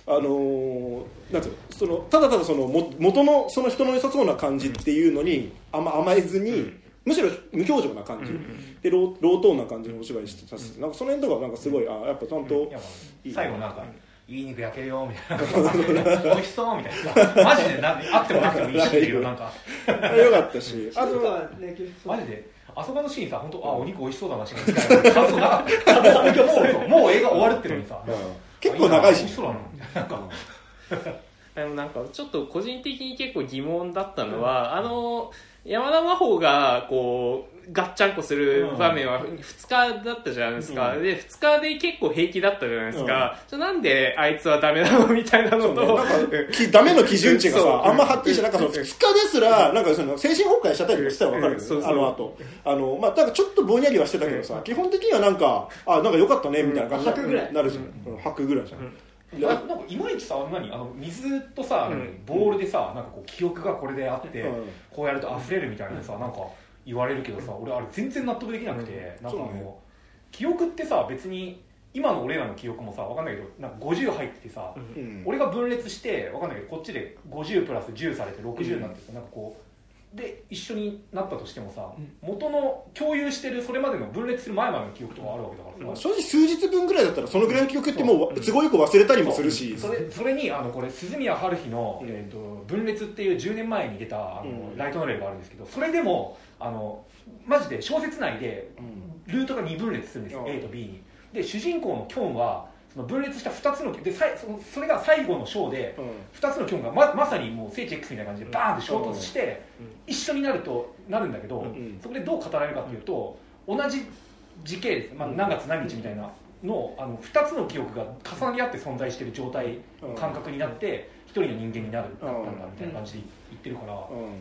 あのー、なんていうのそのただただそのも元のその人の良さそうな感じっていうのにあんま甘えずに、うん、むしろ無表情な感じ、うん、でロー、ロートーンな感じのお芝居してさせて、うん、なんかその辺とかなんかすごいあやっぱちゃんと、うん、 いい最後なんか、うん、いい肉焼けるよみたいな美味しそうみたいなマジでなあってもなくてもいいしっていうなんかよかったしあとはマジであそこのシーンさ本当あお肉美味しそうだなしか感想なかったもう映画終わるってのにさ、うん、 結構長いし美味しそうだななんかでもなんかちょっと個人的に結構疑問だったのは、うん、あの山田真帆がこうガッチャンコする場面はふつかだったじゃないですか、うん、でふつかで結構平気だったじゃないですか、うん、じゃなんであいつはダメなのみたいなのと、ね、なんかダメの基準値がさあんまはっきりしてなんかそのふつかですらなんかその精神崩壊しちゃったりとかしたら分かるけど、うん、あの後あのまあなんかちょっとぼんやりはしてたけどさ、うん、基本的にはなんかあなんか良かったねみたいな感じになるじゃん、うん、吐くぐらいじゃん、うんいやなんかいまいちさ何あの水とさ、うん、ボールでさなんかこう記憶がこれであって、うん、こうやると溢れるみたいなさ、うん、なんか言われるけどさ俺あれ全然納得できなくて、うん、なんかあの、ね、記憶ってさ別に今の俺らの記憶もさ分かんないけどなんかごじゅう入っててさ、うん、俺が分裂して分かんないけどこっちでごじゅうプラスじゅうされてろくじゅうになってさ、うん、なんかこうで一緒になったとしてもさ、うん、元の共有してるそれまでの分裂する前までの記憶とかあるわけだからさ、 まあ、正直数日分ぐらいだったらそのぐらいの記憶ってもう都合よく忘れたりもするし、 それ、それにあのこれ鈴宮春日の、うんえー、と分裂っていうじゅうねんまえに出たあの、うん、ライトノベルがあるんですけどそれでもあのマジで小説内でルートがに分裂するんですよ、うん、A と B にで主人公のキョンはその分裂したふたつのでさそのそれが最後の章で、うん、ふたつのキョンが ま, まさにもう聖地 X みたいな感じでバーンって衝突して、うん、一緒になるとなるんだけど、うん、そこでどう語られるかというと、うん、同じ時系列、まあ、何月何日みたいなの、あのふたつの記憶が重なり合って存在している状態、うん、感覚になって一人の人間になる、うん、なんだみたいな感じで言ってるから、うん、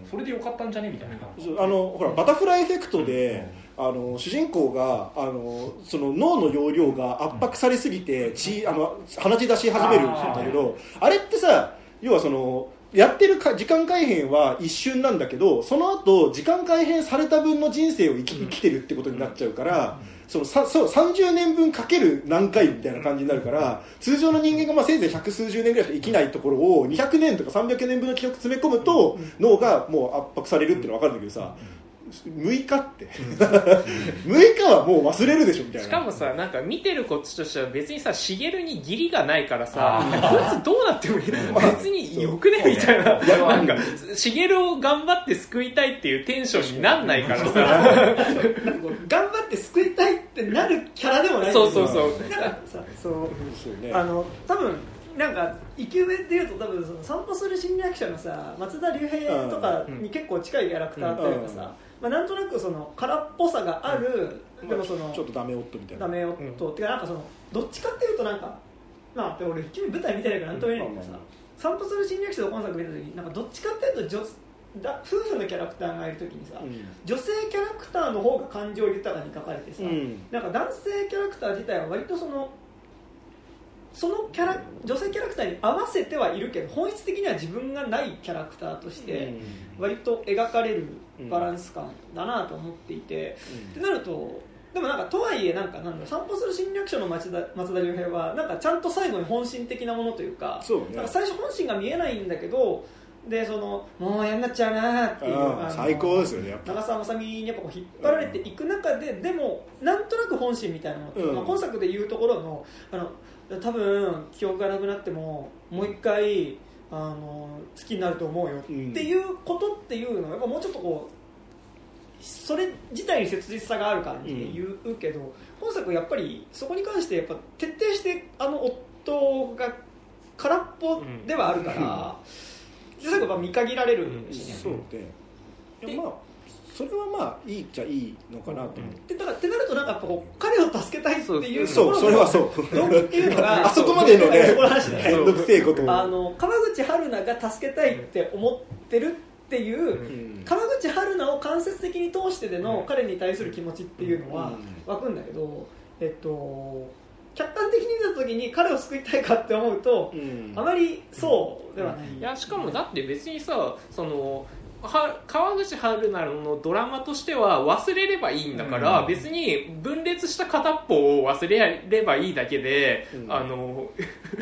それでよかったんじゃねみたいな、 うん、あのほらバタフライエフェクトで、うん、あの主人公があのその脳の容量が圧迫されすぎて血あの鼻血出し始めるんだけど あ, あれってさ要はそのやってるか時間改変は一瞬なんだけどその後時間改変された分の人生を生 き, 生きてるってことになっちゃうから、そのさそうさんじゅうねんぶんかける何回みたいな感じになるから通常の人間がまあせいぜい百数十年ぐらいしか生きないところをにひゃくねんとかさんびゃくねんぶんの記憶詰め込むと脳がもう圧迫されるっていうのは分かるんだけどさむいかってむいかはもう忘れるでしょみたいな。 しかもさなんか見てるこっちとしては別にさ茂に義理がないからさこいつどうなってもいい別によくねみたいな、なんか茂を頑張って救いたいっていうテンションになんないからさ頑張って救いたいってなるキャラでもないんそうそうそうなんかさそうあの多分なんか生き埋でいうと多分その散歩する心理学者のさ松田龍平とかに結構近いキャラクターっていうかさ、うんうんまあ、なんとなくその空っぽさがある、うん、でもその、 まあ、ちょっとダメ夫みたいなダメ夫、うん、っていうかなんかそのどっちかっていうとなんかまあ俺君舞台見てないからなんとも言えないけどさ、うん、散歩する心理学者の今作見た時になんかどっちかっていうと女だ夫婦のキャラクターがいる時にさ、うん、女性キャラクターの方が感情豊かに描かれてさ、うん、なんか男性キャラクター自体は割とそのそのキャラ女性キャラクターに合わせてはいるけど本質的には自分がないキャラクターとして割と描かれるバランス感だなと思っていて、うん、ってなるとでもなんかとはいえなんかなんだ散歩する心理学者の松田松田龍平はなんかちゃんと最後に本心的なものというか、そうね、なんか最初本心が見えないんだけどでそのもう嫌になっちゃうなっていうあ最高ですよねやっぱ長澤まさみにやっぱこう引っ張られていく中で、うん、でもなんとなく本心みたいなもの、うんまあ、今作でいうところのあの多分記憶がなくなってももう一回あの好きになると思うよっていうことっていうのはやっぱもうちょっとこうそれ自体に切実さがある感じで言うけど、うん、今作やっぱりそこに関してやっぱ徹底してあの夫が空っぽではあるから、うん、最後やっぱ見限られるしね、 うん、そうでまあそれはまあいいっちゃいいのかなと思って、 うん、だからってなるとなんかこう彼を助けたいっていうそうそれはそう動機っていうのがあそこまでのねそこの話ねめんどくせえことあの川口春奈が助けたいって思ってるっていう、うん、川口春奈を間接的に通してでの彼に対する気持ちっていうのは湧くんだけど、えっと客観的に見た時に彼を救いたいかって思うと、うん、あまりそうではない、うん、 いやしかもだって別にさそのは川口春奈のドラマとしては忘れればいいんだから、うん、別に分裂した片っぽを忘れればいいだけで、うん、あの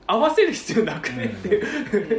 合わせる必要なくねっていう、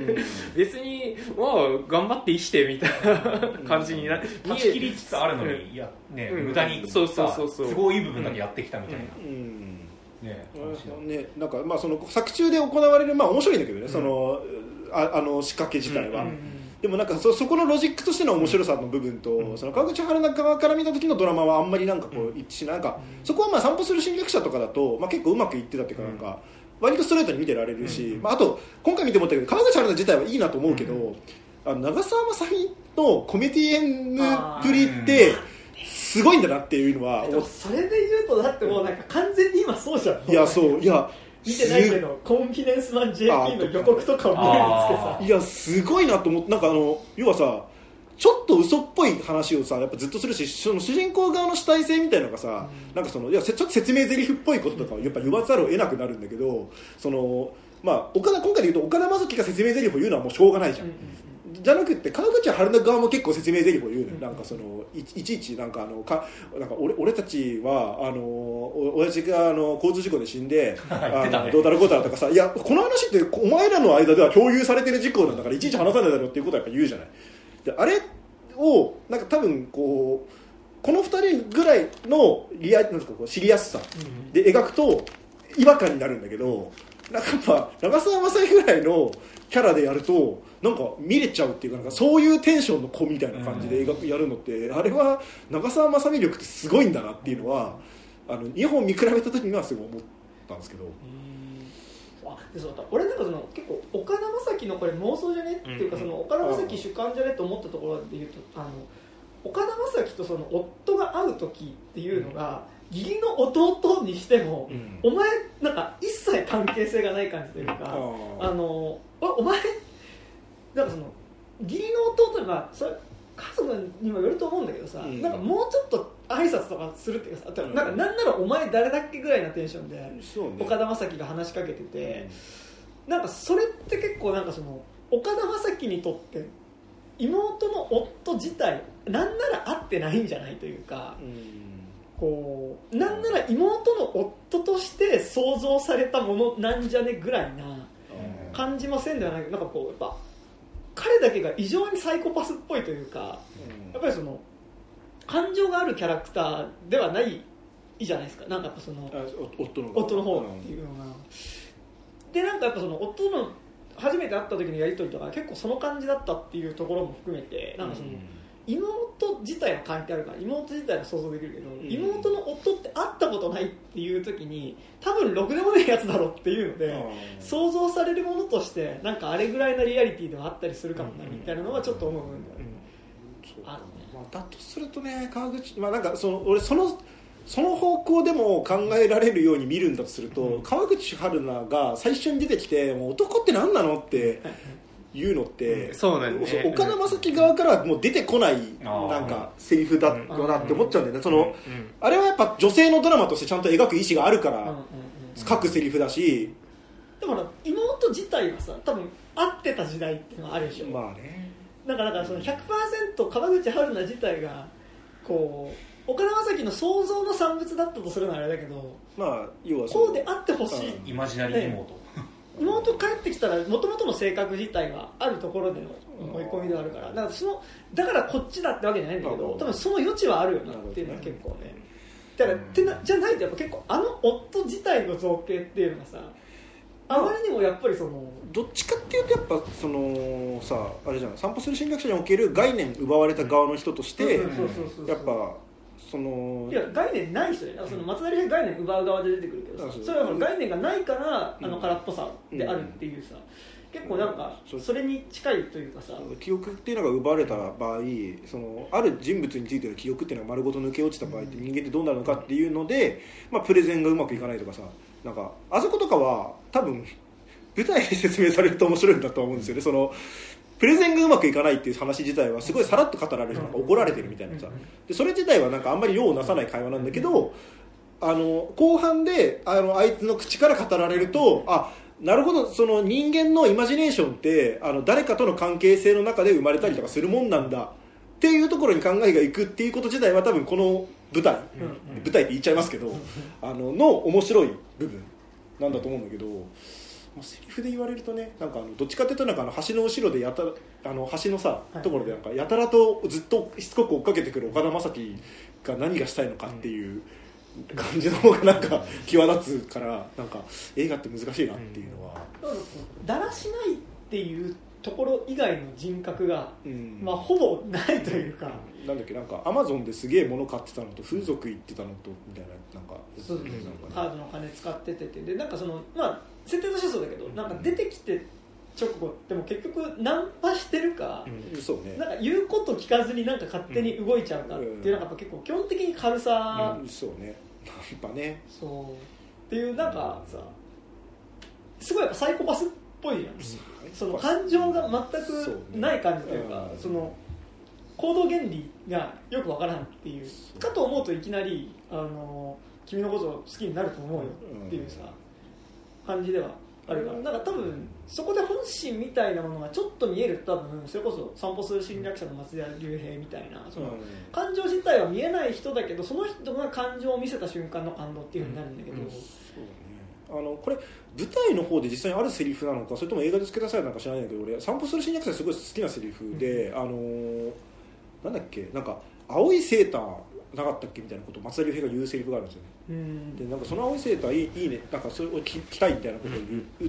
うん、別にまあ頑張って生きてみたいな感じになって断ち切りつつあるのに、うん、いやね、うん、無駄にそうそうそうそう都合いい部分だけやってきたみたいな、 うんうんねね、なんかまあその作中で行われる、まあ面白いんだけどね、うん、その あ, あの仕掛け自体は、うんうん、でもなんか そ, そこのロジックとしての面白さの部分と、うん、その川口春奈側から見た時のドラマはあんまりなんかこう一致しない、なんかそこはまあ散歩する侵略者とかだと、まあ、結構うまくいってたっていうか、なんか割とストレートに見てられるし、うんまあ、あと今回見て思ったけど川口春奈自体はいいなと思うけど、うん、あの長澤まさみのコメディエンヌプリってすごいんだなっていうのは、 それで言うとだってもうなんか完全に今そうじゃん。 いやそういや見てないけどコンフィデンスマン ジェーピー の予告とかを見るんですけどさ、 いやすごいなと思って、なんかあの要はさちょっと嘘っぽい話をさやっぱずっとするし、その主人公側の主体性みたいなのがさ、うん、なんかそのいやちょっと説明台詞っぽいこととかをやっぱ言わざるを得なくなるんだけど、そのまあ岡田今回で言うと岡田将生が説明台詞を言うのはもうしょうがないじゃん、うんうん、じゃなくって川口春奈側も結構説明台詞を言うのよ、うん、なんかその い, いちいちなんかあのかなんか 俺, 俺たちはあの親父があの交通事故で死んであの、ね、どうだろうこうだろうとかさ、いやこの話ってお前らの間では共有されてる事項なんだからいちいち話さないだろうっていうことはやっぱ言うじゃない。であれをなんか多分こうこのふたりぐらいのリアなんですかこう知りやすさで描くと違和感になるんだけど、なんかやっぱ長澤まさみぐらいのキャラでやるとなんか見れちゃうっていうか、なんかそういうテンションの子みたいな感じで描くやるのって、あれは長澤まさみ力ってすごいんだなっていうのはあのにほん見比べた時にはすごい思ったんですけど。 あでそうだ俺なんかその結構岡田将生のこれ妄想じゃねっていうか、その岡田将生主観じゃねと思ったところで言うと、あの岡田将生とその夫が会う時っていうのが義理の弟にしても、うん、お前なんか一切関係性がない感じというか、あのお前なんかその義理の弟にはそれ家族にもよると思うんだけどさ、うん、なんかもうちょっと挨拶とかするっていうかさ、うん、なんかなんならお前誰だっけぐらいなテンションで、ね、岡田将生が話しかけてて、うん、なんかそれって結構なんかその岡田将生にとって妹の夫自体なんなら会ってないんじゃないというか、うん、こうなんなら妹の夫として想像されたものなんじゃねぐらいな感じませんではないけど、なんかこうやっぱ彼だけが異常にサイコパスっぽいというか、うん、やっぱりその感情があるキャラクターではないじゃないですか。なんかやっぱその夫の夫の方っていうのが、でなんかやっぱその夫の初めて会った時のやり取りとか結構その感じだったっていうところも含めて、なんかその、うん、妹自体は関係あるから妹自体は想像できるけど、うん、妹の夫って会ったことないっていう時に多分ろくでもないやつだろっていうので、うん、想像されるものとしてなんかあれぐらいなリアリティではあったりするかもなみたいなのはちょっと思う部分では、うん、あるね。 まあ、だとするとね川口、まあ、なんかその俺そのその方向でも考えられるように見るんだとすると、うん、川口春奈が最初に出てきてもう男って何なのっていうのって、 うん、そうなんね、 岡田将生側からはもう出てこないなんかセリフだなって思っちゃうんだよね。そのあれはやっぱ女性のドラマとしてちゃんと描く意思があるから書くセリフだし、 だから妹自体はさ多分会ってた時代っていうのはあるでしょ。 まあね、 だからだからその ひゃくパーセント 川口春奈自体がこう岡田将生の想像の産物だったとするのはあれだけど、 まあ要はこうであってほしい、 イマジナリー妹妹帰ってきたら元々の性格自体はあるところでの思い込みではあるから、だからそのだからこっちだってわけじゃないんだけど、多分その余地はあるよなっていうのは結構ね。だからってなじゃないとやっぱ結構あの夫自体の造形っていうのがさ、あまりにもやっぱりそのどっちかっていうとやっぱそのさあれじゃない散歩する侵略者における概念奪われた側の人としてやっぱそのいや概念ない人ね、その松成が概念奪う側で出てくるけどさ、それは概念がないからあの空っぽさであるっていうさ、結構なんかそれに近いというかさ、 記憶っていうのが奪われた場合、そのある人物についての記憶っていうのが丸ごと抜け落ちた場合って人間ってどうなるのかっていうので、まあ、プレゼンがうまくいかないとかさ、なんかあそことかは多分舞台で説明されると面白いんだと思うんですよね。そのプレゼンがうまくいかないっていう話自体はすごいさらっと語られる、なんか怒られてるみたいなさ、でそれ自体はなんかあんまり用をなさない会話なんだけど、あの後半であのあいつの口から語られると、あなるほど、その人間のイマジネーションってあの誰かとの関係性の中で生まれたりとかするもんなんだっていうところに考えがいくっていうこと自体は多分この舞台、舞台って言っちゃいますけど、あのの面白い部分なんだと思うんだけど、 まあ、セリフで言われるとねなんかあのどっちかっていうとなんかあの橋の後ろでやたらあの橋のさ、はい、ところでなんかやたらとずっとしつこく追っかけてくる岡田将生が何がしたいのかっていう感じの方がなんか際立つからなんか映画って難しいなっていうのは、 うん、だらしないっていうところ以外の人格が、うん、まあほぼないというか、 なんだっけなんかアマゾンですげえ物買ってたのと風俗行ってたのとみたいななんかそうですねカードの金使ってててでなんかそのまあ設定としてそうだけどなんか出てきて直後でも結局ナンパしてるか、 うんそうね、 なんか言うこと聞かずになんか勝手に動いちゃうかっていうなんかやっぱ結構基本的に軽さ、 うん、そうねナンパねそうっていうなんかさすごいやっぱサイコパスっぽいじゃん、うん、その感情が全くない感じというか、ね、その行動原理がよくわからんっていうかと思うといきなりあの君のことを好きになると思うよっていうさ、うん、感じではあるからなんか多分そこで本心みたいなものがちょっと見えると多分それこそ散歩する侵略者の松田龍平みたいなその感情自体は見えない人だけどその人が感情を見せた瞬間の感動っていう風になるんだけど、うんうん、そうね、 あのこれ舞台の方で実際にあるセリフなのかそれとも映画で付け出されたのか知らないんだけど俺散歩する侵略者すごい好きなセリフで、うん、あのー、なんだっけなんか青いセーターなかったっけみたいなことを松田龍平が言うセリフがあるんですよね、うん、でなんかその青いセーターいい、いいねなんかそれを着たいみたいなことを言って、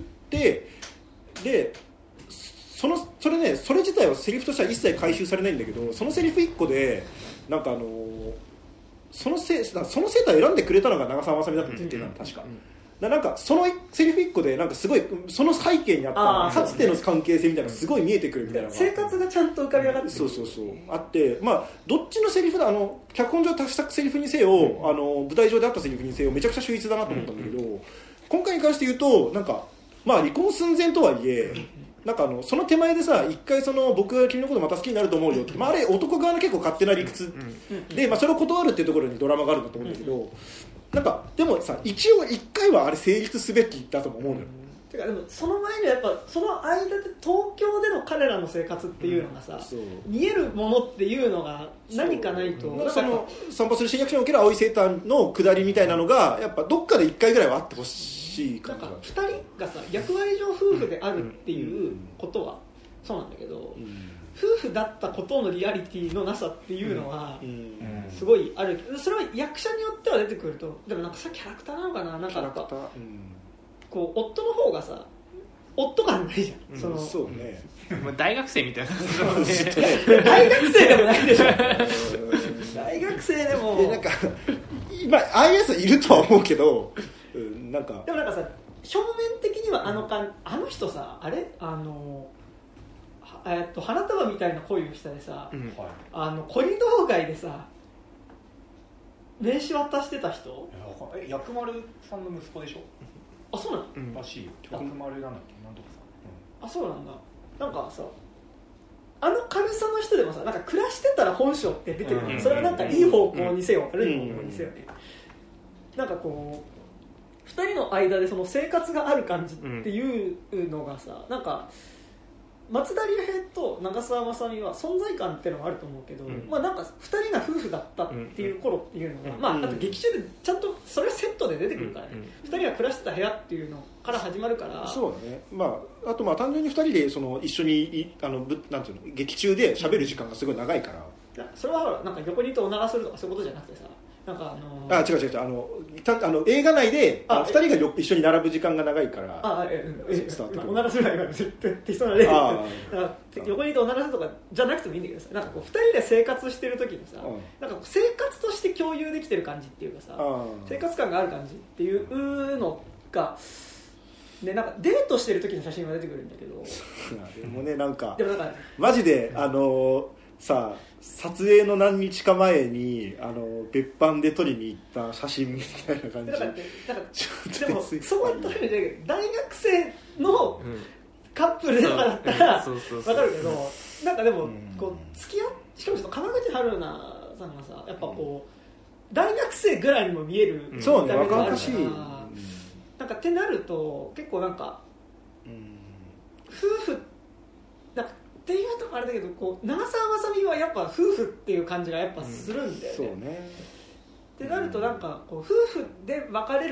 うん、でそのそれねそれ自体はセリフとしては一切回収されないんだけどそのセリフいっこでなんかあのー、そのセそのセーター選んでくれたのが長澤まさみだって言ってたの確か、うんうんなんかそのセリフいっこでなんかすごいその背景にあったかつての関係性みたいなのがすごい見えてくるみたいな生活がちゃんと浮かび上がってそうそうそうあってまあどっちのセリフだあの脚本上で足したセリフにせよ、うん、あの舞台上であったセリフにせよめちゃくちゃ秀逸だなと思ったんだけど、うん、今回に関して言うとなんかまあ離婚寸前とはいえなんかあのその手前でさ一回その僕が君のことまた好きになると思うよって、まあ、あれ男側の結構勝手な理屈で、まあ、それを断るっていうところにドラマがあるんだと思うんだけどなんかでもさ一応一回はあれ成立すべきだとも思うのよ、 うん、てかでもその前にはやっぱその間で東京での彼らの生活っていうのがさ、うん、見えるものっていうのが何かないとその散歩する新役所における青いセーターの下りみたいなのがやっぱどっかで一回ぐらいはあってほしい感じがなんかふたりがさ役割上夫婦であるっていうことはそうなんだけど、うん、夫婦だったことのリアリティのなさっていうのはすごいある、うん、それは役者によっては出てくるとでもなんかさキャラクターなのかななんかやっぱ、うん、こう夫の方がさ夫感ないじゃん、うん、そのそうね大学生みたいな大学生でもないでしょ大学生でもなんか今ああいうやついるとは思うけど、うん、なんかでもなんかさ表面的にはあのかんあの人さあれあのえっと花束みたいな恋をしたでさ、うん、あのコリドー街でさ名刺渡してた人え薬丸さんの息子でしょあそうなの、 うん、らしいよ薬丸なんだっけなんとかさ、 うん、あそうなんだなんかさあの軽さの人でもさなんか暮らしてたら本性って出てくる、うん、それはなんかいい方向にせよ、うん、悪い方向にせよね、うん、なんかこうふたりの間でその生活がある感じっていうのがさ、うん、なんか松田龍平と長澤まさみは存在感っていうのがあると思うけど、うんまあ、なんかふたりが夫婦だったっていう頃っていうのが、うんまあ、あと劇中でちゃんとそれセットで出てくるからね、うん、ふたりが暮らしてた部屋っていうのから始まるからそうだね、まあ、あとまあ単純にふたりでその一緒にあのなんていうの劇中で喋る時間がすごい長いから、 うん、それはほらなんか横にいておならするとかそういうことじゃなくてさなんかあのー、 あ違う違う違うあのたあの映画内でふたりが一緒に並ぶ時間が長いからあええ伝わってくるおならするのは適当な例だから横にいておならするとかじゃなくてもいいんだけどさなんかこうふたりで生活してる時にさ、うん、なんか生活として共有できてる感じっていうかさ生活感がある感じっていうのがでなんかデートしてる時の写真が出てくるんだけどでもねなんかでもなんかマジであのさ撮影の何日か前にあの別班で撮りに行った写真みたいな感じで、 なんかでもそう撮れるんじゃないけど大学生のカップルとかだったら分かるけどなんかでもこう付き合っしかも川口春奈さんがさやっぱこう大学生ぐらいにも見える見た目があるから、うん、なんかってなると結構なんか、うん、夫婦なんかっていうとあれだけどこう長澤まさみはやっぱ夫婦っていう感じがやっぱするんだよね、うん、そうねってなるとなんかこう夫婦で別れるっ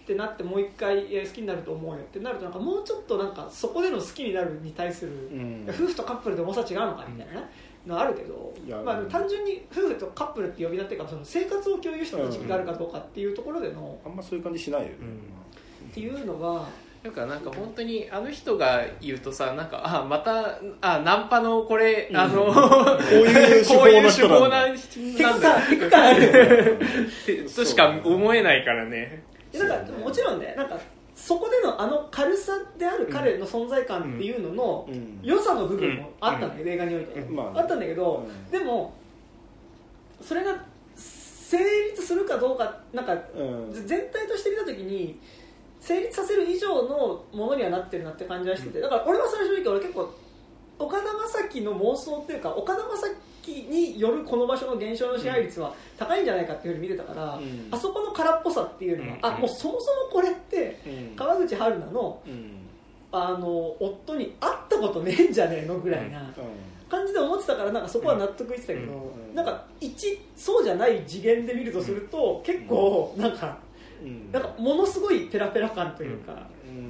ってなってもう一回好きになると思うよってなるとなんかもうちょっとなんかそこでの好きになるに対する、うん、夫婦とカップルで重さ違うのかみたいな、ね、のあるけど、まあ、単純に夫婦とカップルって呼び名っていうかその生活を共有した時期があるかどうかっていうところでの、 うん、あんまそういう感じしないよね、 うん、っていうのがなんかなんか本当にあの人が言うとさなんかあまたあナンパのこれ、うん、あのこういう手法な人なんだとしか思えないからね。 なんかもちろんねなんかそこでのあの軽さである彼の存在感っていうのの良さの部分もあったんだけど、映画において、うんまあね、あったんだけど、うん、でもそれが成立するかどうかなんか全体として見たときに成立させる以上のものにはなってるなって感じはしてて、だから俺は最初に俺結構岡田将生の妄想っていうか岡田将生によるこの場所の現象の支配率は高いんじゃないかっていうふうに見てたから、うん、あそこの空っぽさっていうのは、うん、あもうそもそもこれって川口春奈の、うん、あの夫に会ったことねえんじゃねえのぐらいな感じで思ってたからなんかそこは納得いってたけど、うん、なんか一そうじゃない次元で見るとすると結構なんかなんかものすごいペラペラ感というか、うんうん、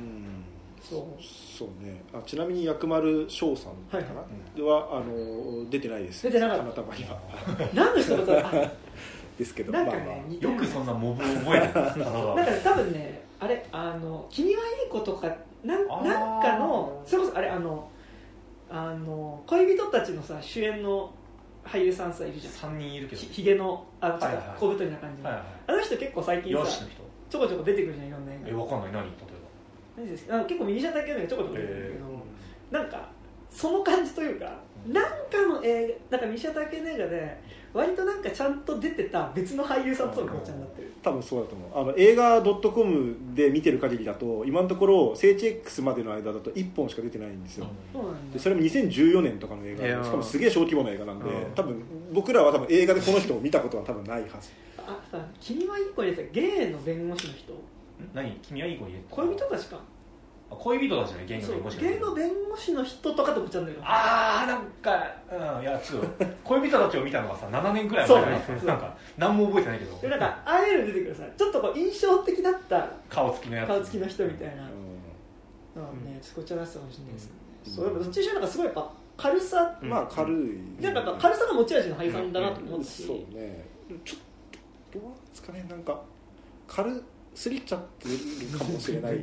そうそうね、あちなみに薬丸翔さんかな、はい、ではあの出てないです。 出てなかった。 たまたま今何の人だったですけど、 なんかね、 まあまあ、よくそんなモブを覚えてるんですなんか、ね、多分ねあれあの君はいい子とかなんなんかのそれこそあれあのあの恋人たちのさ主演の俳優さんさいるじゃん。 さんにんいるけどひげのあのちょっと小太りな感じの、はいはいはい、あの人結構最近さちょこちょこ出てくるじゃんいろんな映画。 えわかんない何例えば何ですか。あの結構ミニシャタ系のちょこちょこ出てくるけど、えー、なんかその感じというか、うん、なんかの映画なんかミニシャタ系の映画で割となんかちゃんと出てた別の俳優さんとのごっちゃになってる。 多分そうだと思う。あの映画 .com で見てる限りだと今のところ聖地 X までの間だといっぽんしか出てないんですよ、うん、でそれもにせんじゅうよねんとかの映画でしかもすげえ小規模な映画なんで、うん、多分僕らは多分映画でこの人を見たことは多分ないはず。 あさ君はいい子にゲイの弁護士の人何君はいい子に恋人たちか恋人たちねゲイの弁護士ゲイの弁護士の人とかとこっちゃうんだよ。 あーなんかうんいやちょっと恋人たちを見たのがさななねんくらい前からそうなんか何も覚えてないけどでなんかああいうの出てくるさちょっとこう印象的だった顔つきのやつ顔つきの人みたいな、うん、ねちょっとこっちら出したかもしれないですけど、ねうん、そうやっぱどっちにしろなんかすごいやっぱ軽さ、 うん、まあ軽いなんか軽さが持ち味の俳優さんだなと思うし、 うんうん、そうねちょっとどうですかねなんか軽すぎちゃってるかもしれない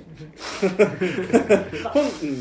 本、うん、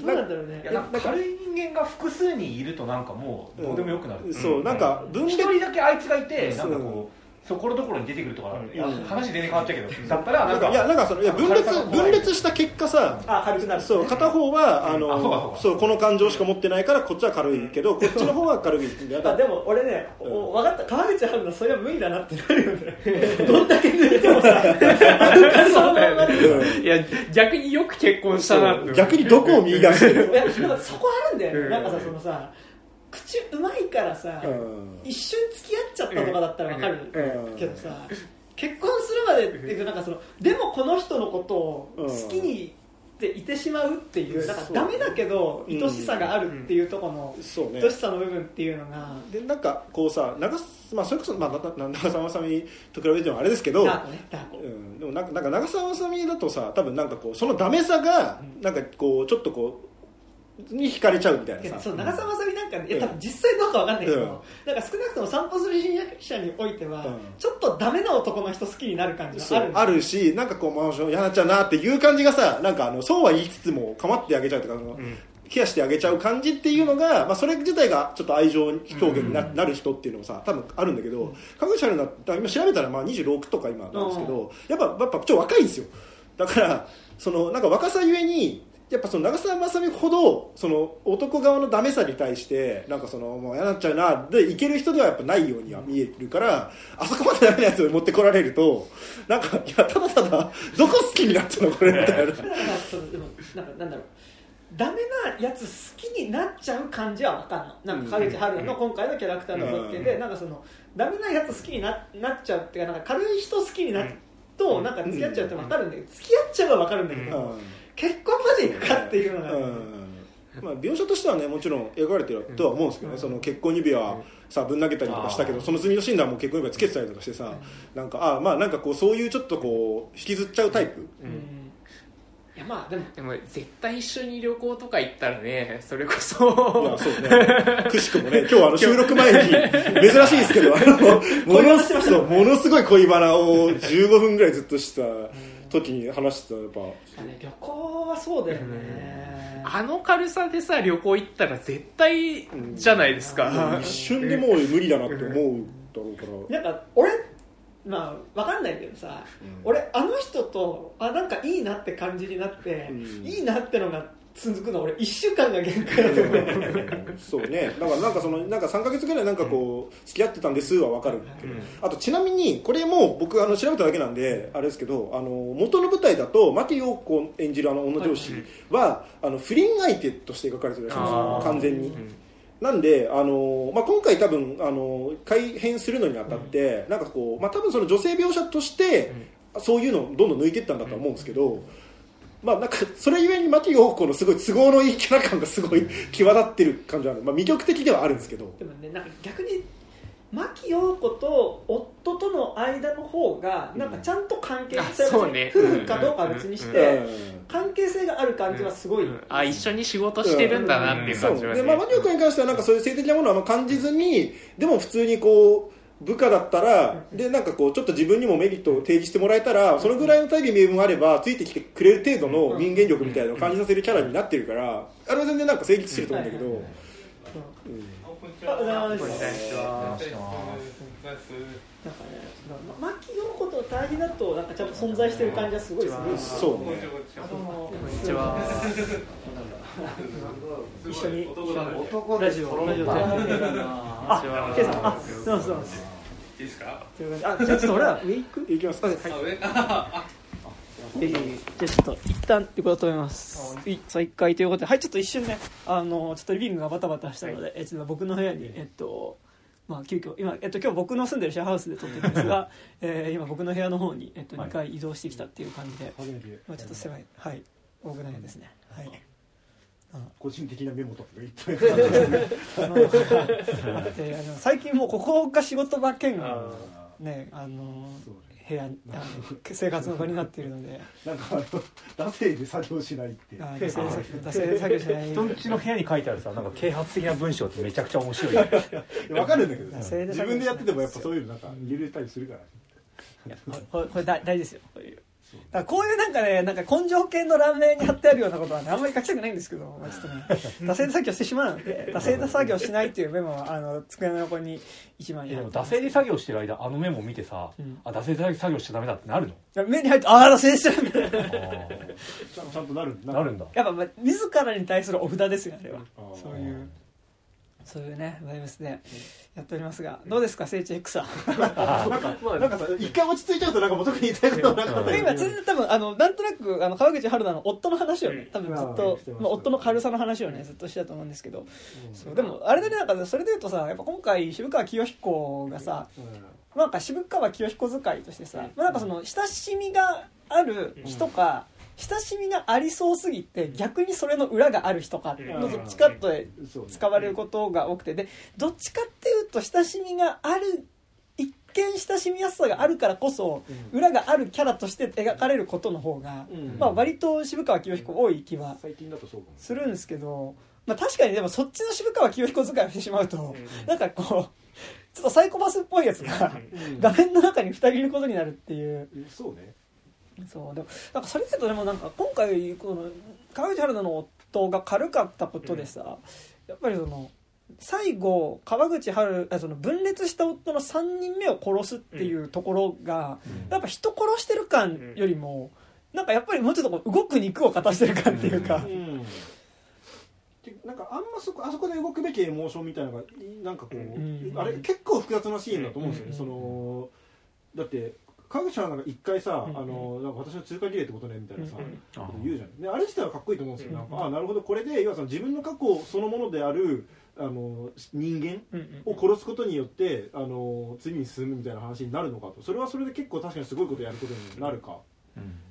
どうなんだろうね。 いやなんか軽い人間が複数人いるとなんかもうどうでもよくなる、 うん、そうなんか一人だけあいつがいてなんかこうところどころに出てくるとか、うん、いや話全然変わっちゃうけど、うん、だったらなんかいやなんかそのいや分裂分裂した結果さあ軽くなるそう片方はあの、うん、あそうそうこの感情しか持ってないからこっちは軽いけどこっちの方は軽いあでも俺ね、うん、分かった川口春奈それは無理だなってなるよねどんだけ抜いてもさそうだよね、うん、いや逆によく結婚したなって逆にどこを見出してるいやでもそこあるんだよね、うん、なんかさそのさ口うまいからさ、うん、一瞬付き合っちゃったとかだったら分かる、うん、けどさ結婚するまでっていうかなんかそのでもこの人のことを好きにっていてしまうっていう、うん、なんかダメだけど愛しさがあるっていうところの愛しさの部分っていうのが、 うん、でなんかこうさ長、まあ、それこそ、まあ、長澤まさみと比べてもあれですけど、ねうん、でもなんかなんか長澤まさみだとさ多分なんかこうそのダメさがなんかこうちょっとこうに惹かれちゃうみたいなさ。 そう長澤まさみなんか、ね、いや多分実際どうかわかんないけど、うん、なんか少なくとも散歩する人者においては、うん、ちょっとダメな男の人好きになる感じがあるあるしなんかこうまあ嫌なっちゃうなっていう感じがさなんかあのそうは言いつつも構ってあげちゃうとか、うん、ケアしてあげちゃう感じっていうのが、まあ、それ自体がちょっと愛情表現に な,、うん、なる人っていうのもさ多分あるんだけど、うん、川口春奈今調べたらまあにじゅうろくとか今なんですけど、うん、やっぱやっぱちょっと若いんですよ。だからそのなんか若さゆえにやっぱその長澤まさみほどその男側のダメさに対してなんかそのもう嫌になっちゃうなでいける人ではやっぱないようには見えるから、あそこまでダメなやつを持ってこられるとなんかいやただただどこ好きになったのこれみたいななんかなんだろうダメなやつ好きになっちゃう感じは分かんない。なんか川口春奈の今回のキャラクターの設定で、うん、なんかそのダメなやつ好きに な, なっちゃうっていうか、なんか軽い人好きになるとなんか付き合っちゃうって分かるんだけど、付き合っちゃうは分かるんだけど、うん、結婚までいくかっていうのが、うん、 まあ、描写としてはねもちろん描かれてるとは思うんですけどね、うん、その結婚指輪さぶん投げたりとかしたけどその罪のシーンではもう結婚指輪つけてたりとかしてさ、うん、なんかあまあなんかこうそういうちょっとこう引きずっちゃうタイプ、うん、 いやまあでもでも絶対一緒に旅行とか行ったらねそれこそいやそうねくしくもね今日あの収録前に珍しいですけどあのものすそうものすごい恋バナをじゅうごふんぐらいずっとした時に話してたやっぱ、 ね、旅行はそうだよね、 うん、あの軽さでさ旅行行ったら絶対じゃないですか、 うん、一瞬でもう無理だなって思うだろうからなんか俺まあ、分かんないけどさ、うん、俺あの人とあなんかいいなって感じになって、うん、いいなってのが続くの俺いっしゅうかんが限界だと思うそうねだからなんかそのなんかさんかげつぐらいなんかこう、うん、付き合ってたんですは分かるけど、うん、あとちなみにこれも僕あの調べただけなんであれですけどあの元の舞台だと牧陽子演じるあの女上司は、はい、あの不倫相手として描かれてるらしいんですよ完全に、うんなんで、あのまあ、今回多分、あの改編するのにあたって、うん、なんかこう、まあ、多分その女性描写として、うん、そういうのをどんどん抜いていったんだと思うんですけど、うんまあ、なんかそれゆえに牧陽子のすごい都合のいいキャラ感がすごい際立ってる感じはある、まあ、魅力的ではあるんですけどでもねなんか逆に牧陽子と夫との間の方がなんかちゃんと関係性、うんね、夫婦かどうかは別にして、うん、関係性がある感じはすごい、うん、 あ一緒に仕事してるんだなっていう感じは、ね、 で、まあ、牧陽子に関してはなんかそういう性的なものは感じずにでも普通にこう部下だったらでなんかこうちょっと自分にもメリットを提示してもらえたらそのぐらいの大義名分があればついてきてくれる程度の人間力みたいなのを感じさせるキャラになってるからあれは全然なんか成立してると思うんだけど、うんあ、お願いします。 お願いします。 なんかね、牧陽子と対比だとなんかちゃんと存在してる感じはすごいする。 そうね。 こんにちは。 一緒にラジオラジオで。あ、ケイさん、あ、すみません。いいですか？ あ、じゃあちょっと俺ら上行く？ 行きますか。 はい。えー、じゃあちょっと一旦行こうと思います。再開ということで、はいちょっと一瞬ねあのちょっとリビングがバタバタしたので、はい、えちょっと僕の部屋にえっとまあ急遽今えっと今日僕の住んでるシェアハウスで撮ってるんですが、えー、今僕の部屋の方にえっとにかい移動してきたっていう感じで、はい、まあちょっと狭いはい大ぐらいですね。はい。 個人的なメモとかがいっぱいであの最近もうここが仕事場兼ねあの部屋あの生活の場になっているのでなんかあの惰性で作業しないってあ惰性惰性で作業しない人んちの部屋に書いてあるさなんか啓発的な文章ってめちゃくちゃ面白いわかるんだけどさ自分でやっててもやっぱそういうのなんか入れたりするからいやこれこれ大事ですよこういうだからこういうなんかねなんか根性系の欄名に貼ってあるようなことはねあんまり書きたくないんですけど、まあ、ちょっとね惰性で作業してしまうので惰性で作業しないっていうメモはあの机の横に一枚でも惰性で作業してる間あのメモ見てさ、うん、あ惰性で作業しちゃダメだってなるの目に入ってああ惰性してるみたいなちゃんとなるんだなるんだやっぱ、まあ、自らに対するお札ですよあれはそういうそういうねバイブスでやっておりますがどうですか聖地 X はなんかなんかさ一回落ち着いちゃうとなんかもう特に言いたいことなかった今全然多分あのなんとなくあの川口春奈の夫の話をね多分ずっと、まあ、夫の軽さの話をねずっとしてたと思うんですけど、うん、そうでもあれだねなんかそれでいうとさやっぱ今回渋川清彦がさ、うん、なんか渋川清彦使いとしてさ、うん、なんかその親しみがある人か、うん親しみがありそうすぎて逆にそれの裏がある人かのどっちかと使われることが多くてでどっちかっていうと親しみがある一見親しみやすさがあるからこそ裏があるキャラとして描かれることの方がまあ割と渋川清彦多い気はするんですけどまあ確かにでもそっちの渋川清彦使いをしてしまうとなんかこうちょっとサイコパスっぽいやつが画面の中にふたりいることになるっていうそうねそうでもなんかそれだとでもなんか今回この川口春奈の夫が軽かったことでさ、うん、やっぱりその最後川口春その分裂した夫のさんにんめを殺すっていうところが、うん、やっぱ人殺してる感よりも、うん、なんかやっぱりもうちょっとこう動く肉を勝たしてる感っていうか、うんうんなんかあんまそこあそこで動くべきエモーションみたいなのがなんかこう、うん、あれ結構複雑なシーンだと思うんですよね、うん、そのだって川口さんなんか一回さ、うんうん、あのなんか私の通過儀礼ってことねみたいなさ、うんうん、言うじゃんであれ自体はかっこいいと思うんですよ、うんうん、なんかあなるほどこれで要はその自分の過去そのものであるあの人間を殺すことによってあの次に進むみたいな話になるのかとそれはそれで結構確かにすごいことやることになるか、うん、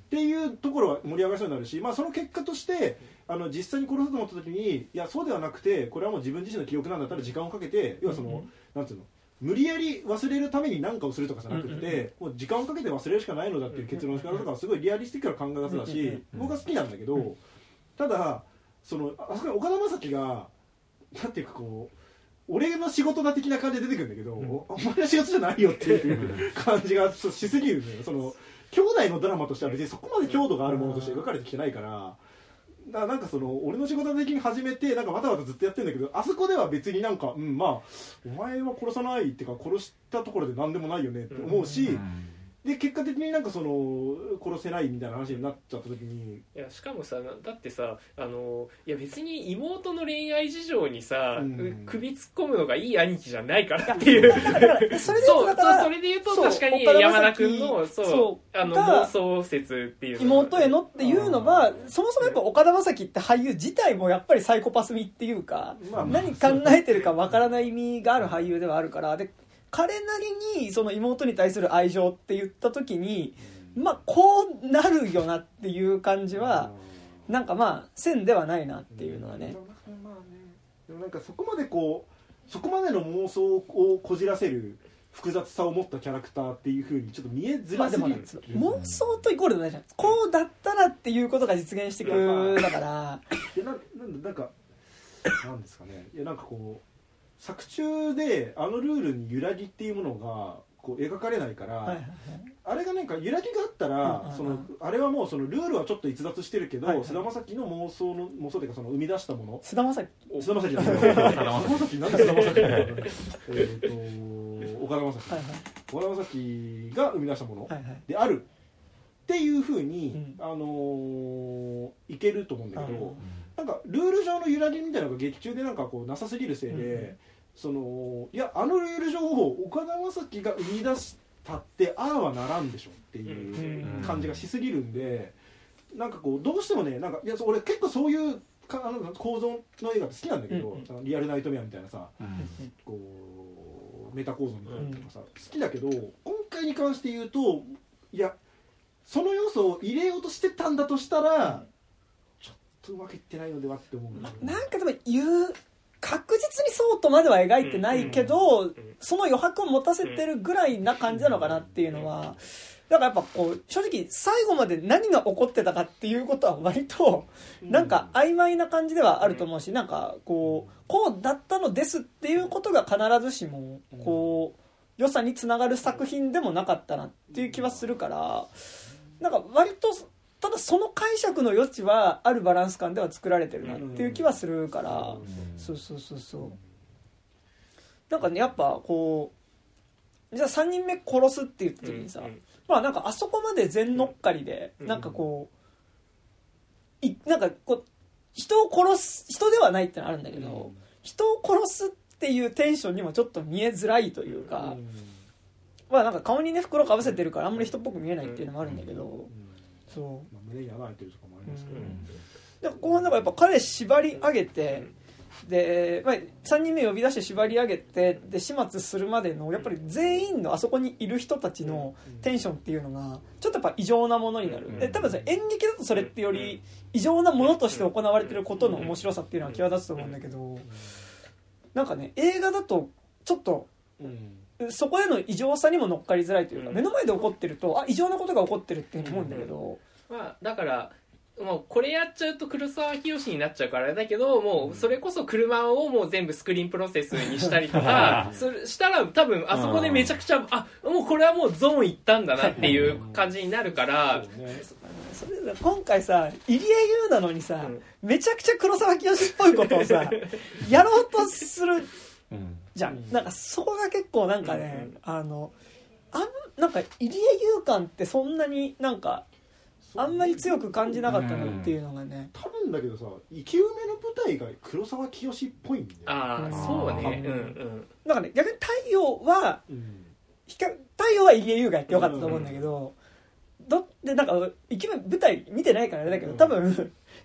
っていうところは盛り上がりそうになるし、まあ、その結果としてあの実際に殺すと思った時にいやそうではなくてこれはもう自分自身の記憶なんだったら時間をかけて要はその、うん、なんていうの無理やり忘れるために何かをするとかじゃなくて、もう時間をかけて忘れるしかないのだっていう結論の仕方とかはすごいリアリスティックな考え方だし、僕は好きなんだけど、ただそのあそこに岡田将生がなんていうかこう俺の仕事だ的な感じで出てくるんだけど、うん、お前の仕事じゃないよっていう感じがしすぎるんだよ。その兄弟のドラマとしては別にそこまで強度があるものとして描かれてきてないから。だなんかその俺の仕事的に始めてなんかわたわたずっとやってるんだけど、あそこでは別になんか、うん、まあお前は殺さないっていうか殺したところで何でもないよねって思うし、うん、で結果的になんかその殺せないみたいな話になっちゃった時に、 いやしかもさだってさあのいや別に妹の恋愛事情にさ、うん、首突っ込むのがいい兄貴じゃないからっていうそれで言うとそれで言うと確かに山田君のそうあの妄想説っていう妹へのっていうのはそもそもやっぱ岡田将生って俳優自体もやっぱりサイコパス味っていうか、まあまあ、何考えてるかわからない意味がある俳優ではあるから、で彼なりにその妹に対する愛情って言った時に、まあこうなるよなっていう感じはなんかまあ線ではないなっていうのはね。 でもなんかそこまでこうそこまでの妄想をこじらせる複雑さを持ったキャラクターっていう風にちょっと見えづらすぎる、 まあ、妄想とイコールじゃないじゃん。こうだったらっていうことが実現していくだからいやななんなんかなんですかね、いやなんかこう作中であのルールに揺らぎっていうものがこう描かれないから、はいはいはい、あれがなんか揺らぎがあったら、うんうんうん、そのあれはもうそのルールはちょっと逸脱してるけど、はいはい、菅田将暉の妄想の妄想というかその生み出したもの菅田将暉菅田将暉じゃない菅田将暉なんで菅田将暉えっと岡田将暉、はいはい、岡田将暉が生み出したものであるっていう風に、うん、あのー、いけると思うんだけど、うん、なんかルール上の揺らぎみたいなのが劇中でなんかこうなさすぎるせいで、うん、そのいやあのルール上を岡田将生が生み出したってああはならんでしょっていう感じがしすぎるんで、なんかこうどうしてもねなんかいや俺結構そういうかあの構造の映画って好きなんだけど、うん、リアルナイトメアみたいなさ、うん、こうメタ構造みたいなのとかさ、うん、好きだけど今回に関して言うといやその要素を入れようとしてたんだとしたらちょっとうまくいってないのではって思うんだけど、 ま、なんかでも言う確実にそうとまでは描いてないけど、うん、その余白を持たせてるぐらいな感じなのかなっていうのは、だからやっぱこう正直最後まで何が起こってたかっていうことは割となんか曖昧な感じではあると思うし、なんかこうこうだったのですっていうことが必ずしもこう良さにつながる作品でもなかったなっていう気はするから、なんか割とただその解釈の余地はあるバランス感では作られてるなっていう気はするから、そうそうそうそう、なんかねやっぱこうじゃあさんにんめ殺すって言った時にさ、まあなんかあそこまで全乗っかりでなんかこういなんかこう人を殺す人ではないってのあるんだけど、人を殺すっていうテンションにもちょっと見えづらいというか、まあなんか顔にね袋かぶせてるからあんまり人っぽく見えないっていうのもあるんだけど、そう、 まあ、胸に穴開いてるとかもありますけど、 で後半だからやっぱ彼縛り上げて、で、まあ、さんにんめ呼び出して縛り上げてで始末するまでのやっぱり全員のあそこにいる人たちのテンションっていうのがちょっとやっぱ異常なものになる。で多分演劇だとそれってより異常なものとして行われてることの面白さっていうのは際立つと思うんだけど、なんかね映画だとちょっとそこへの異常さにも乗っかりづらいというか、目の前で起こってるとあ異常なことが起こってるっていうふうに思うんだけど、 まあだからもうこれやっちゃうと黒沢清になっちゃうからだけど、もうそれこそ車をもう全部スクリーンプロセスにしたりとかそれしたら多分あそこでめちゃくちゃあもうこれはもうゾーンいったんだなっていう感じになるから、 それ今回さ入江優なのにさ、うん、めちゃくちゃ黒沢清っぽいことをさやろうとするじゃん、うん、なんかそこが結構なんかね、うん、あのあんなんか入江優感ってそんなになんかあんまり強く感じなかったなっていうのがね、 多分だけどさ生き埋めの舞台が黒沢清っぽいんだよ。 ああそうね、うんうん、 だからね逆に太陽は、うん、太陽は入江優がやってよかったと思うんだけど、うんうん、どでなんか生き埋め舞台見てないからあれだけど多分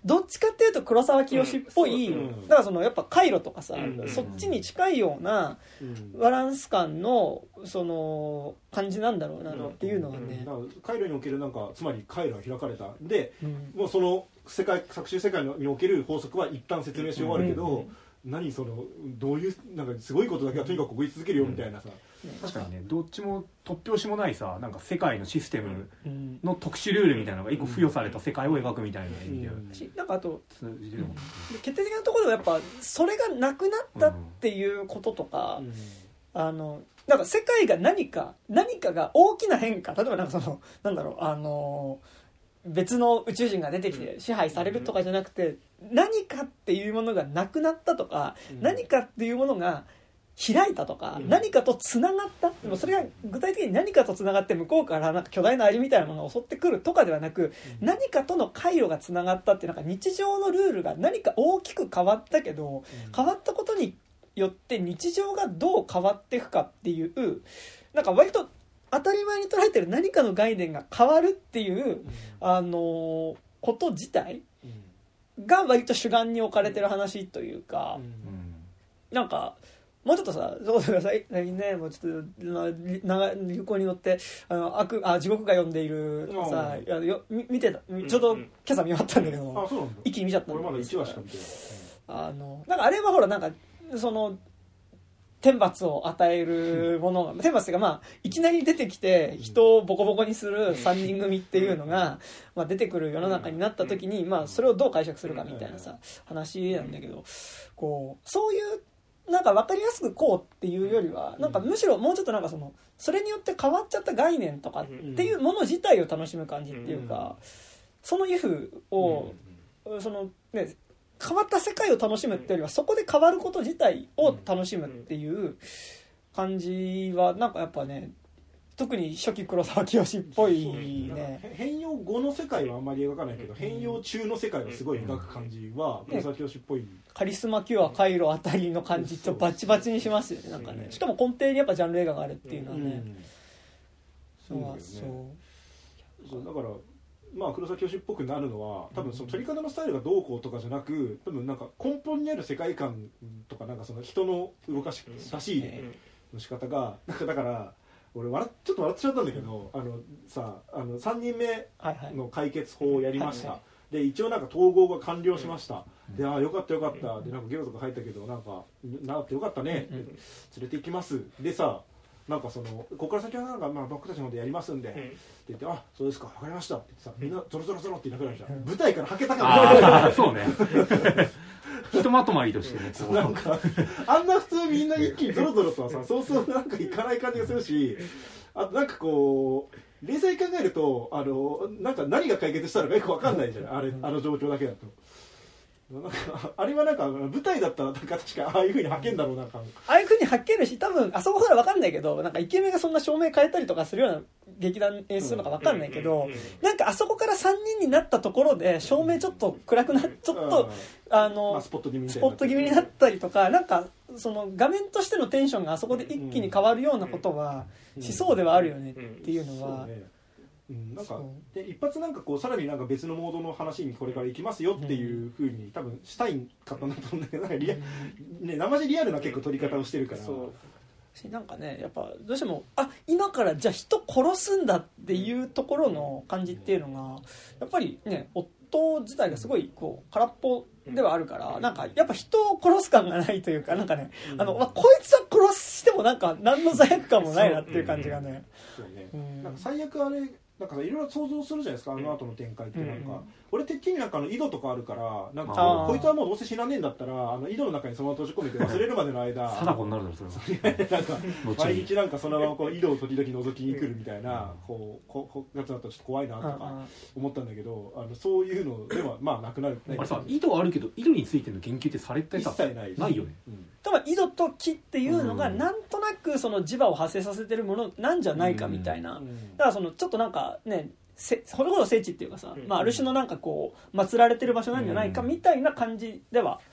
どっちかっていうと黒沢清っぽい、 うん、 だからそのやっぱカイロとかさ、 うん、 そっちに近いようなバランス感のその感じなんだろうなっていうのはね、 うんうん、カイロにおけるなんかつまり回路が開かれたで、うん、もうその世界作中世界における法則は一旦説明し終わるけど、うんうん、何そのどういうなんかすごいことだけはとにかくここに続けるよみたいなさ、 うん、確かにねどっちも突拍子もないさなんか世界のシステムの特殊ルールみたいなのが一個付与された世界を描くみたいな意味で、うん、 なんかあと決定的なところではやっぱそれがなくなったっていうこととか、うん、あのなんか世界が何か何かが大きな変化、例えばなんかそのなんだろうあの別の宇宙人が出てきて支配されるとかじゃなくて、何かっていうものがなくなったとか、何かっていうものが開いたとか、何かとつながった、でもそれが具体的に何かとつながって向こうからなんか巨大なアリみたいなものが襲ってくるとかではなく、何かとの回路がつながったっていうなんか日常のルールが何か大きく変わったけど、変わったことによって日常がどう変わっていくかっていうなんか割と当たり前に捉えてる何かの概念が変わるっていう、うん、あのこと自体が割と主眼に置かれてる話というか、うん、なんかもうちょっとさそうだ最近ねもうちょっと流行に乗ってあの悪あ地獄が読んでいるさ、うん、よ見てたちょうど今朝見終わったんだけど、うん、 あそうなんだ一気に見ちゃったんだけど、 俺まだいちわしか見てない、 うん、あのなんかあれはほらなんかその天罰を与えるものが、天罰がまあいきなり出てきて人をボコボコにするさんにん組っていうのがまあ出てくる世の中になった時に、まあそれをどう解釈するかみたいなさ話なんだけど、こうそういうなんか分かりやすくこうっていうよりはなんかむしろもうちょっとなんかそのそれによって変わっちゃった概念とかっていうもの自体を楽しむ感じっていうか、そのイフをそのね変わった世界を楽しむっていうよりはそこで変わること自体を楽しむっていう感じはなんかやっぱね特に初期黒沢清っぽいね。 変容後の世界はあんまり描かないけど変容中の世界はすごい描く感じは黒沢清っぽい、ね、 カリスマキュアカイロあたりの感じとバチバチにしますよね。なんかねしかも根底にやっぱジャンル映画があるっていうのはね、うん、そうそうそうだからまあ、黒沢清っぽくなるのは多分その撮り方のスタイルがどうこうとかじゃなく多分なんか根本にある世界観とかなんかその人の動かし出し入れの仕方がなんかだから俺笑ちょっと笑っちゃったんだけどあのさあのさんにんめの解決法をやりました、はいはい、で一応なんか統合が完了しました、うん、でああよかったよかったでなんかゲロとか入ったけどなんかなってよかったねって連れて行きますでさなんかそのここから先はなんかまあ僕たちの方でやりますんで、うん、って言ってあそうですか分かりましたって言ってさみんなゾロゾロゾロっていなくなるじゃん、うん、舞台からはけたからそうねひとまとまりとしてねなんかあんな普通みんな一気にゾロゾロとはさそうそうなんかいかない感じがするしあとなんかこう冷静に考えるとあのなんか何が解決したのかよく分かんないじゃんあれあの状況だけだと。なんかあれはなんか舞台だったらなんか確かああいう風にはけんだろうなああいう風にはけるし多分あそこから分かんないけどなんかイケメンがそんな照明変えたりとかするような劇団演出するのか分かんないけど、うん、なんかあそこからさんにんになったところで照明ちょっと暗くなっちょっと、うん、あの、まあ、スポット気味みたいなスポット気味になったりとかなんかその画面としてのテンションがあそこで一気に変わるようなことはしそうではあるよねっていうのは。 うん、なんかで一発なんかこうさらになんか別のモードの話にこれから行きますよっていう風に多分したいかったなと思うんだけどなんかリア、ね、生地リアルな結構撮り方をしてるからそうなんかねやっぱどうしてもあ今からじゃあ人殺すんだっていうところの感じっていうのがやっぱりね夫自体がすごいこう空っぽではあるからなんかやっぱ人を殺す感がないというかなんかねあの、まあ、こいつは殺してもなんか何の罪悪感もないなっていう感じがねそうね、うん、なんか最悪あれなんかいろいろ想像するじゃないですかあの後の展開ってなんか、うん、俺てっきりなんかあの井戸とかあるからなんかこいつはもうどうせ死なねえんだったらあの井戸の中にそのまま閉じ込めて忘れるまでの間貞子になるだろそれはなんか毎日なんかそのままこう井戸を時々覗きに来るみたいなこうここやつだったらちょっと怖いなとか思ったんだけどあのそういうのではまあなくなるあれさ井戸あるけど井戸についての研究ってされてた一切ないないよね、 うん多分井戸と木っていうのがなんとなくその磁場を発生させてるものなんじゃないかみたいな、うんうん、だからそのちょっとなんかねほどほど聖地っていうかさ、うんまあ、ある種のなんかこう祀られてる場所なんじゃないかみたいな感じでは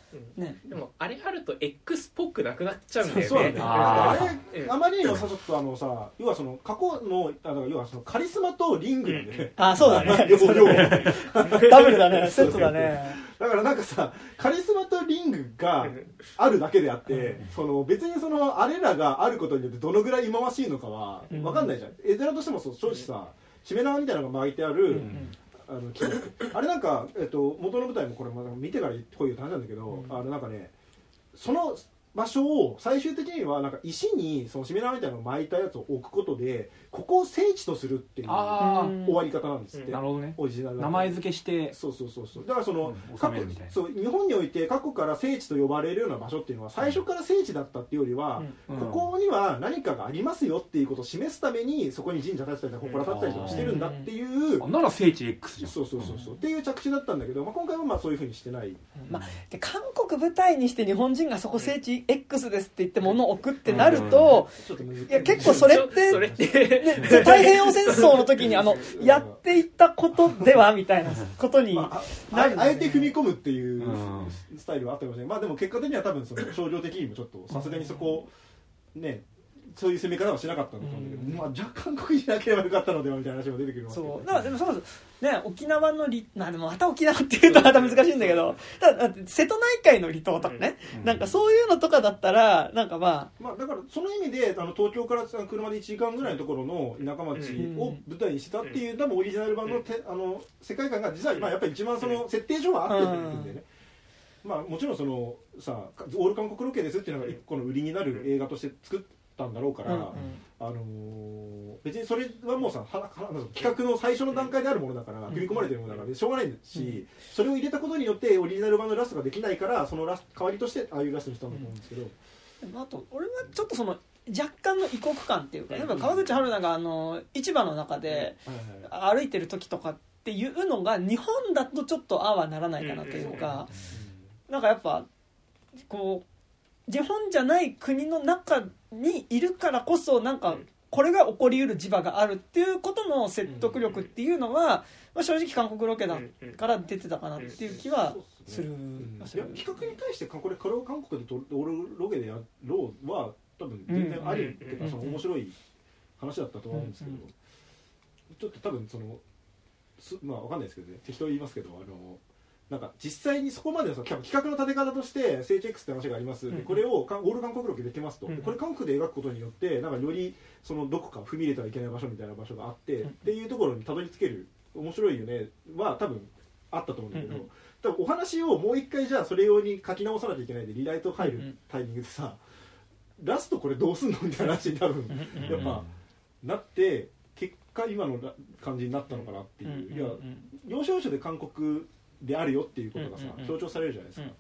ね、 でもあれあると X っぽくなくなっちゃうんだよね。 そうなんだよああれあまりにもさちょっとあのさ要はその過去のあの要はそのカリスマとリングなんでね、 あそうだね両方両方ダブルだねセットだねだからなんかさカリスマとリングがあるだけであって、その別にそのあれらがあることによってどのぐらい忌まわしいのかは分かんないじゃん、絵面としてもそう正直さしめ縄みたいなのが巻いてある、うんあのあれなんか、えっと、元の舞台もこれまだ見てからこういう話なんだけど、うん、あのなんかねその場所を最終的にはなんか石にそのしめ縄みたいなのを巻いたやつを置くことでここを聖地とするっていう終わり方なんですって、 うん、なるほどねオリジナル名前付けしてそうそうそうそうだからその、 うん、収めるみたいなそう日本において過去から聖地と呼ばれるような場所っていうのは最初から聖地だったっていうよりは、うん、ここには何かがありますよっていうことを示すためにそこに神社建てたりとか祠建てたりとかしてるんだっていう、 うん、なら聖地 X じゃんそうそうそうそう、うん、っていう着地だったんだけど、まあ、今回はまあそういうふうにしてない、 まあ、で韓国舞台にして日本人がそこ聖地 X ですって言って物を置くってなると、うん、いや結構それってそれって、ね、太平洋戦争の時にあのやっていったことではみたいなことになる、 まあ、あ, あえて踏み込むっていうスタイルはあったかもしれない、まあ、でも結果的には多分その症状的にもちょっとさすがにそこねそういう攻め方はしなかったんだと思うんだけど、うんまあ、若干国にしなければよかったのではみたいな話も出てくるわけそうだからでもそもそもね沖縄の離なでもまた沖縄っていうとまた難しいんだけどだだって瀬戸内海の離島とかね、うん、なんかそういうのとかだったらなんかまあ、 まあ、だからその意味であの東京から車でいちじかんぐらいのところの田舎町を舞台にしてたっていう、うん、多分オリジナル版のてあの世界観が実はまあやっぱり一番その設定上は合ってるんでね、うんまあ、もちろんそのさオール韓国ロケですっていうのが一個の売りになる映画として作ったんだろうから、うんうんあのー、別にそれはもうさはは企画の最初の段階であるものだから組み込まれてるものだからしょうがないし、うん、それを入れたことによってオリジナル版のラストができないからそのラス代わりとしてああいうラストにしたんだと思うんですけど、 うん、あと俺はちょっとその若干の異国感っていうか、ね、川口春奈があの市場の中で歩いてる時とかっていうのが日本だとちょっとああはならないかなというか、なんかやっぱこう日本じゃない国の中にいるからこそなんかこれが起こりうる磁場があるっていうことの説得力っていうのは、まあ、正直韓国ロケだから出てたかなっていう気はする。いや企画に対してこれこれを韓国で撮るロケでやろうは多分全然ありっていうかその面白い話だったと思うんですけど、ちょっと多分そのまあわかんないですけどね適当に言いますけどあのなんか実際にそこまでの企画の立て方として聖地 X って話があります、うん、でこれをオール韓国ロケできますと、うん、これ韓国で描くことによってなんかよりそのどこか踏み入れてはいけない場所みたいな場所があって、うん、っていうところにたどり着ける面白いよねは多分あったと思うんだけど、うんうん、多分お話をもう一回じゃあそれ用に書き直さなきゃいけないでリライト入るタイミングでさ、うんうん、ラストこれどうすんのみたいな話に多分やっぱなって結果今の感じになったのかなっていう、うんうん、いや要所要所で韓国であるよっていうことがさ、うんうん、強調されるじゃないですか、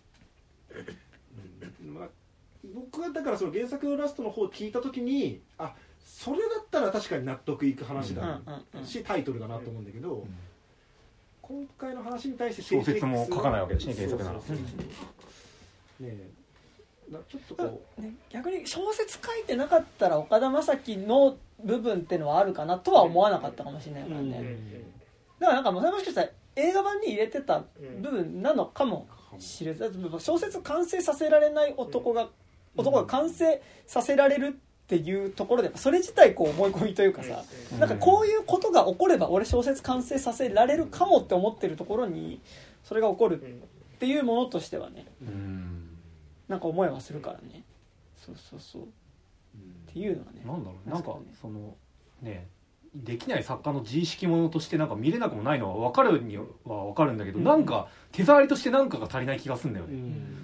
うんうんまあ、僕はだからその原作のラストの方を聞いた時にあそれだったら確かに納得いく話だしタイトルだなと思うんだけど、うん、今回の話に対して小説も書かないわけですね原作ならねえちょっとこう、ね、逆に小説書いてなかったら岡田将生の部分っていうのはあるかなとは思わなかったかもしれないからね、うんうん、だからなんかもしかしたら映画版に入れてた部分なのかもしれない、うん、小説完成させられない男が、うん、男が完成させられるっていうところでそれ自体こう思い込みというかさ、うん、なんかこういうことが起これば俺小説完成させられるかもって思ってるところにそれが起こるっていうものとしてはね、うん、なんか思いはするからねそうそうそう、うん、っていうのはねなんだろうなんかそのねできない作家の自意識ものとしてなんか見れなくもないのは分かるには分かるんだけど、うん、なんか手触りとして何かが足りない気がするんだよね、うん、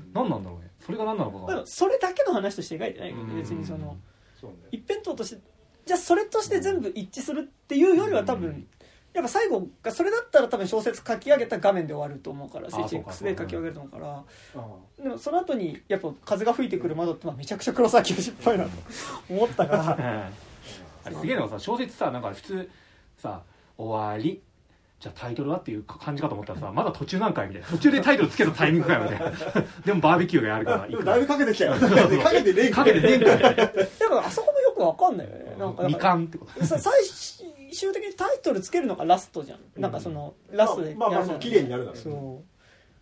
何なんだろうねそれが何なのかがそれだけの話として描いてないけど、うん、別にそのそう、ね、一辺倒としてじゃあそれとして全部一致するっていうよりは多分、うん、やっぱ最後がそれだったら多分小説書き上げた画面で終わると思うから聖地 X で書き上げると思うからでもその後にやっぱ風が吹いてくる窓ってまあめちゃくちゃ黒沢清失敗なと思ったからあれすげえのがさ小説さなんか普通さ終わりじゃあタイトルはっていう感じかと思ったらさまだ途中なんかいみたいな途中でタイトルつけたタイミングかよみたいなでもバーベキューがやるからでもだいぶかけてきたよかけてねえかけてねえんかいだからあそこもよくわかんないよねなんかにかんってこと最終的にタイトルつけるのがラストじゃんなんかそのラストでまあまあまあ綺麗になるだろうそう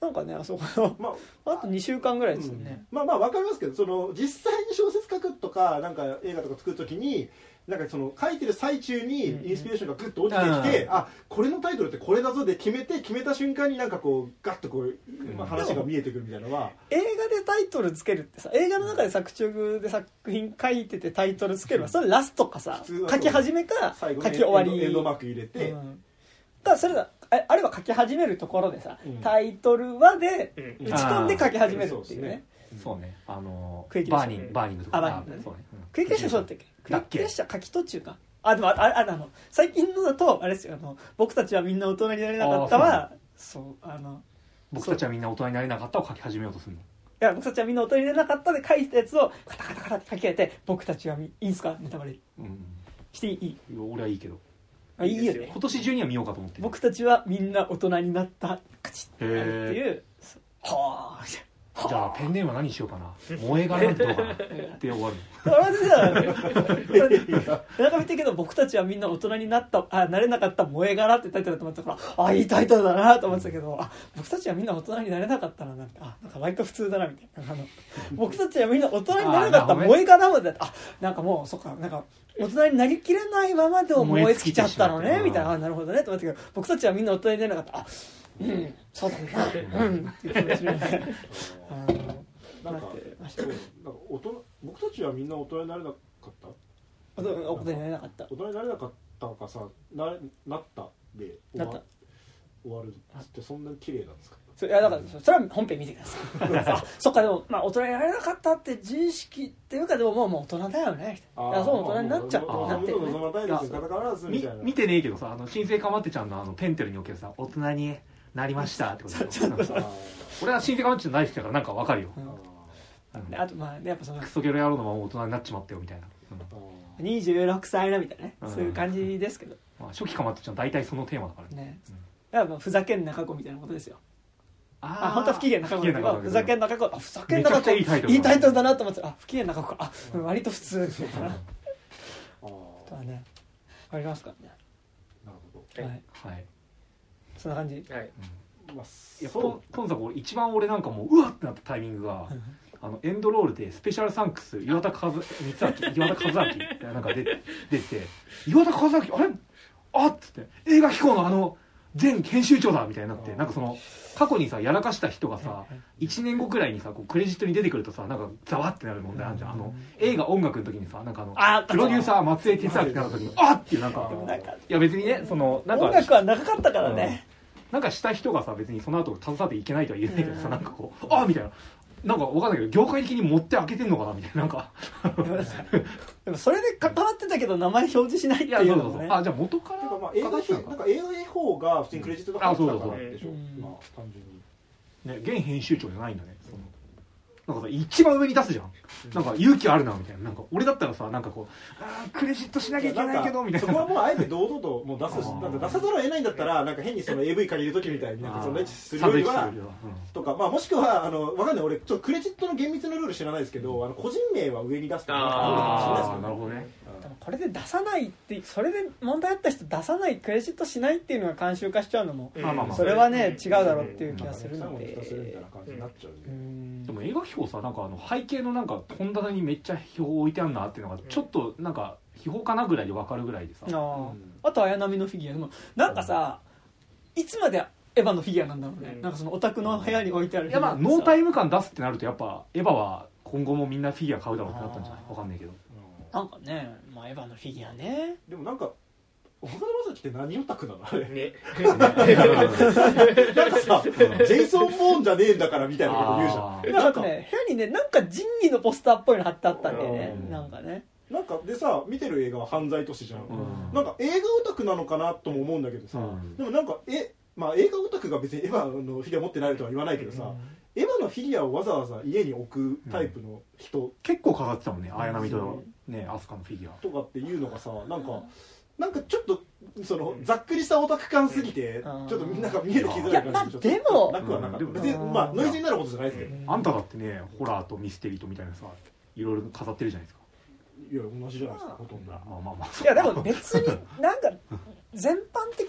なんかねあそこの、まあ、あとにしゅうかんぐらいですよね、 うん、まあまあ分かりますけどその実際に小説書くとかなんか映画とか作るときになんかその書いてる最中にインスピレーションがグッと落ちてきて、うん、あこれのタイトルってこれだぞで決めて決めた瞬間になんかこうガッとこう、まあ、話が見えてくるみたいなのは映画でタイトルつけるってさ映画の中で作中で作品書いててタイトルつけるのはそれラストかさ書き始めか書き終わりエンドマーク入れて、うん、 かそれだあれは書き始めるところでさ、うん、タイトルはで打ち込んで書き始めるっていうね、 うん、そうねあのー、 バーニングバーニングとかあバーニングねクイック列車そうだったっけクイック列車書き途中かあでもあああの最近のだとあれですよあの僕たちはみんな大人になれなかったはそうあの僕たちはみんな大人になれなかったを書き始めようとするのいや僕たちはみんな大人になれなかったで書いたやつをカタカタカタって書き換えて僕たちはいいんすかネタバレ、うん、していい俺はいいけどあいいよね今年中には見ようかと思って僕たちはみんな大人になったカチッっていうはあじゃあペンネームは何にしようかな萌え柄なんてどうかなって終わるあれじゃなんか見てるけど僕たちはみんな大人になったあなれなかった萌え柄ってタイトルだと思ったからあいいタイトルだなと思ってたけどあ僕たちはみんな大人になれなかったななんてあなんか割と普通だなみたいなあの僕たちはみんな大人になれなかった萌え柄まであなんかもうそっかなんか大人になりきれないままでも燃え尽きちゃったのねみたいなあなるほどねと思ったけど僕たちはみんな大人になれなかったあうんそうだなうんっていう気持ちであのなんか大人僕たちはみんな大人になれなかった大人になれなかった大人になれなかったかさ な, なったで終 わ, 終わるってそんなに綺麗なんですかそ い, やだからそれは本編見てくださいあそっかでも、まあ、大人になれなかったって自意識っていうかでももうもう大人だよねあいやそう大人になっちゃったなってるね見てねえけどさあの新生かまってちゃんのあのペンテルにおけるさ大人になりましたってことで俺は新生かまってちゃん大好きだからなんかわかるよ、 うん、あとまあやっぱそのクソゲロ野郎のまま大人になっちまったよみたいな、 うん、にじゅうろくさいなみたいなね、うん、そういう感じですけど、 まあ、初期かまってちゃん大体そのテーマだからね、うん、やっぱふざけんな過去みたいなことですよあ本当は不機嫌な過去だけどふざけんな過去あふざけんな過去いいタイトルだなと思ってあ不機嫌な過去あ、うん、割と普通みたいなとはねありますからねなるほどはい、 はい、 そんな感じ、 はいうんまあ、いや今作俺一番俺なんかもううわってなったタイミングがあのエンドロールでスペシャルサンクス岩田和光明岩田和明なんか出て出て岩田和明あれあっつって映画機構のあの前編集長だみたいになってなんかその過去にさやらかした人がさいちねんごくらいにさこうクレジットに出てくるとさなんかザワってなる問題あるじゃんあの映画音楽の時にさなんかあのプロデューサー松江哲明になった時にあっっていうなんかいや別にねそのなんか音楽は長かったからねなんかした人がさ別にその後携わっていけないとは言えないけどさなんかこうあっみたいななんか分かんないけど業界的に持って開けてんのかなみたいななんかでもそれで関わってたけど名前表示しないっていうのもねあじゃあ元からなんかまあ映画なんか映画の方が普通にクレジットが入ってたからでしょ、まあ単純にね現編集長じゃないんだねそのなんかさ一番上に出すじゃんなんか勇気あるなみたいななんか俺だったらさなんかこうあクレジットしなきゃいけないけどみたいなそこはもうあえて堂々ともう出すしなんか出さざるを得ないんだったらなんか変にその エーブイ 借りる時みたいになんかそのエッチするよりはとかまあもしくはあのわかんない俺ちょっとクレジットの厳密なルール知らないですけどあの個人名は上に出すとかああなるほどねでもこれで出さないってそれで問題あった人出さないクレジットしないっていうのが慣習化しちゃうのもそれはね違うだろうっていう気がするのででも映画秘宝さなんかあの背景のなんか本棚にめっちゃ秘宝置いてあるなっていうのがちょっとなんか秘宝かなぐらいで分かるぐらいでさ あ,、 うん、あと綾波のフィギュアでもなんかさいつまでエヴァのフィギュアなんだろうね、うん、なんかそのオタクの部屋に置いてあるいやまあノータイム感出すってなるとやっぱエヴァは今後もみんなフィギュア買うだろうってなったんじゃない分かんないけどなんかね、まあ、エヴァのフィギュアねでもなんか岡田将生って何オタクなのあれねなんかさ、うん、ジェイソン・ボーンじゃねえんだからみたいなこと言うじゃんなんかね部屋にねなんか仁義のポスターっぽいの貼ってあったんだよねなんかねなんかでさ見てる映画は犯罪都市じゃん、うん、なんか映画オタクなのかなとも思うんだけどさ、うん、でもなんかえ、まあ、映画オタクが別にエヴァのフィギュア持ってないとは言わないけどさ、うん、エヴァのフィギュアをわざわざ家に置くタイプの人、うん、 結構かかってたもんね綾波とねアスカのフィギュアとかっていうのがさなんかなんかちょっとそのざっくりしたオタク感すぎてちょっとみんなが見える気づらい感じででもなくはなかった別にまあノイズになることじゃないですけどあんただってねホラーとミステリーとみたいなさいろいろ飾ってるじゃないですかいや同じじゃないですかほとんどまあまあまあいやでも別になんか全般的にっ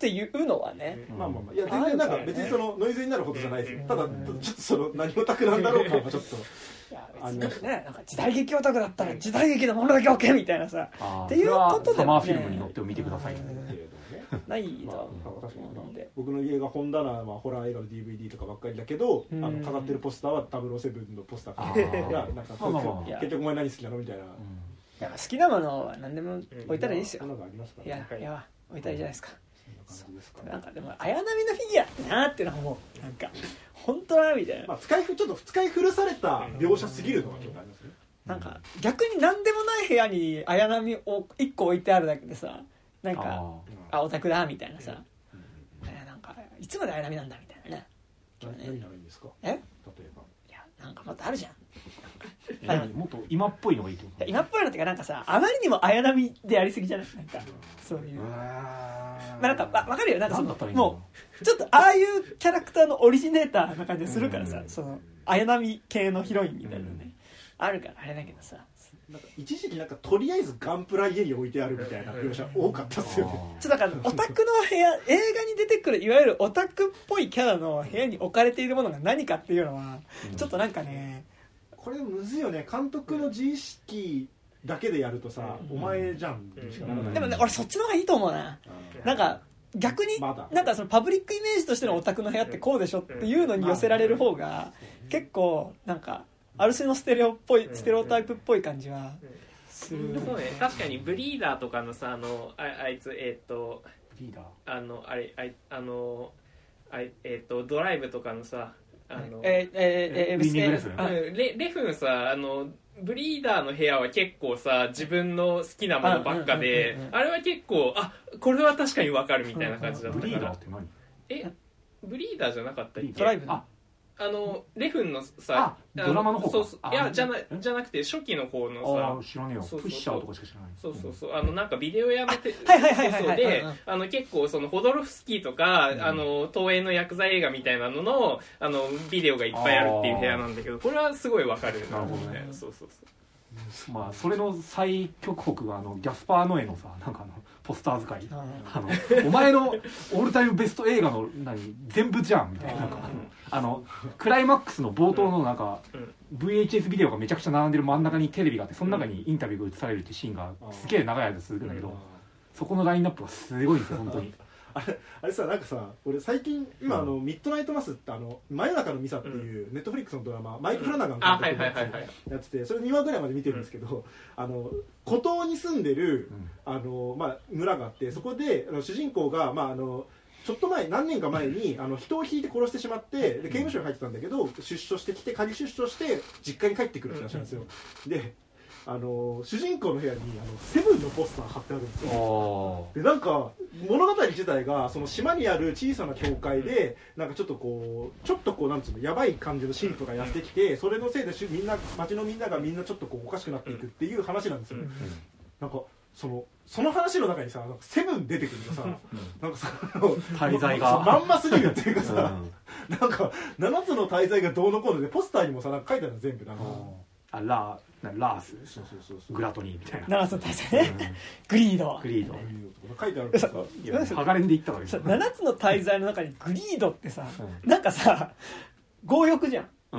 っていうのはね、 まあまあまあいや全然なんか別にそのノイズになることじゃないですよ。ただちょっとその何オタクなんだろうかはちょっとありますね。なんか時代劇オタクだったら時代劇のものだけ OK みたいなさっていうことでサマーフィルムに乗って見てくださいないと確かに僕の家が本棚はホラー映画の ディーブイディー とかばっかりだけど、あの飾ってるポスターはダブルオーセブンのポスターがなんか結局お前何好きなのみたいな。 いや好きなものは何でも置いたらいいですよ。いやいや置いたらいいじゃないですか。なんかでも綾波のフィギュアってなーってのはもうなんか本当だみたいな、 まあ、使いちょっと使い古された描写すぎるのはちょっとありますね。 なんか逆に何でもない部屋に綾波をいっこ置いてあるだけでさなんかあオタクだみたいなさ、えなんかいつまで綾波なんだみたいなね。 何がいいんですか。 え例えばいやなんかもっとあるじゃん。 もっと今っぽいのがいいってこと。 今っぽいのってかなんかさあまりにも綾波でやりすぎじゃないなんかそういうまあなんかわかるよなんかそのもうちょっとああいうキャラクターのオリジネーターな感じするからさその綾波系のヒロインみたいなねあるからあれだけどさなんか一時期なんかとりあえずガンプラ家に置いてあるみたいな描写多かったっすよね。 ちょっとだからオタクの部屋映画に出てくるいわゆるオタクっぽいキャラの部屋に置かれているものが何かっていうのはちょっとなんかねこれむずいよね。監督の自意識だけでやるとさ、うん、お前じゃんしかならない。 でもね俺そっちの方がいいと思うな。なんか逆になんかそのパブリックイメージとしてのオタクの部屋ってこうでしょっていうのに寄せられる方が結構なんかある種のステレオっぽいステレオタイプっぽい感じはする。 そうね確かにブリーダーとかのさあの あ, あいつえっ、ー、とブリーダーあのあれあいあのあいえっ、ー、とドライブとかのさあのえー、えー、えー、 ウィニングレフン、 あレレフンさあのブリーダーの部屋は結構さ自分の好きなものばっかであれは結構あこれは確かに分かるみたいな感じだったから。 ブリーダーって何？ えブリーダーじゃなかったっけ？ ドライブああのレフンのさドラマの方かそうそういやじゃなじゃなくて初期の方のさ知らねえよ。プッシャーとかしか知らない。 そうそうそうあのなんかビデオ屋のてはいはいはいはいはいであの結構そのホドロフスキーとか、うん、あの東映のヤクザ映画みたいなののあのビデオがいっぱいあるっていう部屋なんだけどこれはすごいわかるなるほどね。 そうそうそうまあそれの最極北があのギャスパー・ノエのさなんかあのポスター使いあのお前のオールタイムベスト映画の何全部じゃんみたいななんかあのクライマックスの冒頭のなんか ブイエイチエス ビデオがめちゃくちゃ並んでる真ん中にテレビがあってその中にインタビューが映されるっていうシーンがすげえ長い間続くんだけどそこのラインナップがすごいんですよ本当に。 あれ, あれさなんかさ俺最近今あの、うん、ミッドナイトマスってあの真夜中のミサっていうネットフリックスのドラマ、うん、マイク・フラナガン監督のやっててそれにわぐらいまで見てるんですけど、うん、あの孤島に住んでる、うんあのまあ、村があってそこであの主人公が、まあ、あのちょっと前何年か前にあの人を引いて殺してしまってで刑務所に入ってたんだけど出所してきて仮出所して実家に帰ってくるって話なんですよ。であの主人公の部屋にあのセブンのポスター貼ってあるんですよ。でなんか物語自体がその島にある小さな教会でなんかちょっとこうちょっとこうなんつうのやばい感じの神父がやってきてそれのせいでみんな町のみんながみんなちょっとこうおかしくなっていくっていう話なんですよ。なんかそのその話の中にさなんかセブン出てくるのさなんかその滞在がまんますぎるっていうかさ、うん、なんかななつの滞在がどうのこうのでポスターにもさなんか書いてあるの全部なんかあラーラースそうそうそうそうグラトニーみたいなななつの大罪ね、うん、グリードグリード書いてあるんですかハガレンで言ったわけですななつの大罪の中にグリードってさ、うん、なんかさ強欲じゃん、うん、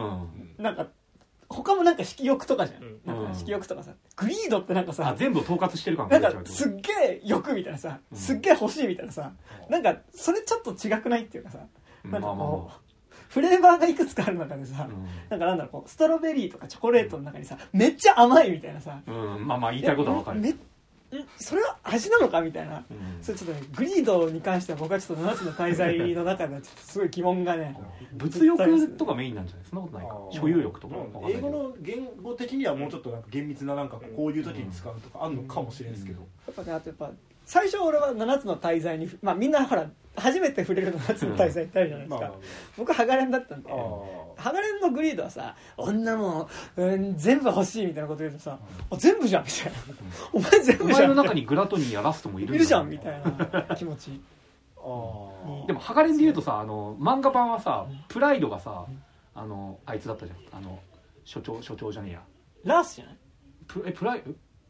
なんか他もなんか色欲とかじゃん、うん、なんか色欲とかさグリードってなんかさ全部統括してる感がなんかすっげえ欲みたいなさ、うん、すっげえ欲しいみたいなさ、うん、なんかそれちょっと違くないっていうかさ、うん、なんかこう、まあまあまあフレーバーがいくつかある中でさ、うん、なんかなんだろうこうストロベリーとかチョコレートの中にさめっちゃ甘いみたいなさ、 うん、まあまあ言いたいことは分かる。 めそれは味なのかみたいな、うん、それちょっとねグリードに関しては僕はちょっとななつの大罪の中ではちょっとすごい疑問がね物欲とかメインなんじゃないそんなことないか所有欲とか英語の言語的にはもうちょっとなんか厳密ななんかこういう時に使うとかあるのかもしれないですけど、 やっぱねあとやっぱ最初俺はななつの大罪にまあみんなほら初めて触れるのななつの大罪ってあるじゃないですか、うんまあまあ、僕はハガレンだったんでハガレンのグリードはさ女も、うん、全部欲しいみたいなこと言うとさ、うん、全部じゃんみたいな、うん、お前全部じゃんお前の中にグラトニーやラストもいるいるじゃんみたいな気持ちあでもハガレンで言うとさあの漫画版はさプライドがさあのあいつだったじゃんあの所長所長じゃねえやラースじゃないプえプライ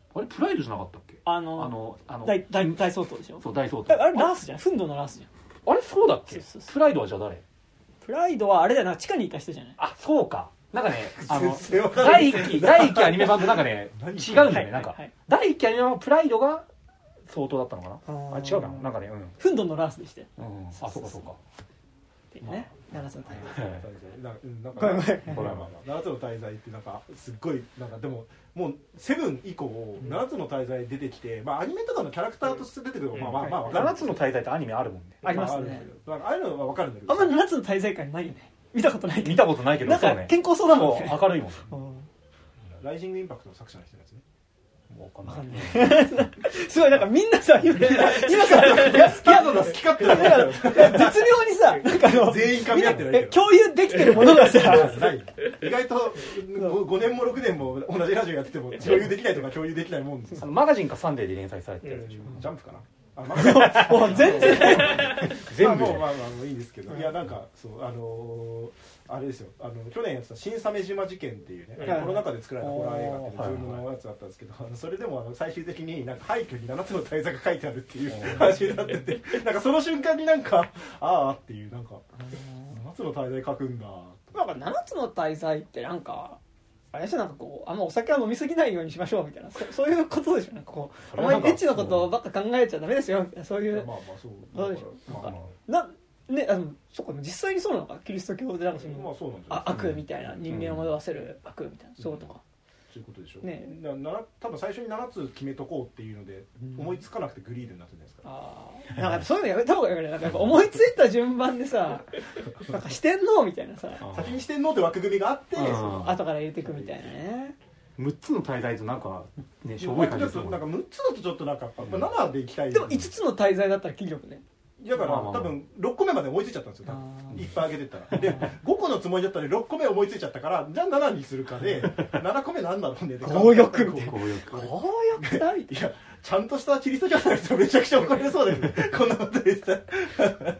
あれプライドじゃなかったっけ？ あのあのあの大大大相当でしょ。 そう大相当。 あれラースじゃん、フンドのラースじゃん。 あれそうだっけ？ そうそうそうプライドはじゃあ誰？ プライドはあれだよな、地下にいた人じゃない。 あそうか。なんかね、あの全然わかんない第一期第一期アニメ版となんかね違うんだよね。なんかはいはいはい第一期アニメ版はプライドが相当だったのかな。 あーあ違うかな。なんかねうん。 フンドのラースでしたよ。 うん、あそうかそうか。 っていうね、ななつの大ななんかごめんごめんごめんごめんななつの大罪ってなんかすっごいなんかでももうセブン以降ななつの大罪出てきて、まあアニメとかのキャラクターとして出てくるのまあまあまあわかる。 七つの大罪ってアニメあるもんね。 ありますね。 まああるんだけどああいうのはわかるんだけど。 あんまりななつの大罪感ないよね。見たことないけど。 見たことないけどなんそうね。 か健康そうだもんね。 そう明るいもん。 うんライジングインパクトの作者の人のやつね。 もうわかんわかんない。 ないすごいなんかみんなさ今今さいや好きなのが好き勝手なだから絶妙にさなんかあの全員噛み合ってないけどえ共有できてるものがさない意外とごねんもろくねんも同じラジオやってても共有できないとか共有できないもんですよ。 あのマガジンかサンデーで連載されてるやつでしょ。 ジャンプかな。あまあもう全然全部まあもうまあまあもういいんですけど、いやなんかそうあのー、あれですよ、あの去年やってた新鮫島事件っていうね、 はいコロナ禍で作られたホラー映画っていうはいズームのやつだったんですけど、あのそれでもあの最終的になんか廃墟にななつの大罪が書いてあるっていう話になってて、なんかその瞬間になんかああっていうなんかななつの大罪書くんだ。 なんかななつの大罪ってなんかあれでしょ、なんかこうあんまお酒は飲みすぎないようにしましょうみたいな そ, そういうことでしょ。なんかこうあんまりエッチなことばっか考えちゃダメですよみたいなそういうまあまあそうどうでしょう。 まあまあなねあのそっか実際にそうなのか、キリスト教でなんかその、 まあそうなんですよあ悪みたいな人間を惑わせる悪みたいな、そういうことか。 そういうことでしょうねなな多分最初にななつ決めとこうっていうので、 うん思いつかなくてグリードになってるじゃないですか。 ああなんかそういうのやめた方がいいよね。なんかやっぱ思いついた順番でさなんか四天王みたいなさあ先に四天王って枠組みがあって、 うん後から入れていくみたいなね。 むっつの大罪となんかねしょぼい感じですもん。 なんかむっつだとちょっとなんかやっぱななでいきたい。 でもいつつの大罪だったら切りよくね。 だから、 まあまあまあ多分ろっこめまで思いついちゃったんですよ。多分あーいっぱいあげてったら。でごこのつもりだったらろっこめ思いついちゃったからじゃあななにするかでななこめなんだろうねって強欲みたいな強欲。 強欲だみたいいやちゃんとしたキリスト教徒の人めちゃくちゃ怒られそうだよねこんなこと言ってたら。いやいやいやいや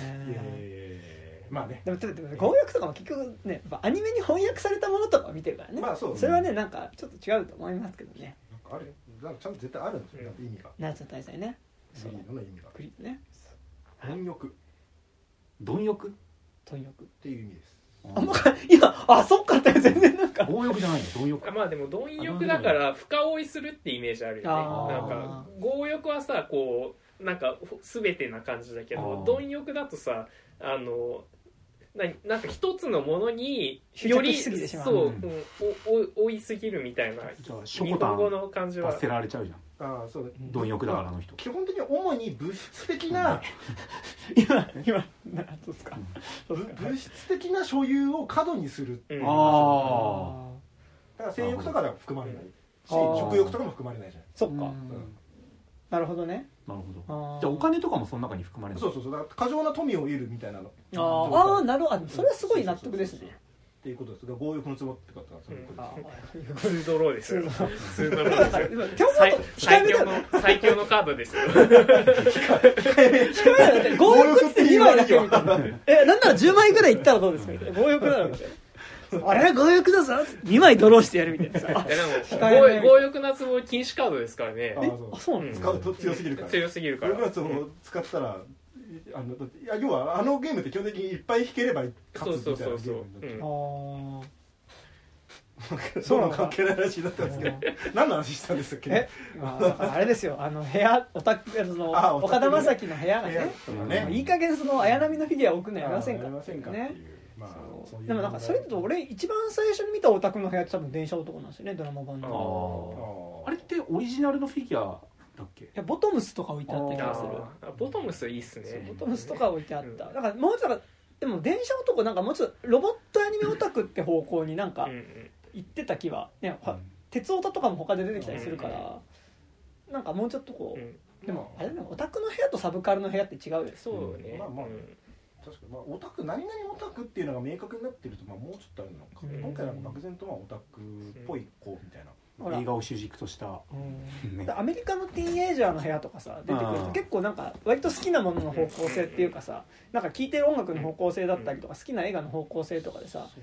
まあね。 でもでもでも強欲とかも結局ねやっぱアニメに翻訳されたものとかを見てるからね、 まあそうそれはねなんかちょっと違うと思いますけどね。 なんかあれなんかちゃんと絶対あるんですよ、なんか意味が。 ななつの大罪ね。 グリードの意味が。 クリードね。 貪欲っ貪欲？ 貪欲。 ていう意味です。 あんま今あそっかって全然なんか強欲じゃないの？貪欲。 まあでも貪欲だから深追いするってイメージあるよね。 あーなんか強欲はさこうなんか全てな感じだけあどー貪欲だとさあのななんか一つのものに執より着しすぎてしまうそう、 ううんん、おお追いすぎるみたいなじゃあショ日コタ本語ンの感じは罰せられちゃうじゃん。 ああそうだ。 貪欲だからあの人。 基本的に主に物質的な今今なそうですか。そうですか。 物質的な所有を過度にする。 うんあだから性欲とかでは含まれないし、 あー食欲とかも含まれないじゃない。 そっか、 うんうんなるほどね。 なるほど。 あーじゃあお金とかもその中に含まれる。 そうそうそう。だから過剰な富を得るみたいなの。 あーあーなるほど。あそれはすごい納得ですね。 っていうことです。だから強欲のツボって方はそういうことあです。 ツードローですよツツードローですよ今手元最控え最強めだよね。 の最強のカードですよ控えめだよね。強欲ってにまいだけみたいな。えなんならじゅうまいぐらいいったらどうですかみたいな。強欲なのみたいな。あれ強欲だぞにまいドローしてやるみたいなさ。 いやで控えめも強欲なツボ禁止カードですからねあーそうあそうなんです使うと強すぎるから。 強すぎるから強欲のツボを使ったら。あのだっていや要はあのゲームって基本的にいっぱい弾ければ勝つみたいなゲームになっちゃうそうそうそうそうあそうなの関係ない話だったんですけど何の話したんですっけえまあだからあれですよあの部屋オタクそのあオタクね岡田将生の部屋が部屋ねとかもうねいい加減その綾波のフィギュアを置くのやめませんかやめませんかってねいうまあそういうでもなんかそれだと俺一番最初に見たオタクの部屋って多分電車男なんですよねドラマ版あのーあれってオリジナルのフィギュアだっけ？ いやボトムスとか置いてあった気がするあーボトムスいいっすねボトムスとか置いてあっただからもうちょっとでも電車男なんかもうちょっとロボットアニメオタクって方向になんかうんうん行ってた気はねは鉄オタとかも他で出てきたりするからなんかもうちょっとこうんうでもあれだねオタクの部屋とサブカルの部屋って違うよねそうねまあまあうん確かにまあオタク何々オタクっていうのが明確になってるとまあもうちょっとあるのか、 うん今回は漠然とまあオタクっぽい子みたいな、 ほら映画を主軸とした、 うんねアメリカのティーンエイジャーの部屋とかさ出てくるとあー結構なんか割と好きなものの方向性っていうかさなんか聴いてる音楽の方向性だったりとか好きな映画の方向性とかでさそうね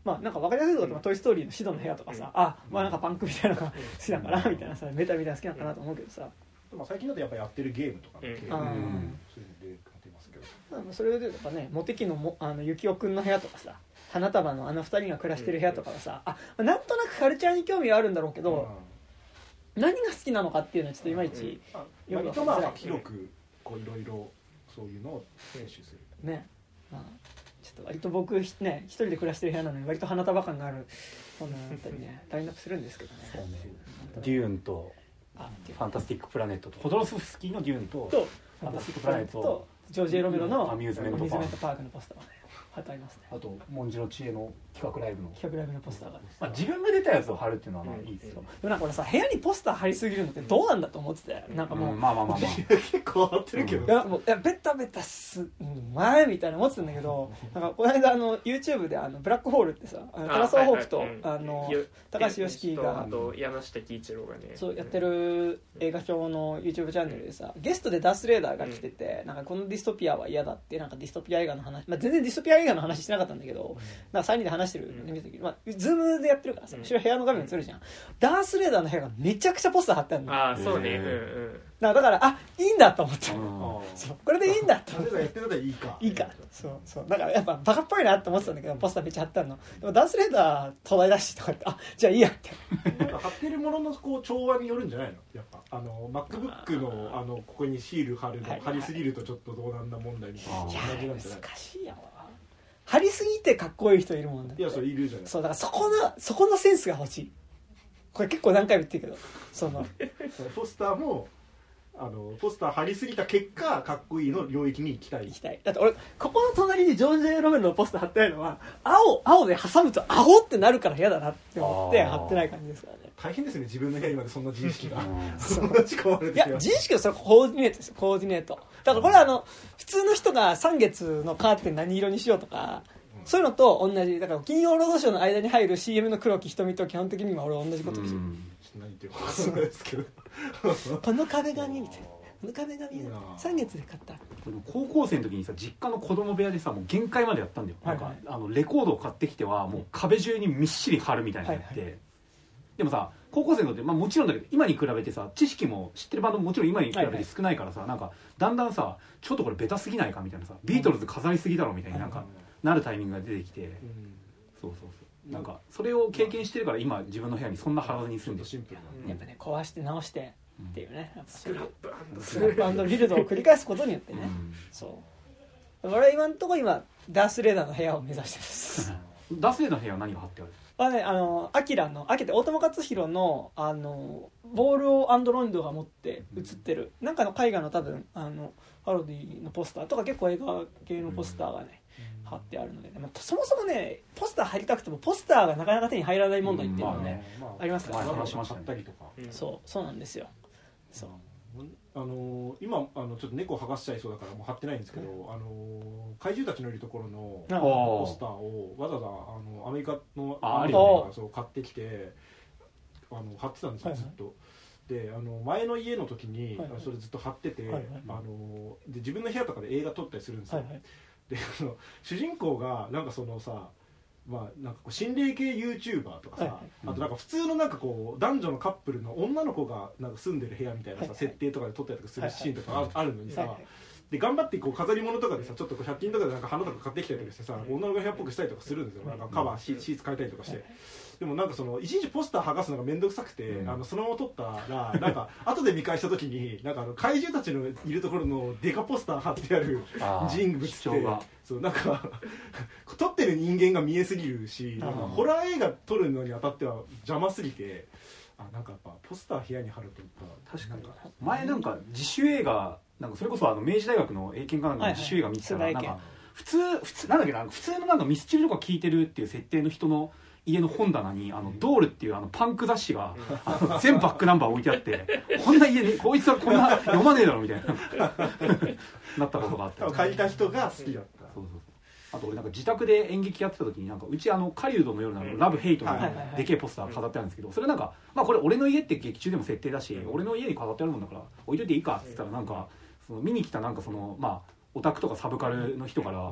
まあなんか分かりやすいところで、まあ、トイ・ストーリーのシドの部屋とかさ、あまあなんかパンクみたいなのが好きだからみたいなさ、メタみたいなの好きなのかなと思うけどさ、 まあ、最近だとやっぱやってるゲームとかの系、うん、そういうので出ますけど、 それでやっぱね、モテキのもあのユキオくんの部屋とかさ、花束のあのふたりが暮らしてる部屋とかはさ、あなんとなくカルチャーに興味はあるんだろうけど、うん、何が好きなのかっていうのはちょっといまいち、 うん、割とまあ広くこういろいろそういうのを摂取するね、まあちょっと割と僕ね一人で暮らしてる部屋なのに割と花束感がある本だったりねラインナップするんですけどね。 そうね、デューンとファンタスティックプラネットとホドロフスキーのデューンととファンタスティックプラネットとジョージ・エロメロのアミューズメントパークのポスターがね貼ってありますね。 あとモンジの知恵の企画ライブの企画ライブのポスターが、ね、 まあ、自分が出たやつを貼るっていうのはまあいいですよ、うん、 でもなんか俺さ部屋にポスター貼りすぎるのってどうなんだと思ってて、なんかもう、 うん、まあまあまあまあ結構貼ってるけど、 いやもういやベタベタすうまいみたいな思ってたんだけど、なんかこの間あの YouTube であのブラックホールってさ、あのトラソーホークと、はいはい、あの高橋良樹があと山下喜一郎がねそうやってる映画表の YouTube チャンネルでさ、ゲストでダース・レーダーが来てて、うん、なんかこのディストピアは嫌だってなんかディストピア映画の話、まあ、全然ディストピア映画の話してなかったんだけど、なんかさんにんで話してるの見た時、まあ、ズームでやってるからさ、後ろ部屋の画面映るじゃん、ダース・レーダーの部屋がめちゃくちゃポスター貼ってあるの。 ああそうね、うんうん、 だからあいいんだと思った、うん、そうこれでいいんだと思ってやってるんだったらいいかいいかそうそうだからやっぱバカっぽいなって思ってたんだけど、ポスターめっちゃ貼ってあるの。でもダース・レーダー東大だしとかってあじゃあいいやって貼ってるもののこう調和によるんじゃないの、やっぱあの MacBook のあのここにシール貼るの、はい、貼りすぎるとちょっとどうなんだ問題みたいな、同じなんじゃない。 難しいやわ、貼りすぎてかっこいい人いるもんだって。 いやそれいるじゃない。 そうだからそこのそこのセンスが欲しい。これ結構何回も言ってるけど、そのポスターもあのポスター貼りすぎた結果かっこいいの領域に行きたい。 行きたい。だって俺ここの隣にジョージ・エロメロのポスター貼ってないのは青青で挟むとアホってなるから嫌だなって思って貼ってない感じですからね。 大変ですね、自分の部屋にまでそんな自意識がそんな仕込まれて。 いや自意識はそれコーディネートですよ、コーディネート。だからこれはあの普通の人がさんげつのカーテン何色にしようとか、そういうのと同じ。だから金曜ロードショーの間に入る シーエム の黒木瞳と基本的には俺は同じことですよ。 何言ってるか分かんないですけどこの壁紙みたいな、この壁紙さんげつで買った。 高校生の時にさ実家の子供部屋でさもう限界までやったんだよ、はいはい、なんかあのレコードを買ってきてはもう壁中にみっしり貼るみたいなのやって、はいはい、でもさ高校生の時、まあ、もちろんだけど今に比べてさ知識も知ってるバンドももちろん今に比べて少ないからさ、はいはい、なんかだんだんさちょっとこれベタすぎないかみたいなさ、ビートルズ飾りすぎだろみたいになんかなるタイミングが出てきて、うん、そうそうそうなんかそれを経験してるから今自分の部屋にそんな貼らずに住んでシンプルな、やっぱね壊して直してっていうね、 うん、 やっぱスクラップスクラップビルドを繰り返すことによってね、うん、そう俺は今のところ今ダース・レーダーの部屋を目指してますダース・レーダーの部屋は何が貼ってある？ あね、あのアキラのアキって大友克洋のあのボールをアンドロイドが持って写ってる、うん、なんかの絵画の多分あのパロディのポスターとか結構映画系のポスターがね、うん、貼ってあるので、ね、まあ、そもそもねポスター貼りたくてもポスターがなかなか手に入らない問題っていうのはね、うんまあねまあ、ありますからね。 話しましたりとか、 うん、そうそうなんですよ。そうあのー、今あのちょっと猫剥がしちゃいそうだからもう貼ってないんですけど、うん、あのー、怪獣たちのいるところのポスターをわざわざあのアメリカのアメリカからそう買ってきてあの貼ってたんですよ、はいはい、ずっと。であの前の家の時に、はいはい、それずっと貼ってて、はいはい、あので自分の部屋とかで映画撮ったりするんですよ、はいはい、であの主人公がなんかそのさまあ、なんかこう心霊系 YouTuber とかさ、はいはい、あとなんか普通のなんかこう男女のカップルの女の子がなんか住んでる部屋みたいなさ、はいはい、設定とかで撮ったりとかするシーンとかあるのにさ、はいはい、で頑張ってこう飾り物とかでさちょっとこうひゃく均とかでなんか花とか買ってきたりとかしてさ、女の子部屋っぽくしたりとかするんですよ。なんかカバーシーツ変えたりとかして、でもなんかそのいちいちポスター剥がすのがめんどくさくて、うん、あのそのまま撮ったらなんか後で見返した時になんかあの怪獣たちのいるところのデカポスター貼ってある人物ってそうなんか撮ってる人間が見えすぎるし、なんかホラー映画撮るのにあたっては邪魔すぎて、あなんかやっぱポスター部屋に貼るとやっぱ確かに前なんか自主映画なんかそれこそあの明治大学の英検かなんかの自主映画見てたら、はいはい、なんか普通普通なんだっけな普通のなんかミスチルとか聴いてるっていう設定の人の家の本棚にあのドールっていうあのパンク雑誌があの全バックナンバー置いてあってこんな家にこいつはこんな読まねえだろみたいななったことがあって借りた人が好きだった。 そうそうそう。あと俺なんか自宅で演劇やってた時になんかうちあの狩人の夜のラブヘイトのでけえポスター飾ってあるんですけど、それなんかまあこれ俺の家って劇中でも設定だし俺の家に飾ってあるもんだから置いといていいかって言ったらなんかその見に来たなんかそのまあオタクとかサブカルの人から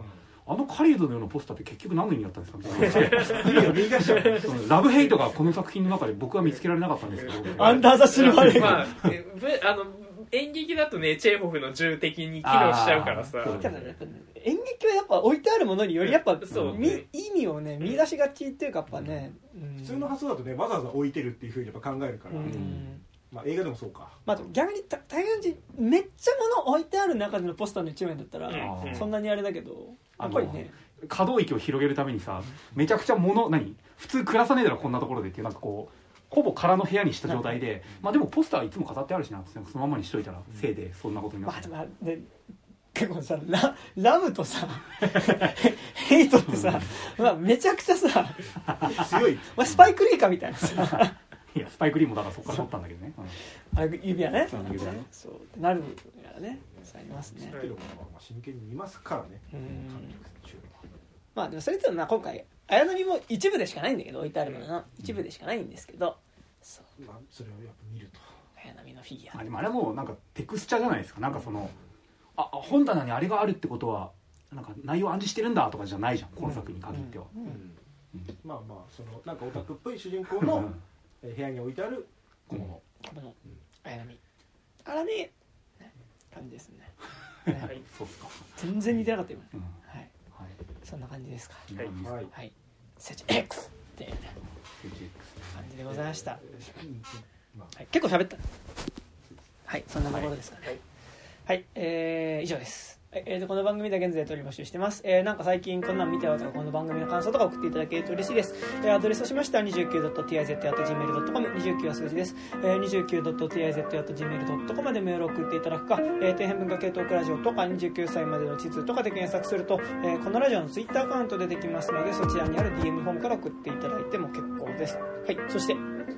あの狩人のようなポスターって結局何の意味だったんですかみたいな意味を見出しちゃう。そのラブヘイトがこの作品の中で僕は見つけられなかったんですけどアンダーザシルバーレイク、 まあ、えぶあの演劇だとねチェーホフの重的に機能しちゃうからさ。 ただねやっぱね演劇はやっぱ置いてあるものによりやっぱ、 そうみ意味をね見出しがちっていうかやっぱね、うん、 普通の発想だとねわざわざ置いてるっていうふうにやっぱ考えるから、 うんまあ、映画でもそうか、 まあ、逆に大概めっちゃ物置いてある中でのポスターの一面だったら、 うん、 そんなにあれだけどやっぱりね可動域を広げるためにさめちゃくちゃ物何普通暮らさねえだろこんなところでっていうなんかこうほぼ空の部屋にした状態で、まあでもポスターいつも飾ってあるしなそのままにしといたらせいでそんなことになって、 まあで結構さ ラ, ラブとさヘイトってさ、まあ、めちゃくちゃさ強い、 まあ、スパイクリーかみたいなさいやスパイクリーもだからそこから取ったんだけどね、うん、 あ指輪ねそう指輪ねそうってなるからねありますね、 はい、真剣に見ますからね。 うんまあでもそれとはまあ今回綾波も一部でしかないんだけど置いてあるものの一部でしかないんですけど、そう、 まあ、それをやっぱ見ると綾波のフィギュアあでもあれもなんかテクスチャじゃないですかなんかそのあ本棚にあれがあるってことはなんか内容暗示してるんだとかじゃないじゃんこの作品に限っては、 うんうんうん、まあまあそのなんかオタクっぽい主人公の部屋に置いてある小物、 小物綾波あらね感じですねね、はい、 そうっすか全然似てなかったよ、うん、はい、はい、そんな感じですかはい、はいはい、セチ X っていうね感じでございました、はい、結構喋ったはいそんなところですかねはい、はい、えー、以上です。えー、とこの番組では現在取り募集してます、えー、なんか最近こんなん見たよとかこの番組の感想とか送っていただけると嬉しいです、えー、アドレスとしましては にじゅうきゅうドットティーアイゼットアットジーメールドットコム にじゅうきゅうは数字です、えー、にじゅうきゅうドットティーアイゼットアットジーメールドットコム までメールを送っていただくか、えー、底辺文化系トークラジオとかにじゅうきゅうさいまでの地図とかで検索すると、えー、このラジオのツイッターアカウントでできますのでそちらにある ディーエム フォームから送っていただいても結構です。はい、そして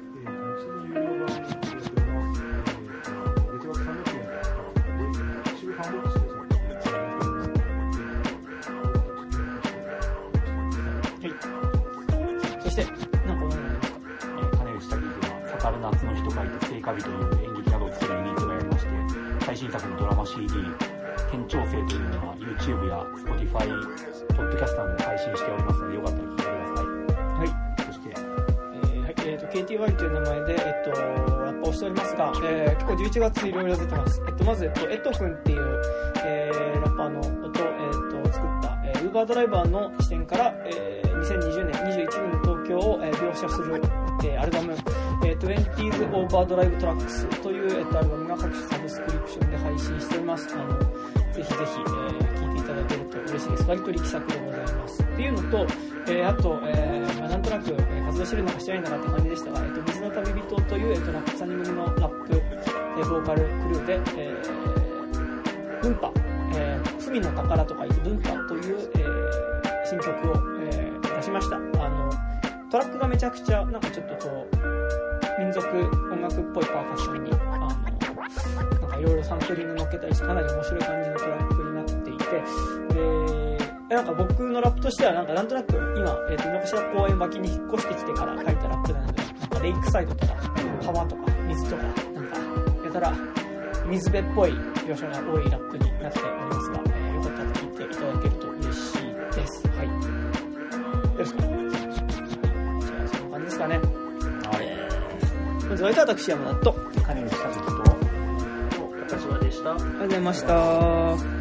夏の日と書いて聖火日という演劇などを作るユニットがやりまして最新作のドラマ シーディー 県庁生というのは YouTube や Spotify ポッドキャスターで配信しておりますのでよかったら聞いてください。はいそして、えーはいえー、と ケーティーワイ という名前で、えっと、ラップをしておりますが、えー、結構じゅういちがついろいろ出てます、えっと、まず、えっと、エト君っていう、えー、ラッパーの音、えー、と作った、えー、ウーバードライバーの視点から、えー、にせんにじゅうねんにじゅういちねんの東京を、えー、描写する、えー、アルバムえー、トゥエンティーズ Overdrive Tracks という、えー、とアルバムが各種サブスクリプションで配信しております。あのぜひぜひ、えー、聴いていただけると嬉しいです。割と力作でございますっていうのと、えー、あと、えーまあ、なんとなく、えー、活動してるのかしてないのかって感じでしたが、えー、と水の旅人という、えー、とラップさんにん組のラップ、えー、ボーカルクルーで、えー、文化、えー、文の宝と書いて文化という、えー、新曲を、えー、出しました。あのトラックがめちゃくちゃなんかちょっとこう民族音楽っぽいパーカッションにあのなんかいろいろサンプリング乗っけたりしてかなり面白い感じのトラックになっていてでなんか僕のラップとしてはなんかなんとなく今、えー、と井の頭公園脇に引っ越してきてから書いたラップなのでなんかレイクサイドとか川とか水とかなんかやたら水辺っぽい描写が多いラップになっておりますが、えー、よかったら聞いていただけると嬉しいです。はい。よろしくお願いします。ですかね。はい。まずは私山田と金内和樹と私はでした。ありがとうございました。